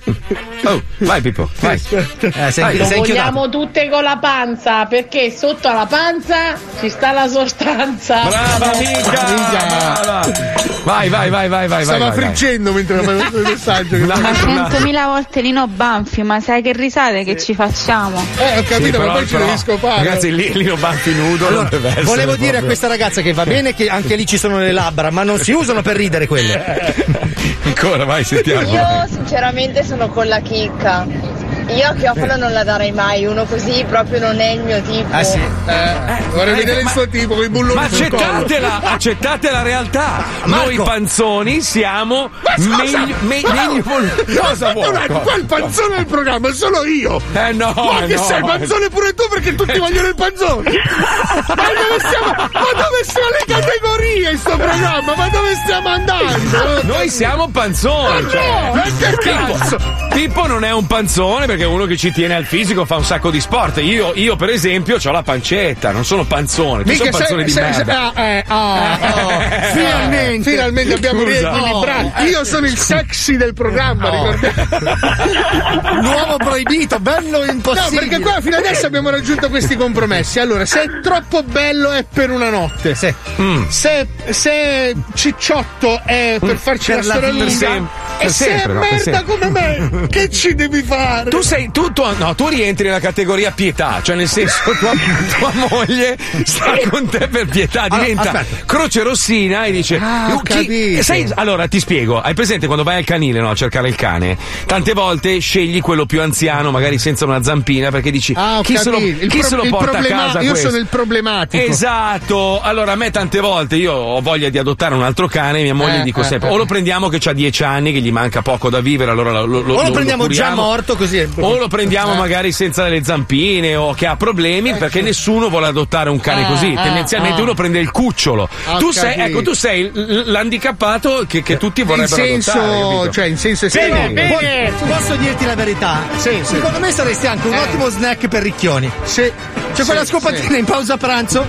Oh, vai Pippo, vai. Eh, senti, Vai. Lo sei inchiodato. vogliamo tutte con la panza, perché sotto alla panza ci sta la sostanza. Brava amica! Brava. Vai, vai, vai, vai, vai. Stava vai, vai. friggendo mentre avevo il messaggio. che- No, no. centomila volte Lino Banfi, ma sai che risate che ci facciamo? Eh, ho capito, Sì, ma però- poi ci però, devi scopare. Ragazzi, lì, lì non banfi nudo. Allora, non deve essere volevo dire a proprio- questa ragazza che va bene che anche lì ci sono le labbra, ma non si usano per ridere quelle. Ancora, vai, sentiamo. Io sinceramente sono con la chicca. Io a Chiofalo non la darei mai, uno così proprio non è il mio tipo. Ah sì. Eh, vorrei eh, vedere ma- il suo tipo con i bulloni Ma sul collo. accettatela, accettate la realtà. Marco. Noi panzoni siamo meglio, me- meglio vol- Cosa Non è vuoi? quel panzone del programma, sono io. Eh no, Ma che no. sei panzone pure tu perché tutti vogliono il panzone. Ma dove stiamo? Ma dove sono le categorie in sto programma? Ma dove stiamo andando? Noi siamo panzoni. Ma Cioè, no, ma che cazzo? Pippo, Pippo non è un panzone perché è uno che ci tiene al fisico, fa un sacco di sport. Io, io per esempio, ho la pancetta, non sono panzone. Tu sei Mica panzone di sei- merda. sei- ah, eh, ah, oh. Finalmente, finalmente abbiamo Scusa. riequilibrato. Io sono il sexy del programma, ricordate? L'uomo proibito, bello No, impossibile. perché qua fino adesso abbiamo raggiunto questi compromessi. Allora, se è troppo bello è per una notte. Sì. Mm. Se, se cicciotto è per farci Per la la storia vita. lunga. Sem- E per se sempre, è no, per merda sempre. come me, che ci devi fare? Tu sei tu, tu, no, tu rientri nella categoria pietà, cioè nel senso tua, tua moglie sta con te per pietà, Allora, diventa aspetta. croce rossina e dice Ah, ho chi- capito. sai, allora ti spiego, hai presente quando vai al canile, no, a cercare il cane, tante volte scegli quello più anziano, magari senza una zampina, perché dici Ah, ho chi, se lo, capito. Il chi pro- se lo il porta a problema- casa io questo? sono il problematico. Esatto, allora a me tante volte io ho voglia di adottare un altro cane, mia moglie Eh, dico eh, sempre eh. o lo prendiamo che ha dieci anni, che gli manca poco da vivere, allora lo, lo, O lo prendiamo già curiamo. morto così. è- O lo prendiamo Eh. magari senza le zampine o che ha problemi perché nessuno vuole adottare un cane Ah, così. ah, Tendenzialmente ah. uno prende il cucciolo. Ho Tu sei, capito. ecco, tu sei l- l'handicappato che, che tutti In vorrebbero senso, adottare. capito? cioè, in senso Sì, estremo. bene. Po- Posso dirti la verità? Sì, sì. Secondo me saresti anche un Eh. ottimo snack per ricchioni. Sì. C'è quella Sì, scopatina sì. in pausa pranzo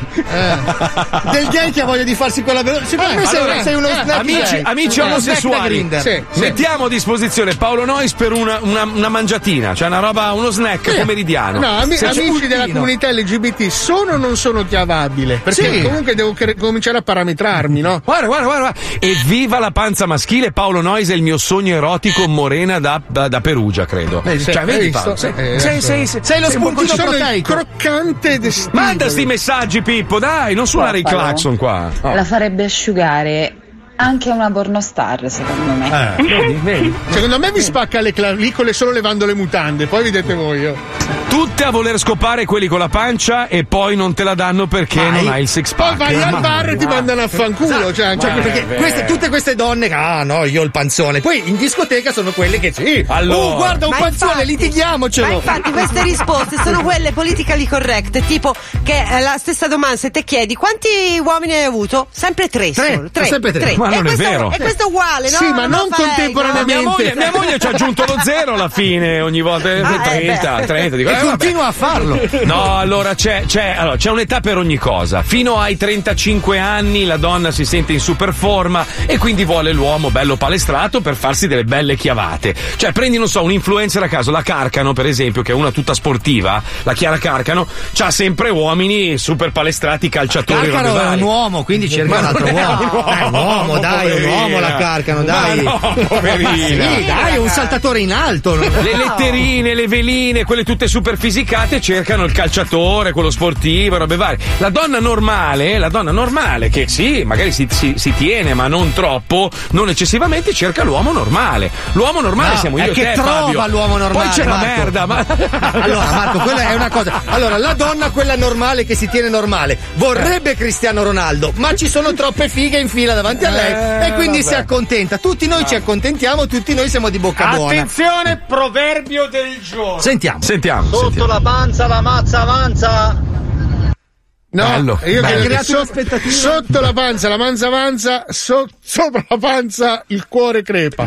del gay che ha voglia di farsi quella veloce. Secondo Eh, me sei, allora, sei uno eh, snack Amici, gay. amici Uno snack da omosessuali, Grindr. Sì, sì. mettiamo a disposizione Paolo Nois per una, una, una mangiatina, cioè una roba, uno snack pomeridiano. No, ami- Se c'è- amici della comunità L G B T, sono o non sono chiavabile? Perché Sì. comunque devo cre- cominciare a parametrarmi, no? Guarda, guarda, guarda, guarda. Evviva la panza maschile, Paolo Nois è il mio sogno erotico, Morena da, da, da Perugia, credo. Vedi, cioè, hai vedi visto? Paolo, sei, Eh, sei, adesso- sei, sei, sei lo sei un po' spuntino Sono il proteico. croccante destino. Manda sti messaggi, Pippo, dai, non suonare i clacson qua. Oh. La farebbe asciugare Anche una pornostar, secondo me. Eh, vedi, vedi. Secondo me vi spacca le clavicole solo levando le mutande, poi vedete voi. Io. Tutte a voler scopare quelli con la pancia e poi non te la danno perché Vai. non hai il six pack. Poi vai al Ma- bar e ti mandano a fanculo. Cioè, Cioè, ma- perché queste, tutte queste donne, ah no, io ho il panzone. Poi in discoteca sono quelle che sì. Allora. Oh, guarda un Ma panzone, infatti- litighiamocelo. Ma infatti queste risposte sono quelle politically correct, tipo che è la stessa domanda se te chiedi quanti uomini hai avuto? Sempre tre. Tre, solo, tre, sempre tre. Ma e non è questo, vero. E questo è uguale, no? Sì, ma non fa lei, contemporaneamente. Mia moglie, mia moglie ci ha aggiunto lo zero alla fine ogni volta. eh, trenta, beh. trenta. Dico, E eh, vabbè. continua a farlo. No, allora c'è, c'è, allora c'è un'età per ogni cosa. Fino ai trentacinque anni la donna si sente in super forma e quindi vuole l'uomo bello palestrato per farsi delle belle chiavate. Cioè, prendi, non so, un influencer a caso, la Carcano, per esempio, che è una tutta sportiva, la Chiara Carcano, c'ha sempre uomini super palestrati, calciatori. Carcano robe è un varie. uomo, quindi cerca un Ma altro non è uomo. un Dai, un uomo, dai, un poverina. uomo la Carcano, dai. Ma no, poverina. Sì, dai, un saltatore in alto. no? Le letterine, le veline, quelle tutte super fisicate cercano il calciatore, quello sportivo, robe varie. La donna normale, la donna normale che sì, magari si, si- si tiene, ma non troppo, non eccessivamente, cerca l'uomo normale. L'uomo normale No, siamo io è e che te, trova Fabio. l'uomo normale, Poi c'è Marco. la merda, ma Allora, Marco, quella è una cosa. Allora, la donna, quella normale che si tiene normale, vorrebbe Cristiano Ronaldo, ma ci sono troppe fighe in fila davanti a lei Eh, e quindi vabbè. si accontenta. Tutti noi ci accontentiamo, tutti noi siamo di bocca buona. Attenzione, proverbio del giorno. Sentiamo. Sentiamo. Sotto sentiamo. la panza la mazza avanza. No, Bello, io bello. credo che Creato so- un'aspettativa. sotto la panza la manza avanza, so- sopra la panza il cuore crepa.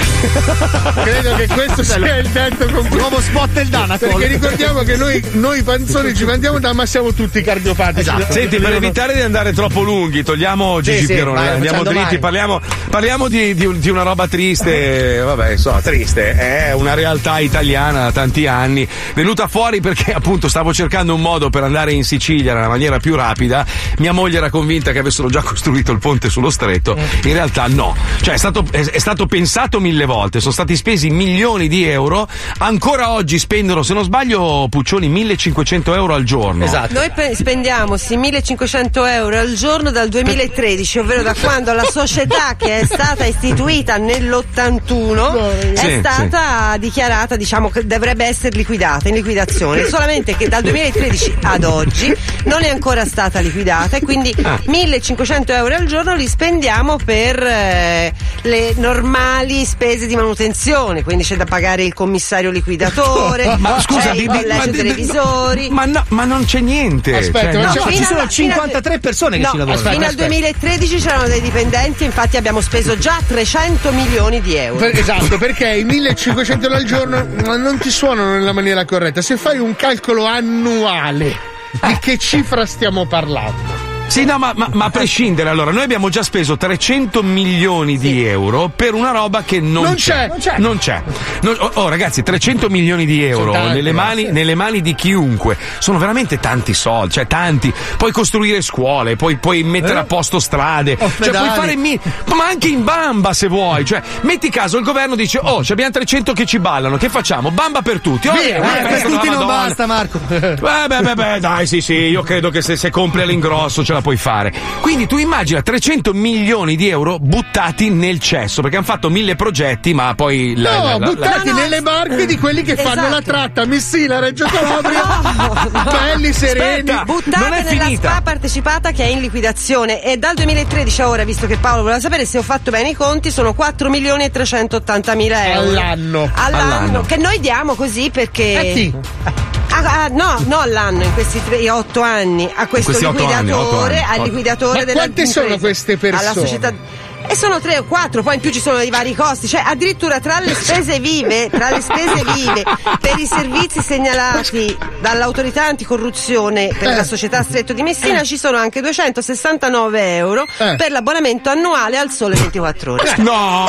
Credo che questo sia il detto conclusivo. Nuovo spot del Danacol. Perché ricordiamo che noi, noi panzoni ci mandiamo da ma siamo tutti cardiopatici. Esatto. Senti, per evitare di andare troppo lunghi, togliamo Gigi Sì, sì, Pierone, vai, andiamo facciamo dritti, domani. parliamo, parliamo di, di un- di una roba triste, vabbè, insomma, triste, è una realtà italiana da tanti anni, venuta fuori perché appunto stavo cercando un modo per andare in Sicilia nella maniera più rapida, mia moglie era convinta che avessero già costruito il ponte sullo stretto, in realtà no, cioè è stato, è, è stato pensato mille volte, sono stati spesi milioni di euro, ancora oggi spendono, se non sbaglio, Puccioni, millecinquecento euro al giorno. Esatto. Noi pe- spendiamo sì, millecinquecento euro al giorno dal duemilatredici, ovvero da quando la società che è stata istituita nell'ottantuno è Sì, stata dichiarata, diciamo, che dovrebbe essere liquidata, in liquidazione, solamente che dal duemilatredici ad oggi non è ancora stata liquidata e quindi millecinquecento euro al giorno li spendiamo per eh, le normali spese di manutenzione, quindi c'è da pagare il commissario liquidatore, Ma scusa, c'è di- il di- collegio ma di- televisori. Ma, no, ma non c'è niente. Aspetta, cioè, ma no. c'è- ci fino sono alla- fino al- cinquantatré persone che no, ci lavorano. fino al duemilatredici c'erano dei dipendenti, infatti abbiamo speso già trecento milioni di euro. Per- esatto, perché i millecinquecento euro al giorno ma non ti suonano nella maniera corretta. Se fai un calcolo annuale, di che cifra stiamo parlando? Sì, no, ma, ma- ma a prescindere, allora, noi abbiamo già speso trecento milioni di euro per una roba che non, Non c'è. c'è. Non c'è. Non c'è. Non- oh, oh, ragazzi, trecento milioni di euro Sono tanti, nelle, eh, mani, sì. nelle mani di chiunque sono veramente tanti soldi, cioè tanti. Puoi costruire scuole, puoi, puoi mettere Eh? a posto strade, cioè Ospedali. puoi fare mi- ma anche in bamba se vuoi. Cioè, metti caso il governo dice: oh, ci abbiamo trecento che ci ballano, che facciamo? Bamba per tutti. Oh, Via, una via, per festa tutti della non Madonna. basta, Marco. Beh, beh, beh, beh, dai, sì, sì, io credo che se, se compri all'ingrosso ce la puoi fare. Quindi tu immagina trecento milioni di euro buttati nel cesso, perché hanno fatto mille progetti, ma poi... la- No, la- la- buttati no, no, nelle barche di quelli che fanno esatto. la tratta Messina, Reggio Calabria, belli sereni. Aspetta. Non Buttate è nella finita. S P A partecipata che è in liquidazione e dal duemilatredici a ora, visto che Paolo voleva sapere se ho fatto bene i conti, sono quattro milioni e trecentottantamila euro All'anno. all'anno All'anno. che noi diamo così perché Eh sì. Ah, ah, no, no all'anno, in questi tre, otto anni a questo questi otto anni, otto liquidatore, anni, al otto. liquidatore Ma della quante sono impresa, queste persone? alla società. E sono tre o quattro, poi in più ci sono i vari costi, cioè addirittura tra le spese vive, tra le spese vive per i servizi segnalati dall'autorità anticorruzione per Eh. la società Stretto di Messina ci sono anche duecentosessantanove euro Eh. per l'abbonamento annuale al Sole ventiquattro Ore. No, no,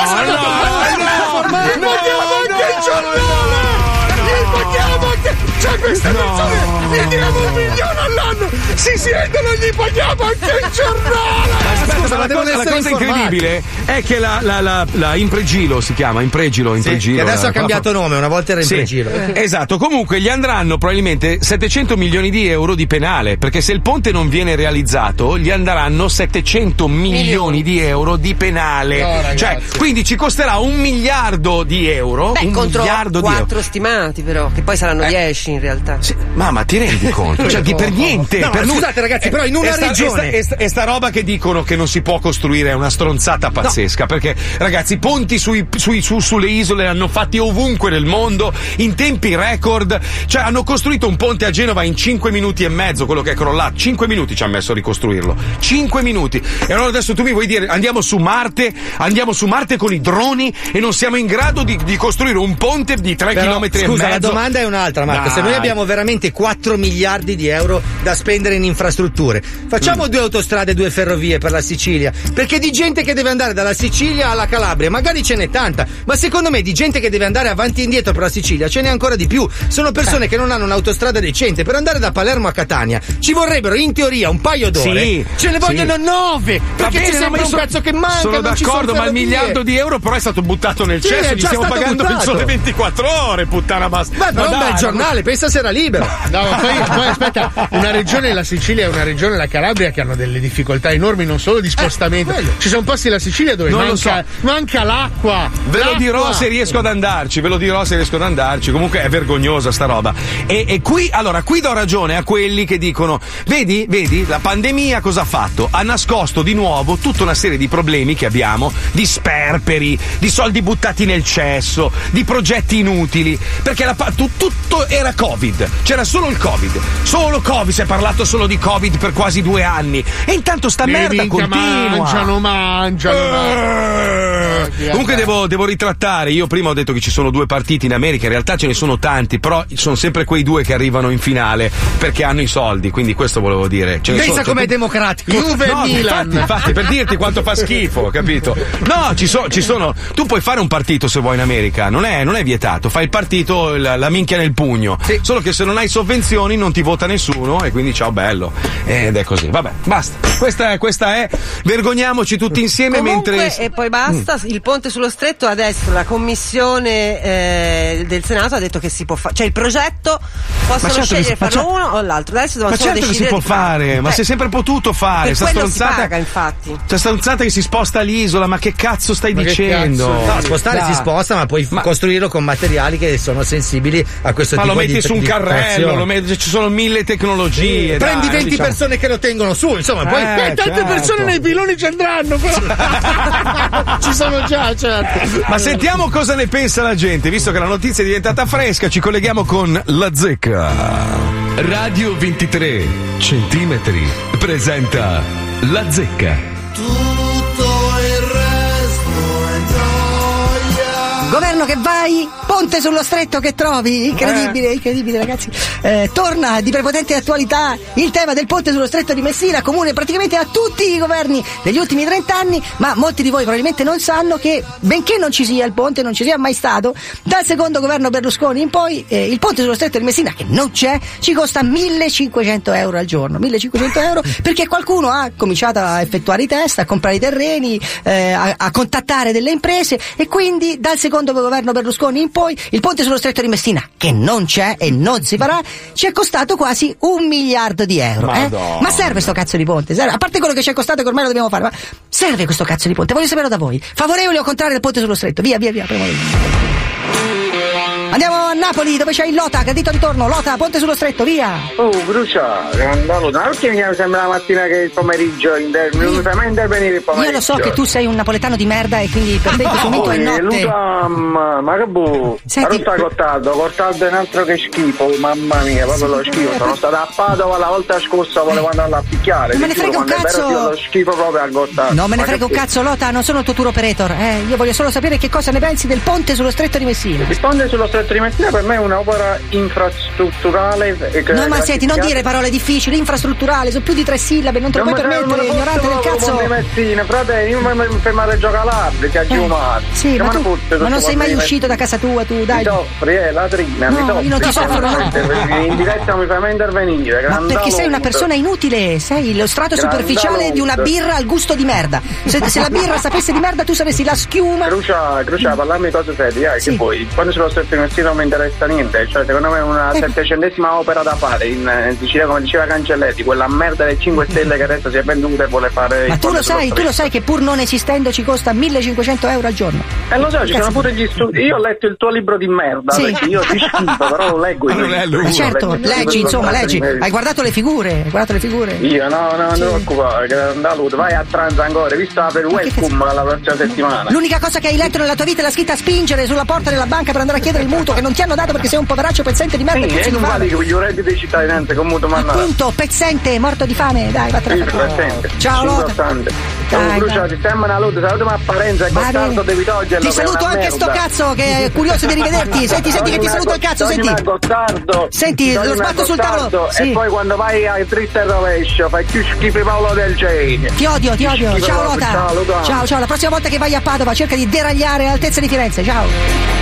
Ma no, gli paghiamo anche il giornale! Gli paghiamo anche! Cioè queste persone gli diamo un milione all'anno si siedono e gli paghiamo anche il giornale. Aspetta, Scusa, la, devono cosa, la essere cosa informati. incredibile è che la, la, la, la Impregilo si chiama Impregilo, Impregilo Che adesso la- ha cambiato nome, una volta era in Sì, pregilo. esatto, comunque gli andranno probabilmente settecento milioni di euro di penale, perché se il ponte non viene realizzato gli andranno settecento milioni di euro di penale. No, ragazzi. Cioè, quindi ci costerà un miliardo di euro. Beh, un contro miliardo di euro. quattro stimati però, che poi saranno dieci in realtà. Mamma, ti rendi conto? Cioè, di per niente. No, per ma nulla. scusate, ragazzi, però in una E sta- regione- E sta, e sta roba che dicono che non si può costruire è una stronzata pazzesca. Perché, ragazzi, ponti sui, sui- su- sulle isole hanno fatti ovunque nel mondo, in tempi record. Cioè, hanno costruito un ponte a Genova in cinque minuti e mezzo, quello che è crollato. cinque minuti ci ha messo a ricostruirlo. cinque minuti. E allora adesso tu mi vuoi dire andiamo su Marte, andiamo su Marte con i droni e non siamo in grado di, di costruire un ponte di tre Però, chilometri e mezzo. scusa, la domanda è un'altra, Marco. Se noi Dai. abbiamo veramente quattro miliardi di euro da spendere in infrastrutture, facciamo Mm. due autostrade e due ferrovie per la Sicilia. Perché di gente che deve andare dalla Sicilia alla Calabria, magari ce n'è tanta, ma secondo me di gente che deve andare avanti e indietro per la Sicilia ce n'è ancora di più. Sono persone che non hanno un'autostrada decente. Per andare da Palermo a Catania ci vorrebbero in teoria un paio d'ore. Sì, ce ne sì. vogliono nove. Va Perché bene, c'è no, sempre ma io un sono- cazzo che manca. Sono non ci sono d'accordo, ma il ferrovie. miliardo di euro però è stato buttato nel Sì, cesso. è Gli già stiamo stato pagando per buttato. sole ventiquattro ore, puttana basta. Beh, però un bel giornale, pensa se era libero. No, ma poi, poi aspetta, una regione, la Sicilia, e una regione, la Calabria, che hanno delle difficoltà enormi, non solo di spostamento. Ci sono posti della Sicilia dove Non lo manca, manca l'acqua. Ve lo L'acqua. dirò se riesco ad andarci, ve lo dirò se riesco ad andarci. Comunque è vergognosa sta roba. E, e qui, allora, qui do ragione a quelli che dicono: vedi, vedi, la pandemia cosa ha fatto? Ha nascosto di nuovo tutta una serie di problemi che abbiamo, di sperperi, di soldi buttati nel cesso, di progetti inutili. Perché la, pa- tu- tutto era Covid, c'era solo il Covid, solo Covid, si è parlato solo di Covid per quasi due anni. E intanto sta Eh, merda minchia, continua. mangiano, mangiano. Eh. Comunque devo, devo ritrattare. Io prima ho detto che ci sono due partiti in America, in realtà ce ne sono tanti, però sono sempre quei due che arrivano in finale perché hanno i soldi. Quindi questo volevo dire. Ce ne Pensa sono- com'è democratico. Juve e No, Milan. Infatti, infatti, per dirti quanto fa schifo, capito? No, ci, so- ci sono. Tu puoi fare un partito se vuoi in America, non è, non è vietato. Fai il partito, la, la minchia nel pugno. Solo che se non hai sovvenzioni non ti vota nessuno e quindi ciao bello. Ed è così. Vabbè, basta. Questa è, questa è. Vergogniamoci tutti insieme Comunque, mentre. e poi basta, il ponte sullo stretto adesso la commissione eh, del Senato ha detto che si può fare, cioè il progetto possono certo che scegliere si- ma farlo cer- uno o l'altro, adesso devono Ma solo certo che si decidere può di farlo. fare, ma Eh, si è sempre potuto fare. per Sta quello si stronzata. paga infatti. Sta stronzata che si sposta all'isola, ma che cazzo stai Ma che dicendo? cazzo? No, spostare Dai. si sposta, ma puoi costruirlo con materiali che sono sensibili a questo Ma tipo lo di metti su un di carrello, trazione. lo metti- ci sono mille tecnologie. Prendi dai, venti diciamo. persone che lo tengono su, insomma, poi Eh, Eh, tante certo. persone nei piloni ci andranno, però. Ci sono già, certo. Ma sentiamo cosa ne pensa la gente, visto che la notizia è diventata fresca, ci colleghiamo con la zecca. Radio ventitré centimetri presenta La Zecca. Tutto il resto è gioia. Governo che vai, ponte sullo stretto che trovi, incredibile, incredibile ragazzi. Eh, torna di prepotente attualità il tema del ponte sullo stretto di Messina, comune praticamente a tutti i governi degli ultimi trent'anni, ma molti di voi probabilmente non sanno che benché non ci sia il ponte, non ci sia mai stato, dal secondo governo Berlusconi in poi eh, il ponte sullo stretto di Messina, che non c'è, ci costa millecinquecento euro al giorno, millecinquecento euro perché qualcuno ha cominciato a effettuare i test, a comprare i terreni, eh, a, a contattare delle imprese e quindi dal secondo governo Berlusconi in poi il ponte sullo stretto di Messina, che non c'è e non si farà, ci è costato quasi un miliardo di euro. Eh? Madonna. Ma serve sto cazzo di ponte? Serve? A parte quello che ci è costato che ormai lo dobbiamo fare, ma serve questo cazzo di ponte? Voglio saperlo da voi. Favorevoli o contrari al ponte sullo stretto? Via, via, via. premo lì. Andiamo a Napoli dove c'è il Lota, gradito ritorno. Lota, ponte sullo stretto, via. Oh, Crucia, andavo da perché mi sembra la mattina che il pomeriggio inter- non mi fai mai intervenire il pomeriggio. Io lo so che tu sei un napoletano di merda e quindi per te in questo momento è Oh, notte. Luca, ma che bu? Ma non sta cortando, cortando un altro che schifo, mamma mia, proprio lo schifo. Sono stato a Padova la volta scorsa, volevo andarla a picchiare. Non me ne ti giuro, frega un quando è vero, cazzo. io lo schifo proprio a cortare. Non me ne Ma frega un che- cazzo, Lota, non sono il tuo tour operator. Eh, io voglio solo sapere che cosa ne pensi del ponte sullo stretto di Messina. Il ponte sullo stretto stretto di Messina per me è un'opera infrastrutturale. No, ma senti, non dire parole difficili, infrastrutturale, sono più di tre sillabe, non te lo puoi permettere, ignorante del cazzo. Di Messina, fratello, io mi fermare a giocare Calabria, che ha giumato. Sì, ma, tu, ma non sei mai uscito da casa tua, tu, dai. Mi soffri, eh, latrina, no, mi soffri. Io non ti soffro, no. In diretta mi fai mai intervenire. Ma perché sei una persona inutile, sei lo strato superficiale di una birra al gusto di merda. Se, se la birra sapesse di merda, tu saresti la schiuma. Crucia, Crucia, parlarmi di cose serie, eh, sì. Che poi, quando sullo stretto di Messina non mi interessa niente, cioè secondo me è una eh. settecentesima opera da fare in, in Sicilia, come diceva Cancelletti, quella merda delle cinque Stelle che adesso si è venduta e vuole fare. Ma tu lo sai, tu lo sai che pur non esistendo ci costa millecinquecento euro al giorno. E eh, lo so, ci sono pure gli studi. Io ho letto il tuo libro di merda, sì. Perché io ti schifo, però lo leggo io. Non è lui. Certo, leggi, leggi insomma, leggi. Hai guardato le figure? Hai guardato le figure? Io no, no, non ti preoccupare, che andaluto, vai a trans ancora, visto per welcome la prossima settimana. L'unica cosa che hai letto nella tua vita è la scritta spingere sulla porta della banca per andare a chiedere il mutuo che non ti hanno dato perché sei un poveraccio pezzente di merda. Sì, e non vale che voglio reddito di cittadinanza con mutuo mandato. Appunto, pezzente, morto di fame, dai, vattene. Sì, pezzente. Ciao Lota. Dai, Brucia, ti sembra una lode, salutami apparenza e Gottardo devi toglierlo. Ti saluto anche sto cazzo che è curioso di rivederti. Senti, senti che ti saluto il cazzo, senti. Gottardo. Senti, lo sbatto sul tavolo. E poi quando vai ai dritto e rovescio fai più schifo Paolo del Genio. Ti odio, ti odio. Ciao Lota. Ciao, ciao, ciao. La prossima volta che vai a Padova cerca di deragliare all'altezza di Firenze. Ciao.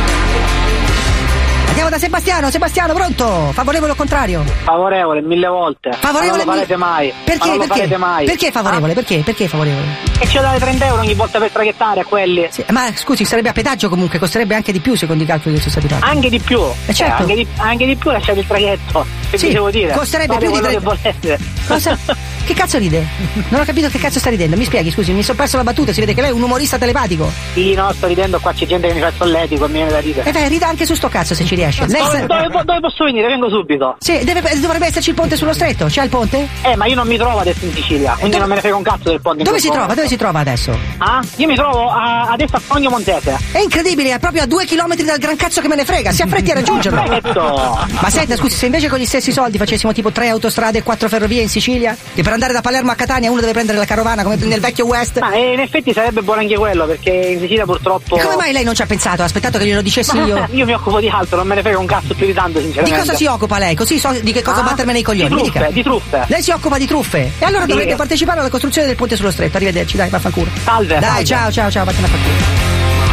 Andiamo da Sebastiano, Sebastiano, pronto? Favorevole o contrario? Favorevole, mille volte. Favorevole? Ma non lo farete mai. Perché? Ma non perché? lo farete mai. Perché favorevole? Ah? Perché? Perché favorevole? E ci date trenta euro ogni volta per traghettare a quelli. Sì, ma scusi, sarebbe a pedaggio comunque, costerebbe anche di più secondo i calcoli che sono stati fatti. Anche di più. Eh, certo. eh, anche, di, anche di più lasciate il traghetto. Che sì, vi devo dire? Costerebbe Fate più di quello tre... che Cosa? Che cazzo ride? Non ho capito che cazzo sta ridendo, mi spieghi, scusi, mi sono perso la battuta, si vede che lei è un umorista telepatico. Sì, no, sto ridendo, qua c'è gente che mi fa il solletico e mi viene da ridere. E eh beh, rida anche su sto cazzo se ci riesce. Dove, Nel... dove, dove posso venire? Vengo subito. Sì, deve, dovrebbe esserci il ponte sullo stretto, c'è il ponte? Eh, ma io non mi trovo adesso in Sicilia, quindi dove... non me ne frega un cazzo del ponte. Dove si trova? Momento. Dove si trova adesso? Ah? Io mi trovo a, adesso a Fogno Montese. È incredibile, è proprio a due chilometri dal gran cazzo che me ne frega, si affretti a raggiungerlo. Ma senta, scusi, se invece con gli stessi soldi facessimo tipo tre autostrade e quattro ferrovie in Sicilia, che per andare da Palermo a Catania uno deve prendere la carovana come nel vecchio West. Ma in effetti sarebbe buono anche quello, perché in Sicilia purtroppo. E come mai lei non ci ha pensato? Ha aspettato che glielo dicessi io? Io mi occupo di altro, non me ne frega un cazzo più di tanto, sinceramente. Di cosa si occupa lei? Così so di che cosa ah, battermi nei coglioni. Di truffe, mi dica. di truffe. Lei si occupa di truffe. E allora sì. Dovrebbe partecipare alla costruzione del ponte sullo stretto. Arrivederci, dai, vaffanculo. Salve. Dai, salve. ciao, ciao, ciao, vattene a fanculo.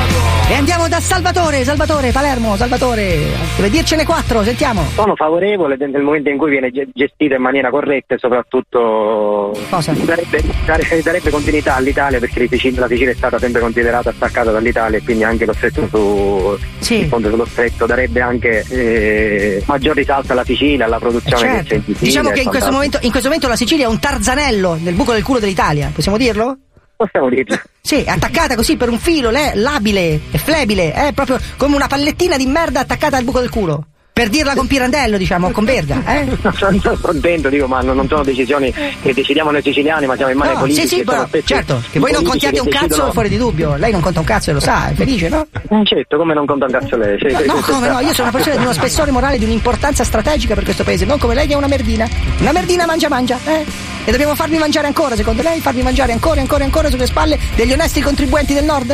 E andiamo da Salvatore, Salvatore, Palermo, Salvatore. Deve dircene quattro, sentiamo. Sono favorevole nel momento in cui viene gestita in maniera corretta e soprattutto cosa? Darebbe, darebbe continuità all'Italia, perché la Sicilia è stata sempre considerata attaccata dall'Italia e quindi anche lo stretto su sì. Il ponte sullo stretto darebbe anche eh, maggior risalto alla Sicilia, alla produzione certo. che c'è in Sicilia. Diciamo che in questo, momento, in questo momento la Sicilia è un tarzanello nel buco del culo dell'Italia, possiamo dirlo? Possiamo dirlo. Sì, attaccata così per un filo, lei, labile e flebile, è eh, proprio come una pallettina di merda attaccata al buco del culo. Per dirla con Pirandello, diciamo, con Verga, eh? Sono contento, dico, ma non sono decisioni che decidiamo noi siciliani, ma siamo in mani no, politiche. Sì, sì, però, certo, che voi non contiate un cazzo decidono... è fuori di dubbio. Lei non conta un cazzo e lo sa, è felice, no? Certo, come non conta un cazzo lei? Sì, no, no come no, io sono una persona di uno spessore morale, di un'importanza strategica per questo paese, non come lei che è una merdina. Una merdina mangia mangia, eh? E dobbiamo farvi mangiare ancora, secondo lei? Farvi mangiare ancora e ancora e ancora sulle spalle degli onesti contribuenti del nord?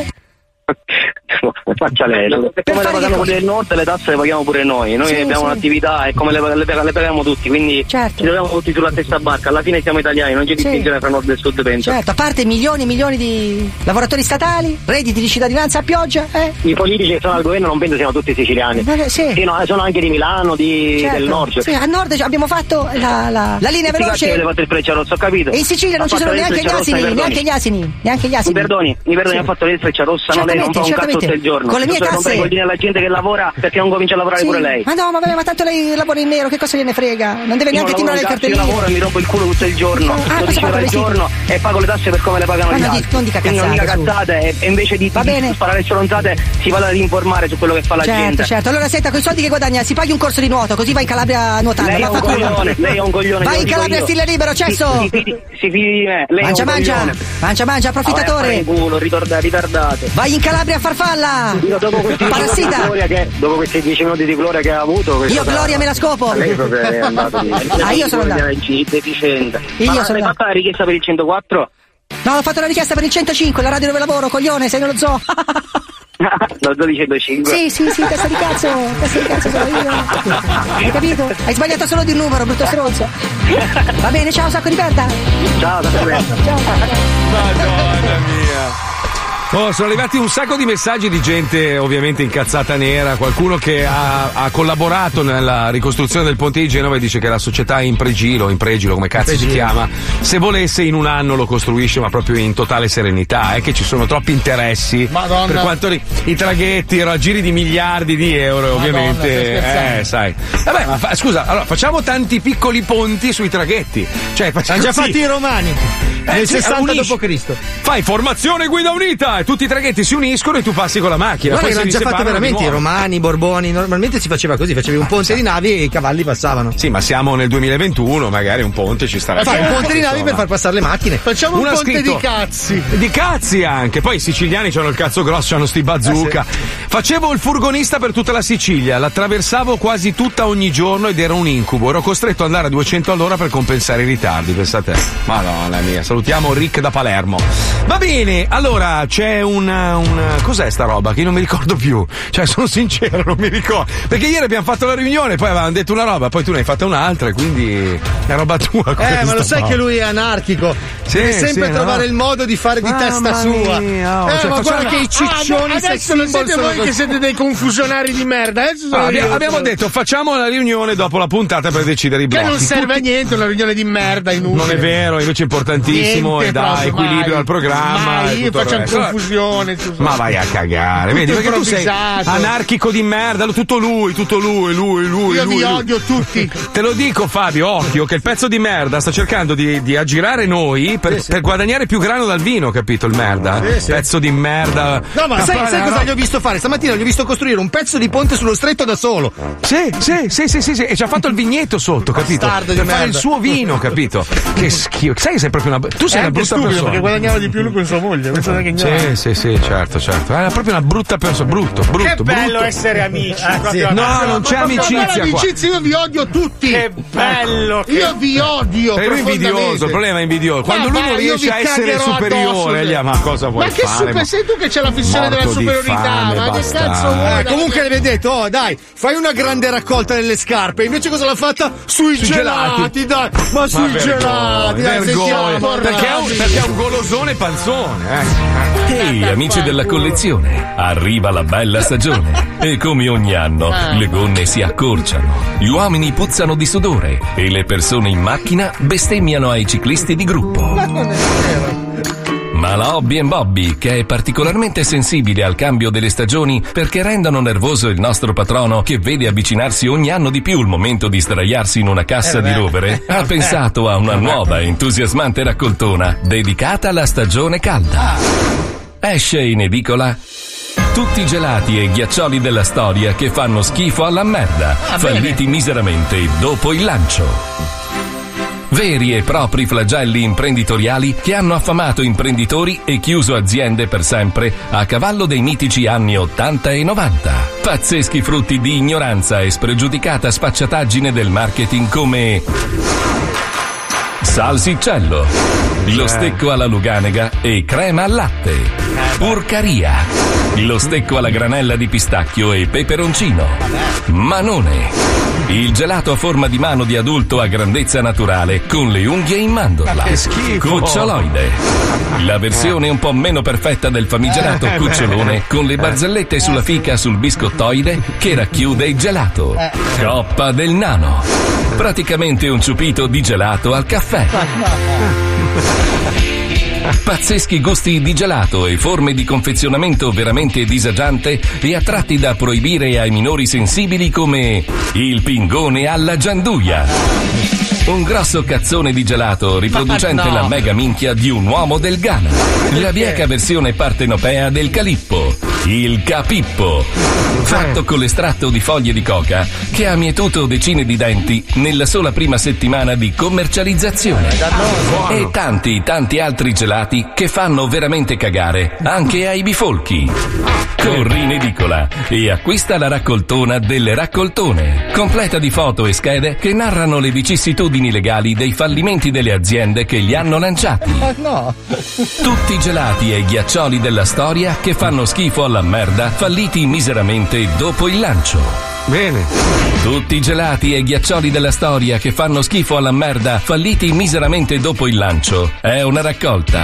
Faccia lei, come le pagano quelli del nord, le tasse le paghiamo pure noi. Noi sì, abbiamo sì. un'attività e come le, le, le paghiamo tutti, quindi certo. ci troviamo tutti sulla stessa barca. Alla fine siamo italiani, non c'è sì. distinzione tra nord e sud, penso. Certo, a parte milioni e milioni di lavoratori statali, redditi di cittadinanza a pioggia, eh? I politici che sono al governo non penso siano tutti siciliani. Eh, sì. Sì, no, sono anche di Milano, di, certo. del nord. Sì, a nord abbiamo fatto la, la, la linea veloce. Avete fatto il Frecciarosso, ho capito. E in Sicilia non ci sono neanche gli asini, neanche gli asini, neanche gli asini. Mi perdoni, mi perdoni, sì. ho fatto il Frecciarossa, non lei non fa un cazzo tutto il giorno. Con le mie tasse alla gente che lavora perché non comincia a lavorare sì. pure lei. Ma no, ma, vabbè, ma tanto lei lavora in nero, che cosa gliene frega? Non deve neanche timbrare il cartellino. Io lavoro e mi rompo il culo tutto il giorno, ah, dodici ore al giorno e pago le tasse per come le pagano ma gli non altri. Di, non dica cazzate, non dica cazzate e, e invece di, di sparare stronzate si vada ad informare su quello che fa la certo, gente. Certo, certo. Allora senta, con i soldi che guadagna si paghi un corso di nuoto, così va in Calabria a nuotare. Lei è un coglione, lei è un coglione. Vai in Calabria a stile libero, cesso. Si fidi di me, lei mangia, è un mangia, coglione. mangia, mangia, approfittatore. Culo, ritardato. Vai in Calabria a farfalla. Io dopo questi parassita. Che, dopo questi dieci minuti di gloria che ha avuto. Io gloria me la scopo. Lei proprio è andato di ah, io sono andato. Deficiente. Io ma sono hai fatto la richiesta per il centoquattro? No, ho fatto la richiesta per il centocinque, la radio dove lavoro, coglione, sei nello zoo. Lo dodici e due cinque. Sì, sì, sì, testa di cazzo, testa di cazzo sono io. Hai capito? Hai sbagliato solo di un numero, brutto stronzo. Va bene, ciao, sacco di merda. Ciao, sacco di merda. Ciao. Madonna mia. Oh, sono arrivati un sacco di messaggi di gente ovviamente incazzata nera, qualcuno che ha, ha collaborato nella ricostruzione del ponte di Genova e dice che la società in pregilo, in pregilo come cazzo si Pregilo. chiama, se volesse in un anno lo costruisce ma proprio in totale serenità, è che ci sono troppi interessi. Madonna. Per quanto ri- i traghetti, raggiri di miliardi di euro ovviamente, stai scherzando? eh sai. Vabbè, ma fa- scusa, allora facciamo tanti piccoli ponti sui traghetti. Cioè, Hanno già così. fatti i romani nel sì, sessanta unisci- dopo Cristo. Fai formazione guida unita e tutti i traghetti si uniscono e tu passi con la macchina. Guarda Poi che si l'hanno già fatto riseparano di veramente i nuovo. romani, i borboni. Normalmente si faceva così: facevi un ponte di navi e i cavalli passavano. Sì, ma siamo nel duemilaventuno, magari un ponte ci starà. Fai un ponte di navi Insomma. per far passare le macchine. Facciamo Uno un ha ponte scritto- di cazzi. Di cazzi anche, poi i siciliani hanno il cazzo grosso, hanno sti bazooka. Facevo il furgonista per tutta la Sicilia, l'attraversavo quasi tutta ogni giorno ed era un incubo. Ero costretto ad andare a duecento all'ora per compensare i ritardi, pensate. Madonna mia, salutiamo Rick da Palermo. Va bene, allora c'è una, una. Cos'è sta roba? Che io non mi ricordo più. Cioè, sono sincero, non mi ricordo. Perché ieri abbiamo fatto la riunione, poi avevamo detto una roba, poi tu ne hai fatta un'altra, quindi è roba tua. Eh, ma lo sai no? che lui è anarchico. Sì, Deve sempre sì, trovare no. il modo di fare di testa Mamma sua. mia, oh, eh, cioè, ma guarda facciamo- che i ciccioni Ah, sex adesso non symbol siete sono voi così. che siete dei confusionari di merda. Adesso sono Ah, abbiamo, io. abbiamo detto facciamo la riunione dopo la puntata per decidere i che blocchi. non serve a niente una riunione di merda inutile. Non è vero, invece è importantissimo Niente e dà proprio, equilibrio mai. al programma. Mai, e io tutto il faccio resto. confusione. tu- Ma vai a cagare, Tutto vedi, perché tu sei improvvisato. anarchico di merda, tutto lui, tutto lui, lui, lui. Io lui, vi lui. odio tutti. Te lo dico Fabio, occhio, che il pezzo di merda sta cercando di, di aggirare noi per, per guadagnare più grano dal vino, capito il merda? Sì, sì. Pezzo di merda. No, ma sai, sai no. cosa gli ho visto fare? Stamattina gli ho visto costruire un pezzo di ponte sullo stretto da solo. Sì, sì, sì, sì, sì, sì, e ci ha fatto il vigneto sotto, capito? Bastardo di Per fare merda. il suo vino, capito? Che schifo. Sai che sei proprio una. Tu sei È una anche brutta stupido persona. perché guadagnava di più lui con sua moglie. Penso che ignora. Sì, sì, sì, certo, certo. È proprio una brutta persona, brutto, brutto, Che bello brutto. essere amici. Eh, proprio sì. No, proprio- non c'è proprio- amicizia Guarda, qua. amicizia, io vi odio tutti. Che bello. che- Io vi odio. Sei lui invidioso, profondamente. il problema è invidioso. Quando Ma lui va, non io riesce vi a essere cagherò superiore, addosso. gli- ma cosa vuoi Ma che fare? super, sei tu che c'è la fissione della Morto di superiorità. fame, Ma che bastardo. cazzo vuoi? Eh, comunque le avete detto, oh dai, fai una grande raccolta nelle scarpe. Invece cosa l'ha fatta? Sui, Sui gelati. gelati, dai. Ma sui Ma gelati, dai, vergogna, sentiamo. perché, è un, perché è un golosone panzone, eh. Ehi amici della collezione, arriva la bella stagione e come ogni anno le gonne si accorciano, gli uomini puzzano di sudore e le persone in macchina bestemmiano ai ciclisti di gruppo. Ma non è vero. Ma la Hobby and Bobby, che è particolarmente sensibile al cambio delle stagioni perché rendono nervoso il nostro patrono che vede avvicinarsi ogni anno di più il momento di sdraiarsi in una cassa Eh di beh. rovere, ha pensato a una nuova e entusiasmante raccoltona dedicata alla stagione calda. Esce in edicola tutti i gelati e ghiaccioli della storia che fanno schifo alla merda, falliti miseramente dopo il lancio. Veri e propri flagelli imprenditoriali che hanno affamato imprenditori e chiuso aziende per sempre a cavallo dei mitici anni ottanta e novanta. Pazzeschi frutti di ignoranza e spregiudicata sfacciataggine del marketing come salsiccello, lo stecco alla luganega e crema al latte, porcaria, lo stecco alla granella di pistacchio e peperoncino, manone, il gelato a forma di mano di adulto a grandezza naturale con le unghie in mandorla, Che schifo. cuccioloide, la versione un po' meno perfetta del famigerato cucciolone con le barzellette sulla fica sul biscottoide che racchiude il gelato, coppa del nano, praticamente un ciupito di gelato al caffè. Pazzeschi gusti di gelato e forme di confezionamento veramente disagiante e a tratti da proibire ai minori sensibili come il pingone alla gianduia. Un grosso cazzone di gelato riproducente Ma no. la mega minchia di un uomo del Ghana. La bieca versione partenopea del calippo. Il capippo. Fatto con l'estratto di foglie di coca che ha mietuto decine di denti nella sola prima settimana di commercializzazione. E tanti, tanti altri gelati che fanno veramente cagare anche ai bifolchi. Corri in edicola e acquista la raccoltona delle raccoltone, completa di foto e schede che narrano le vicissitudini legali dei fallimenti delle aziende che li hanno lanciati. Ma no. Tutti i gelati e i ghiaccioli della storia che fanno schifo alla alla merda falliti miseramente dopo il lancio. Bene. Tutti i gelati e ghiaccioli della storia che fanno schifo alla merda falliti miseramente dopo il lancio. È una raccolta.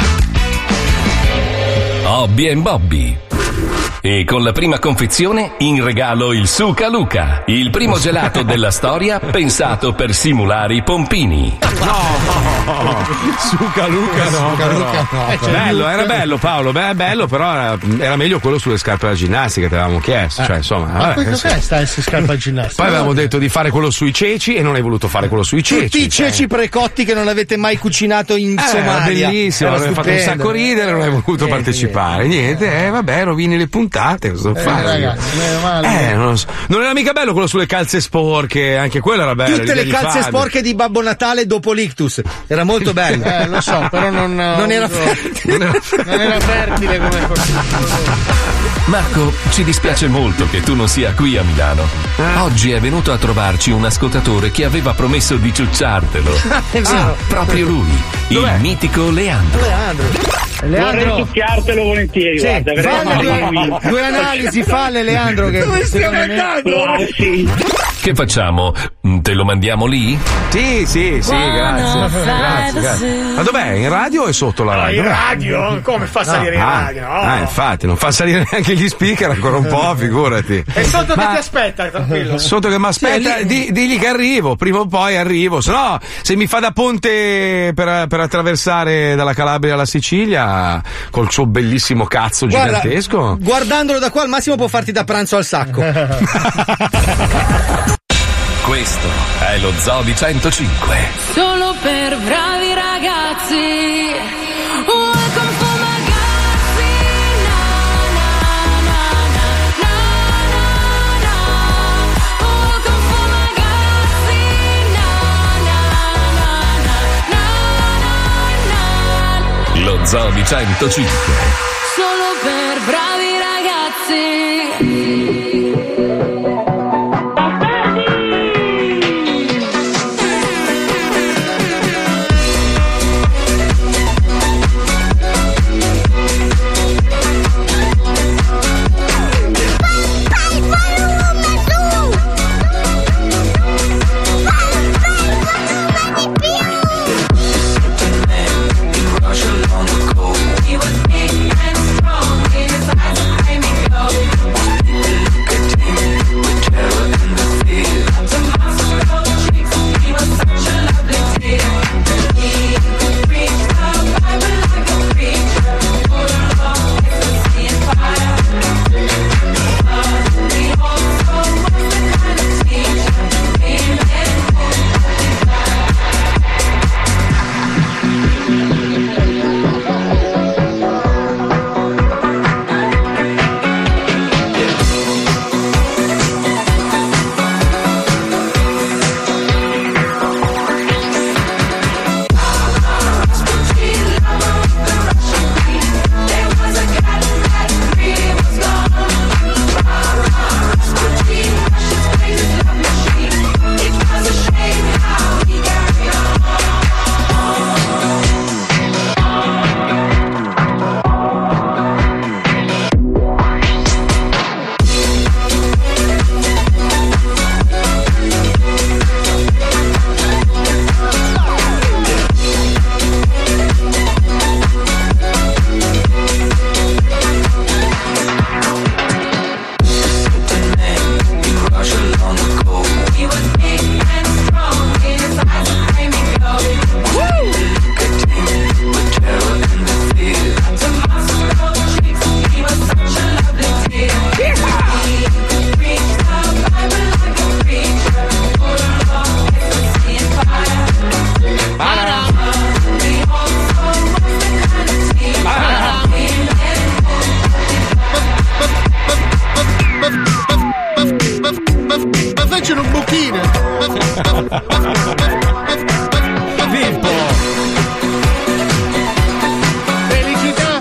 Hobby and Bobby. E con la prima confezione in regalo il Suca Luca, il primo gelato della storia pensato per simulare i pompini. No, Suca Luca no. Suca Luca no. Eh, bello, era bello Paolo, beh, bello, però era, era meglio quello sulle scarpe da ginnastica che ti avevamo chiesto, cioè insomma. Ma Vabbè, questo adesso- che sta essere scarpa ginnastica? Poi avevamo detto di fare quello sui ceci e non hai voluto fare quello sui ceci. Tutti i ceci precotti che non avete mai cucinato in Eh, Somalia. bellissimo, Era aveva fatto un stupendo. sacco ridere, non hai voluto Niente, partecipare. Niente, eh, vabbè, rovini le puntate, cosa devo Eh, fare? ragazzi, meno male. Eh, non lo so. Non era mica bello quello sulle calze sporche, anche quello era bello. Tutte l'idea le di calze farlo. sporche di Babbo Natale dopo l'ictus. Era molto bello. Eh, lo so, però non, Non era fertile. Non era fertile come Marco, ci dispiace molto che tu non sia qui a Milano. Oggi è venuto a trovarci un ascoltatore che aveva promesso di ciucciartelo. È vero. Ah, proprio lui, il mitico Leandro. Leandro. Vorrei succhiartelo volentieri, Sì, guarda, verrei falle a due, lui. due analisi, falle Leandro. Che Dove stiamo secondo me- andando? Ah, sì. Che facciamo? Te lo mandiamo lì? Sì, sì, sì, grazie. Grazie, grazie. Ma dov'è? In radio o è sotto la No, radio? in radio? Come fa a salire in Ah, radio? No. ah, infatti, non fa salire neanche gli speaker ancora un po', figurati. E sotto Ma- che ti aspetta, tranquillo. Sotto che mi aspetta, Sì, di- digli che arrivo, prima o poi arrivo. Se no, se mi fa da ponte per, per attraversare dalla Calabria alla Sicilia col suo bellissimo cazzo Guarda, gigantesco. guardandolo da qua al massimo può farti da pranzo al sacco. Questo è lo Zoo di centocinque. Solo per bravi ragazzi. Welcome for my ragazzi. Na na na na na na na. Welcome for my ragazzi. Na na na na na na. Lo Zoo di centocinque. Solo per bravi ragazzi. facciano un buchino. Pippo. Felicità.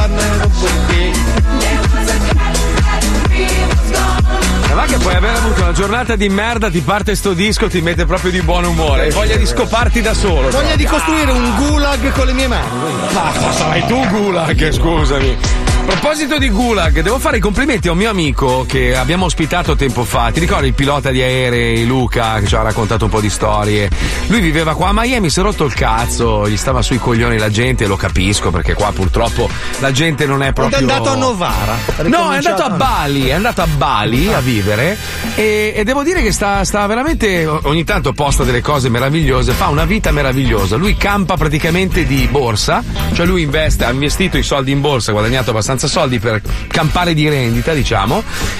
Ma va che puoi aver avuto una giornata di merda ti parte sto disco, ti mette proprio di buon umore. Hai voglia di scoparti da solo. Voglia di costruire un gulag con le mie mani. Ma cosa vai tu, gulag? Scusami. A proposito di gulag, devo fare i complimenti a un mio amico che abbiamo ospitato tempo fa. Ti ricordi il pilota di aerei, Luca, che ci ha raccontato un po' di storie? Lui viveva qua a Miami, si è rotto il cazzo, gli stava sui coglioni la gente, lo capisco perché qua purtroppo la gente non è proprio. È andato a Novara. No, è andato a Bali, è andato a Bali a vivere e, e devo dire che sta, sta veramente, ogni tanto posta delle cose meravigliose, fa una vita meravigliosa. Lui campa praticamente di borsa, cioè lui investe, ha investito i soldi in borsa, ha guadagnato abbastanza soldi per campare di rendita, diciamo,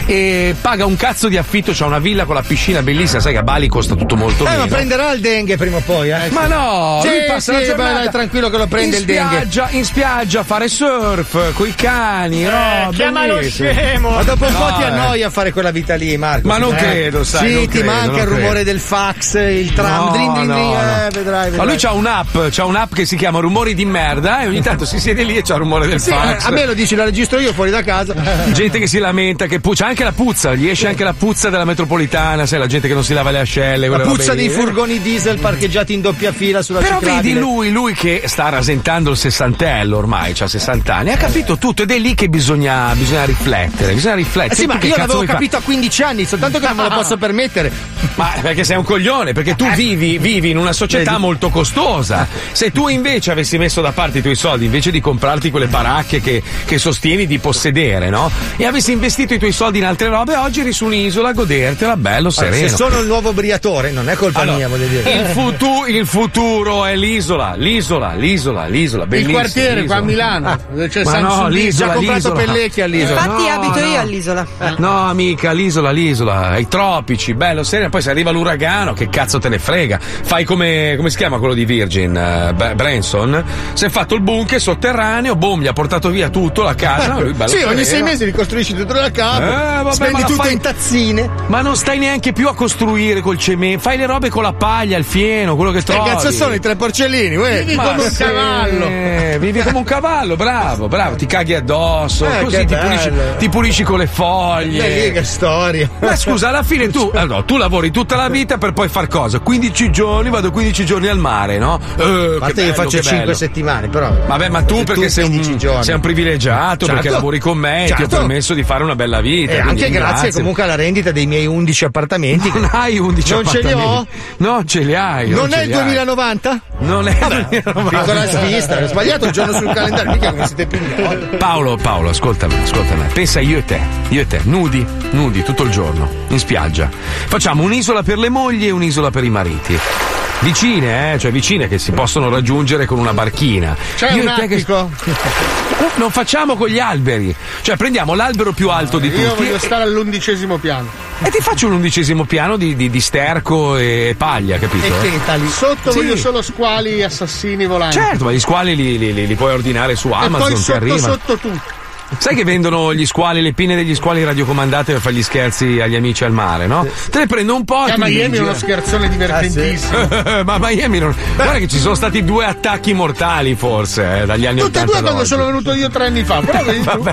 e paga un cazzo di affitto, c'ha una villa con la piscina bellissima, sai che a Bali costa tutto molto eh, meno. Ma prenderà il dengue prima o poi, eh? Ma no, sì, lui passa sì, la giornata beh, tranquillo che lo prende in il dengue. Spiaggia, in spiaggia a fare surf coi cani, Eh, no, chiamalo bellissimo. scemo. Ma dopo un po' No, ti eh. annoia fare quella vita lì, Marco. Ma non Eh. credo, sai, Sì, non ti credo, manca non il rumore credo. del fax, il tram, No, drin, drin, no, drin, no. eh, vedrai, vedrai. Ma lui c'ha un'app, c'ha un'app che si chiama Rumori di merda e ogni tanto si siede lì e c'ha il rumore del Sì, fax. a me lo dici, la registro io fuori da casa. Gente che si lamenta, che pu- c'è anche la puzza, gli esce anche la puzza della metropolitana, sai, la gente che non si lava le ascelle. La quelle puzza robe dei lì. furgoni diesel parcheggiati in doppia fila sulla Però ciclabile. vedi lui, lui che sta rasentando il sessantello ormai, c'ha sessanta anni, ha capito tutto ed è lì che bisogna, bisogna riflettere, bisogna riflettere. Eh sì, Tu ma che io cazzo l'avevo vuoi capito fare? a quindici anni, soltanto che non me lo posso permettere. Ma perché sei un coglione, perché tu vivi, vivi in una società Vedi? molto costosa. Se tu invece avessi messo da parte i tuoi soldi, invece di comprarti quelle baracche che, che sostieni di possedere, no? E avessi investito i tuoi soldi in altre robe, oggi eri su un'isola a godertela, bello, sereno. Se sono il nuovo Briatore, non è colpa Allora, mia, voglio dire. Il, futu- il futuro è l'isola, l'isola, l'isola, l'isola, Il bellissimo. quartiere qua a Milano, dove c'è Ma no, Samsung. l'isola, Ci ha comprato l'isola. Pellecchi all'isola. Infatti No, abito no. io all'isola. No, amica, l'isola, l'isola, ai tropici, bello, sereno. Poi se arriva l'uragano, che cazzo te ne frega? Fai come, come si chiama quello di Virgin, uh, B- Branson? Si è fatto il bunker sotterraneo, boom, gli ha portato via tutto, la casa. no, lui bello Sì, ogni sereno. sei mesi ricostruisci tutto da capo. Eh, vabbè, spendi ma la tutto fai- in tazzine. Ma non stai neanche più a costruire col cemento, fai le robe con la paglia, il fieno, quello che Che trovi. cazzo sono i tre porcellini? uè? Vivi Ma come un sì, cavallo. vivi come un cavallo, bravo, bravo, ti caghi addosso, Eh, così che ti bello. pulisci, ti pulisci con le foglie. Beh, lì che storia. Ma scusa, alla fine tu, allora, tu lavori tutta la vita per poi far cosa? quindici giorni, vado quindici giorni al mare, no? Eh, A parte che io bello, faccio che cinque bello. settimane, però. Vabbè, ma tu perché sei quindici un, giorni. sei un privilegiato, Certo. perché lavori con me e ti ho Certo. permesso di fare una bella vita. E quindi anche grazie ringraziami. comunque alla rendita dei miei undici appartamenti. Non hai undici Non ce li ho? appartamenti. Non ce li hai. Non ce è il li hai. duemilanovanta? Non è il duemilanovanta. Piccola svista, ho sbagliato il giorno sul calendario, mica come siete pigliati. Paolo, Paolo, ascoltami, ascoltami. Pensa io e te, io e te, nudi, nudi tutto il giorno, in spiaggia. Facciamo un'isola per le mogli e un'isola per i mariti. Vicine, eh, cioè vicine che si possono raggiungere con una barchina. C'è Io un e te che- attico? No, non facciamo con gli alberi. Cioè prendiamo l'albero più alto di Io tutti voglio e, stare all'undicesimo piano. e ti faccio un undicesimo piano di, di- di sterco e paglia, capito? E petali. Sotto Sì. voglio solo squali assassini volanti. Certo, ma gli squali li, li- li- li puoi ordinare su E Amazon, poi ti sotto arrivano. sotto tutto. Sai che vendono gli squali, le pinne degli squali radiocomandate per fare gli scherzi agli amici al mare, no? Te ne prendo un po'. A ti Miami è giri. uno scherzone divertentissimo. Ma a Miami non. Guarda che ci sono stati due attacchi mortali, forse, eh, dagli anni Tutte e ottanta. due ad quando oggi. sono venuto io tre anni fa. Però vedi tu.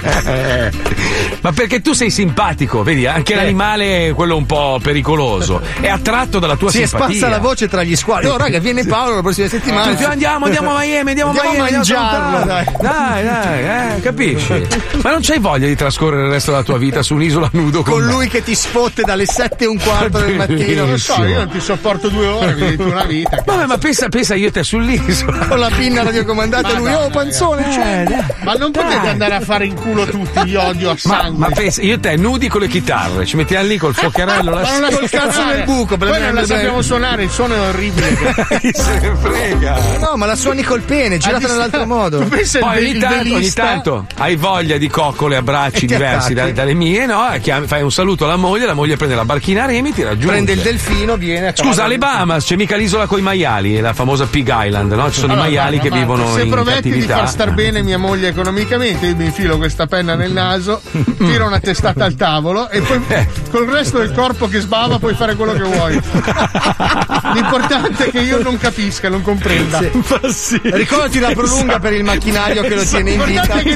Eh, Ma perché tu sei simpatico, vedi? Anche Eh. l'animale, quello un po' pericoloso, è attratto dalla tua Si è simpatia. sparsa la voce tra gli squali. Oh, raga, viene Paolo la prossima settimana. Tutti, andiamo, andiamo a Miami, andiamo, Andiamo a Miami, a andiamo mangiarlo, salutare. dai. Dai, dai, eh, capisci? Ma non c'hai voglia di trascorrere il resto della tua vita su un'isola nudo con, Con me? lui che ti sfotte dalle sette e un quarto del mattino. Non lo so, io non ti sopporto due ore, mi dici una vita. Vabbè, ma pensa, pensa io e te sull'isola. Con la pinna radiocomandata Ma lui, no. oh panzone, c'è. Ma non potete Dai. andare a fare in culo tutti, gli odio a Ma, sangue. ma pensa, io e te nudi con le chitarre, ci mettiamo lì col fuocherello la Ma non la Col cazzo nel buco, per Poi non la prendere- sappiamo suonare, il suono è orribile. Chi se ne frega? No, ma la suoni col pene, girata dista- nell'altro modo. Tu pensa il Poi ve- ogni il tanto, ogni velista? tanto hai voglia di coccole, abbracci E ti diversi da- attacchi. dalle mie, no? E chiami- fai un saluto alla moglie, la moglie prende la barchina a remi, ti raggiunge. Prende il delfino, viene a Scusa, cavallo. alle Bahamas c'è mica l'isola con i maiali, la famosa Pig Island, no? Ci sono Allora, i maiali guarda, che Marco, vivono se in prometti di cattività. far star bene mia moglie economicamente, io mi infilo questa penna nel naso, tiro una testata al tavolo e poi Eh. col resto del corpo che sbava puoi fare quello che vuoi. L'importante è che io non capisca, non comprenda. Ricordati la prolunga per il macchinario che lo tiene in vita. L'importante è che tu fai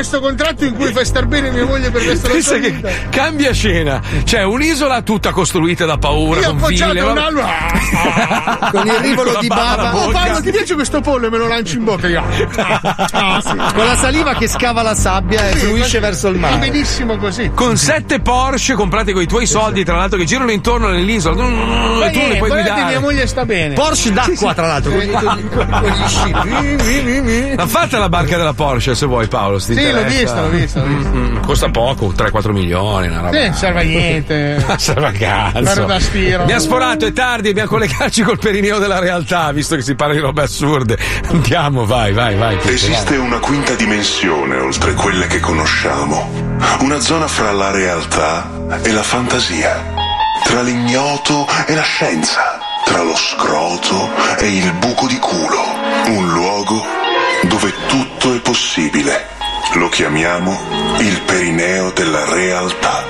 questo contratto in cui fai star bene mia moglie per questa Pensa che vita. cambia scena. Cioè, un'isola tutta costruita da paura. Io ho con ville, appoggiato un va- albero Con il rivolo Con la di bava alla bava. Oh bocca. Paolo, ti piace questo pollo e me lo lanci in bocca? Io. Ah, sì. Con la saliva che scava la sabbia e Sì, fluisce va- verso il va mare. benissimo così. Con sette Porsche comprati con i tuoi soldi, tra l'altro, che girano intorno nell'isola. Ma E tu non li niente, puoi guardate, guidare. mia moglie sta bene. Porsche d'acqua, Sì, sì. tra l'altro. Eh, con, con gli sci. Mi, mi, mi, mi. Ma fatta la barca della Porsche se vuoi, Paolo. Sì, Sì, l'ho vista, l'ho vista, l'ho vista. Mm, costa poco, tre quattro milioni. Una roba. Sì, non serve a niente. Ma serve a cazzo. Guarda da stiro. Mi ha sforato, è tardi, dobbiamo collegarci col perineo della realtà, visto che si parla di robe assurde. Andiamo, vai, vai, vai. Esiste una quinta dimensione oltre quelle che conosciamo, una zona fra la realtà e la fantasia, tra l'ignoto e la scienza, tra lo scroto e il buco di culo, un luogo dove tutto è possibile. Lo chiamiamo il perineo della realtà.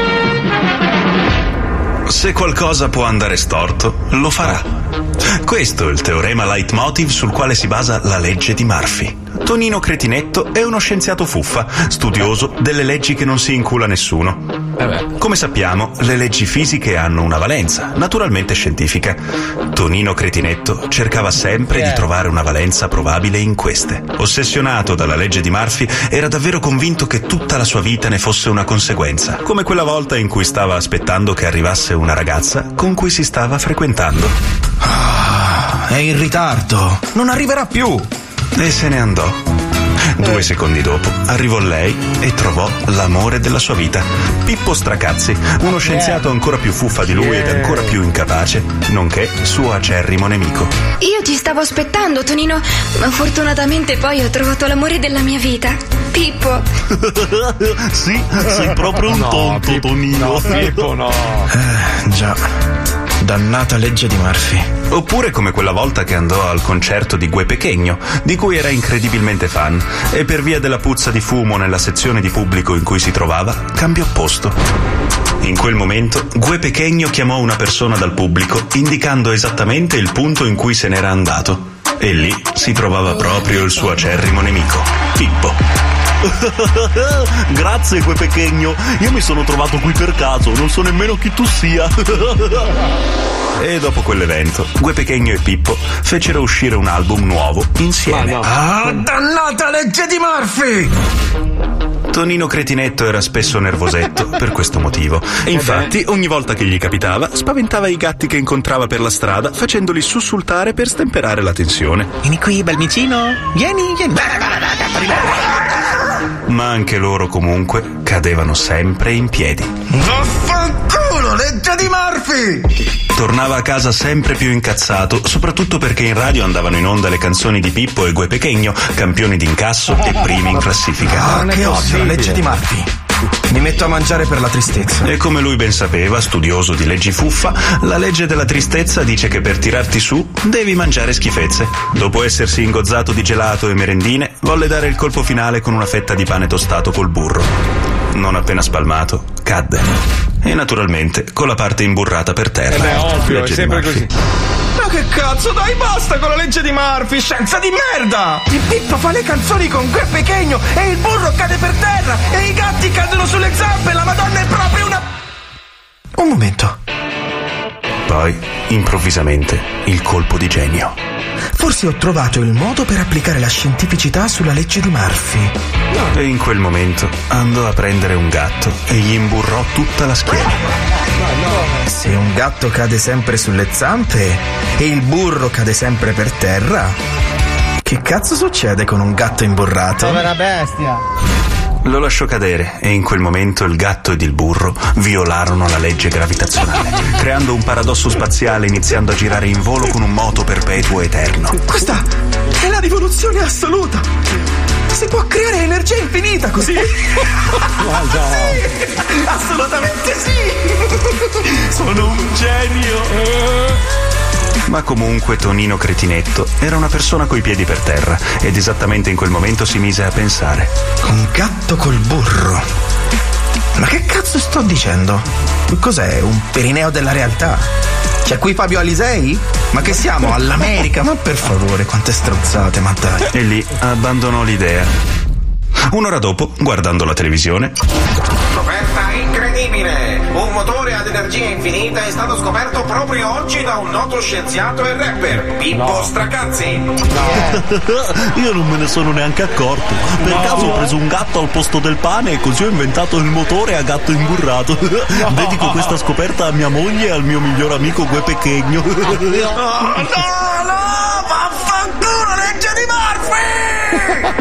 Se qualcosa può andare storto, lo farà. Questo è il teorema leitmotiv sul quale si basa la legge di Murphy. Tonino Cretinetto è uno scienziato fuffa, studioso delle leggi che non si incula nessuno. Come sappiamo, le leggi fisiche hanno una valenza, naturalmente scientifica. Tonino Cretinetto cercava sempre di trovare una valenza probabile in queste. Ossessionato dalla legge di Murphy, era davvero convinto che tutta la sua vita ne fosse una conseguenza, come quella volta in cui stava aspettando che arrivasse una ragazza con cui si stava frequentando. È in ritardo, non arriverà più. E se ne andò. Due secondi dopo arrivò lei e trovò l'amore della sua vita, Pippo Stracazzi, uno scienziato ancora più fuffa di lui ed ancora più incapace, nonché suo acerrimo nemico. Io ti stavo aspettando, Tonino, ma fortunatamente poi ho trovato l'amore della mia vita, Pippo. Sì, sei proprio un No, tonto, Pippo, Tonino. no, Pippo, no. Eh, già. Dannata legge di Murphy. Oppure come quella volta che andò al concerto di Gue Pequeno, di cui era incredibilmente fan, e per via della puzza di fumo nella sezione di pubblico in cui si trovava, cambiò posto. In quel momento, Gue Pequeno chiamò una persona dal pubblico, indicando esattamente il punto in cui se n'era andato. E lì si trovava proprio il suo acerrimo nemico, Pippo. Grazie, Gue Pequeno, io mi sono trovato qui per caso, non so nemmeno chi tu sia. E dopo quell'evento, Gue Pequeno e Pippo fecero uscire un album nuovo insieme. Ah, dannata legge di Murphy! Tonino Cretinetto era spesso nervosetto per questo motivo. E infatti, ogni volta che gli capitava, spaventava i gatti che incontrava per la strada, facendoli sussultare per stemperare la tensione. Vieni qui, balmicino. Vieni, vieni. Ma anche loro, comunque, cadevano sempre in piedi. Vaffanculo, legge di Murphy! Tornava a casa sempre più incazzato, soprattutto perché in radio andavano in onda le canzoni di Pippo e Gue Pequeno, campioni d'incasso e primi in classifica. Ah, che odio, la legge di Murphy. Mi metto a mangiare per la tristezza. E come lui ben sapeva, studioso di leggi fuffa, la legge della tristezza dice che per tirarti su devi mangiare schifezze. Dopo essersi ingozzato di gelato e merendine, volle dare il colpo finale con una fetta di pane tostato col burro. Non appena spalmato, cadde. E naturalmente con la parte imburrata per terra. Eh beh, ovvio, Legge è di sempre Murphy. così. Ma che cazzo, dai, basta con la legge di Murphy, scienza di merda! Il Pippo fa le canzoni con Gue Pequeno e il burro cade per terra e i gatti cadono sulle zampe, la Madonna è proprio una... Un momento. Poi, improvvisamente, il colpo di genio. Forse ho trovato il modo per applicare la scientificità sulla legge di Murphy. E in quel momento andò a prendere un gatto e gli imburrò tutta la schiena. Se un gatto cade sempre sulle zampe e il burro cade sempre per terra, che cazzo succede con un gatto imburrato? Povera bestia. Lo lasciò cadere e in quel momento il gatto ed il burro violarono la legge gravitazionale, creando un paradosso spaziale iniziando a girare in volo con un moto perpetuo eterno. Questa è la rivoluzione assoluta! Si può creare energia infinita così! Sì, assolutamente sì! Sono un genio! Ma comunque Tonino Cretinetto era una persona coi piedi per terra ed esattamente in quel momento si mise a pensare. Un gatto col burro. Ma che cazzo sto dicendo? Cos'è? Un perineo della realtà? C'è qui Fabio Alisei? Ma che siamo? All'America? Ma per favore, quante strozzate, ma dai. E lì abbandonò l'idea. Un'ora dopo, guardando la televisione, Scoperta incredibile! Un motore ad energia infinita è stato scoperto proprio oggi da un noto scienziato e rapper, Pippo No. Stracazzi. Io non me ne sono neanche accorto. Per No. caso ho preso un gatto al posto del pane e così ho inventato il motore a gatto imburrato. Dedico questa scoperta a mia moglie e al mio miglior amico Gue Pechegno. No, no, no, vaffanculo, legge di Murphy!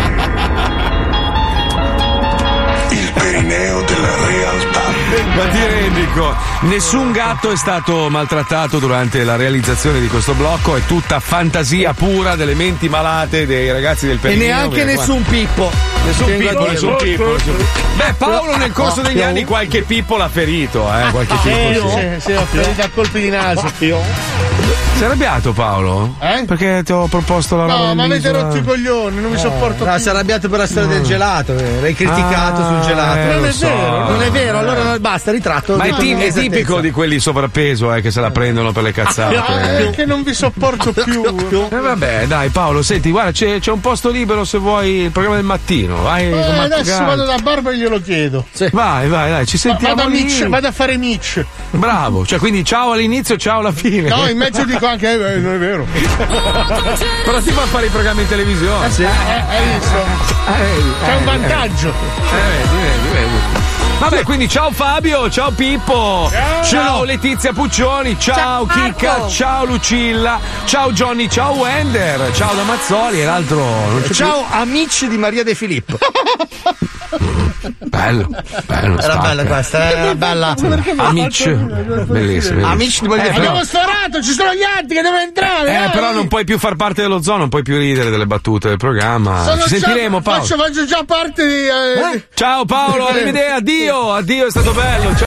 Il perineo della realtà. Ma ti rendi conto? Nessun gatto è stato maltrattato durante la realizzazione di questo blocco, è tutta fantasia pura delle menti malate dei ragazzi del E Perineo. neanche perché nessun qua- Pippo. Nessun Tengo a pippo, dire. nessun pippo, nessun pippo. Beh, Paolo nel corso degli anni qualche pippo l'ha ferito, eh, qualche pippo sì. Sì, sì, ho ferito a colpi di naso. Sei arrabbiato, Paolo? Eh? Perché ti ho proposto la roba No, ma avete dell'isola? rotto i coglioni, non mi sopporto No, più. si è arrabbiato per la storia del gelato, eh, l'hai criticato Ah, sul gelato. eh, non lo è so. vero, Non è vero, allora no, basta, ritratto. Ma è, Detto ti- con è esattezza. tipico di quelli sovrappeso eh, che se la prendono per le cazzate. Ah, è che non vi sopporto più. Eh, vabbè, dai Paolo, senti, guarda, c'è, c'è un posto libero se vuoi il programma del mattino. Vai, con Eh, Marco adesso Gatti. vado da Barba e glielo chiedo. Vai, vai, dai, ci sentiamo Vado a, lì. Mitch, vado a fare Mitch. Bravo, cioè quindi ciao all'inizio, ciao alla fine. No, in mezzo dico anche, eh, non è vero. Però si può fare i programmi in televisione. Eh, sì. Eh, hai visto? C'è un vantaggio. Eh, vedi, vedi, vedi. Vabbè, quindi ciao Fabio, ciao Pippo, ciao, Ciao. Letizia Puccioni, ciao, Ciao, Chicca, Marco. ciao Lucilla, ciao Johnny, ciao Wender, ciao da Mazzoli e l'altro non c'è Ciao amici di Maria De Filippo. più. Bello, bello. Era stacca. bella questa, era bella. Amici, bellissimo. Amici di Eh, però- Abbiamo sforato, ci sono gli altri che devono entrare. Eh, eh. però non puoi più far parte dello zoo, non puoi più ridere delle battute del programma. Sono Ci già- sentiremo, Paolo. Faccio, faccio già parte di. eh, Ciao Paolo, arrivederci, addio, addio, è stato bello. Ciao.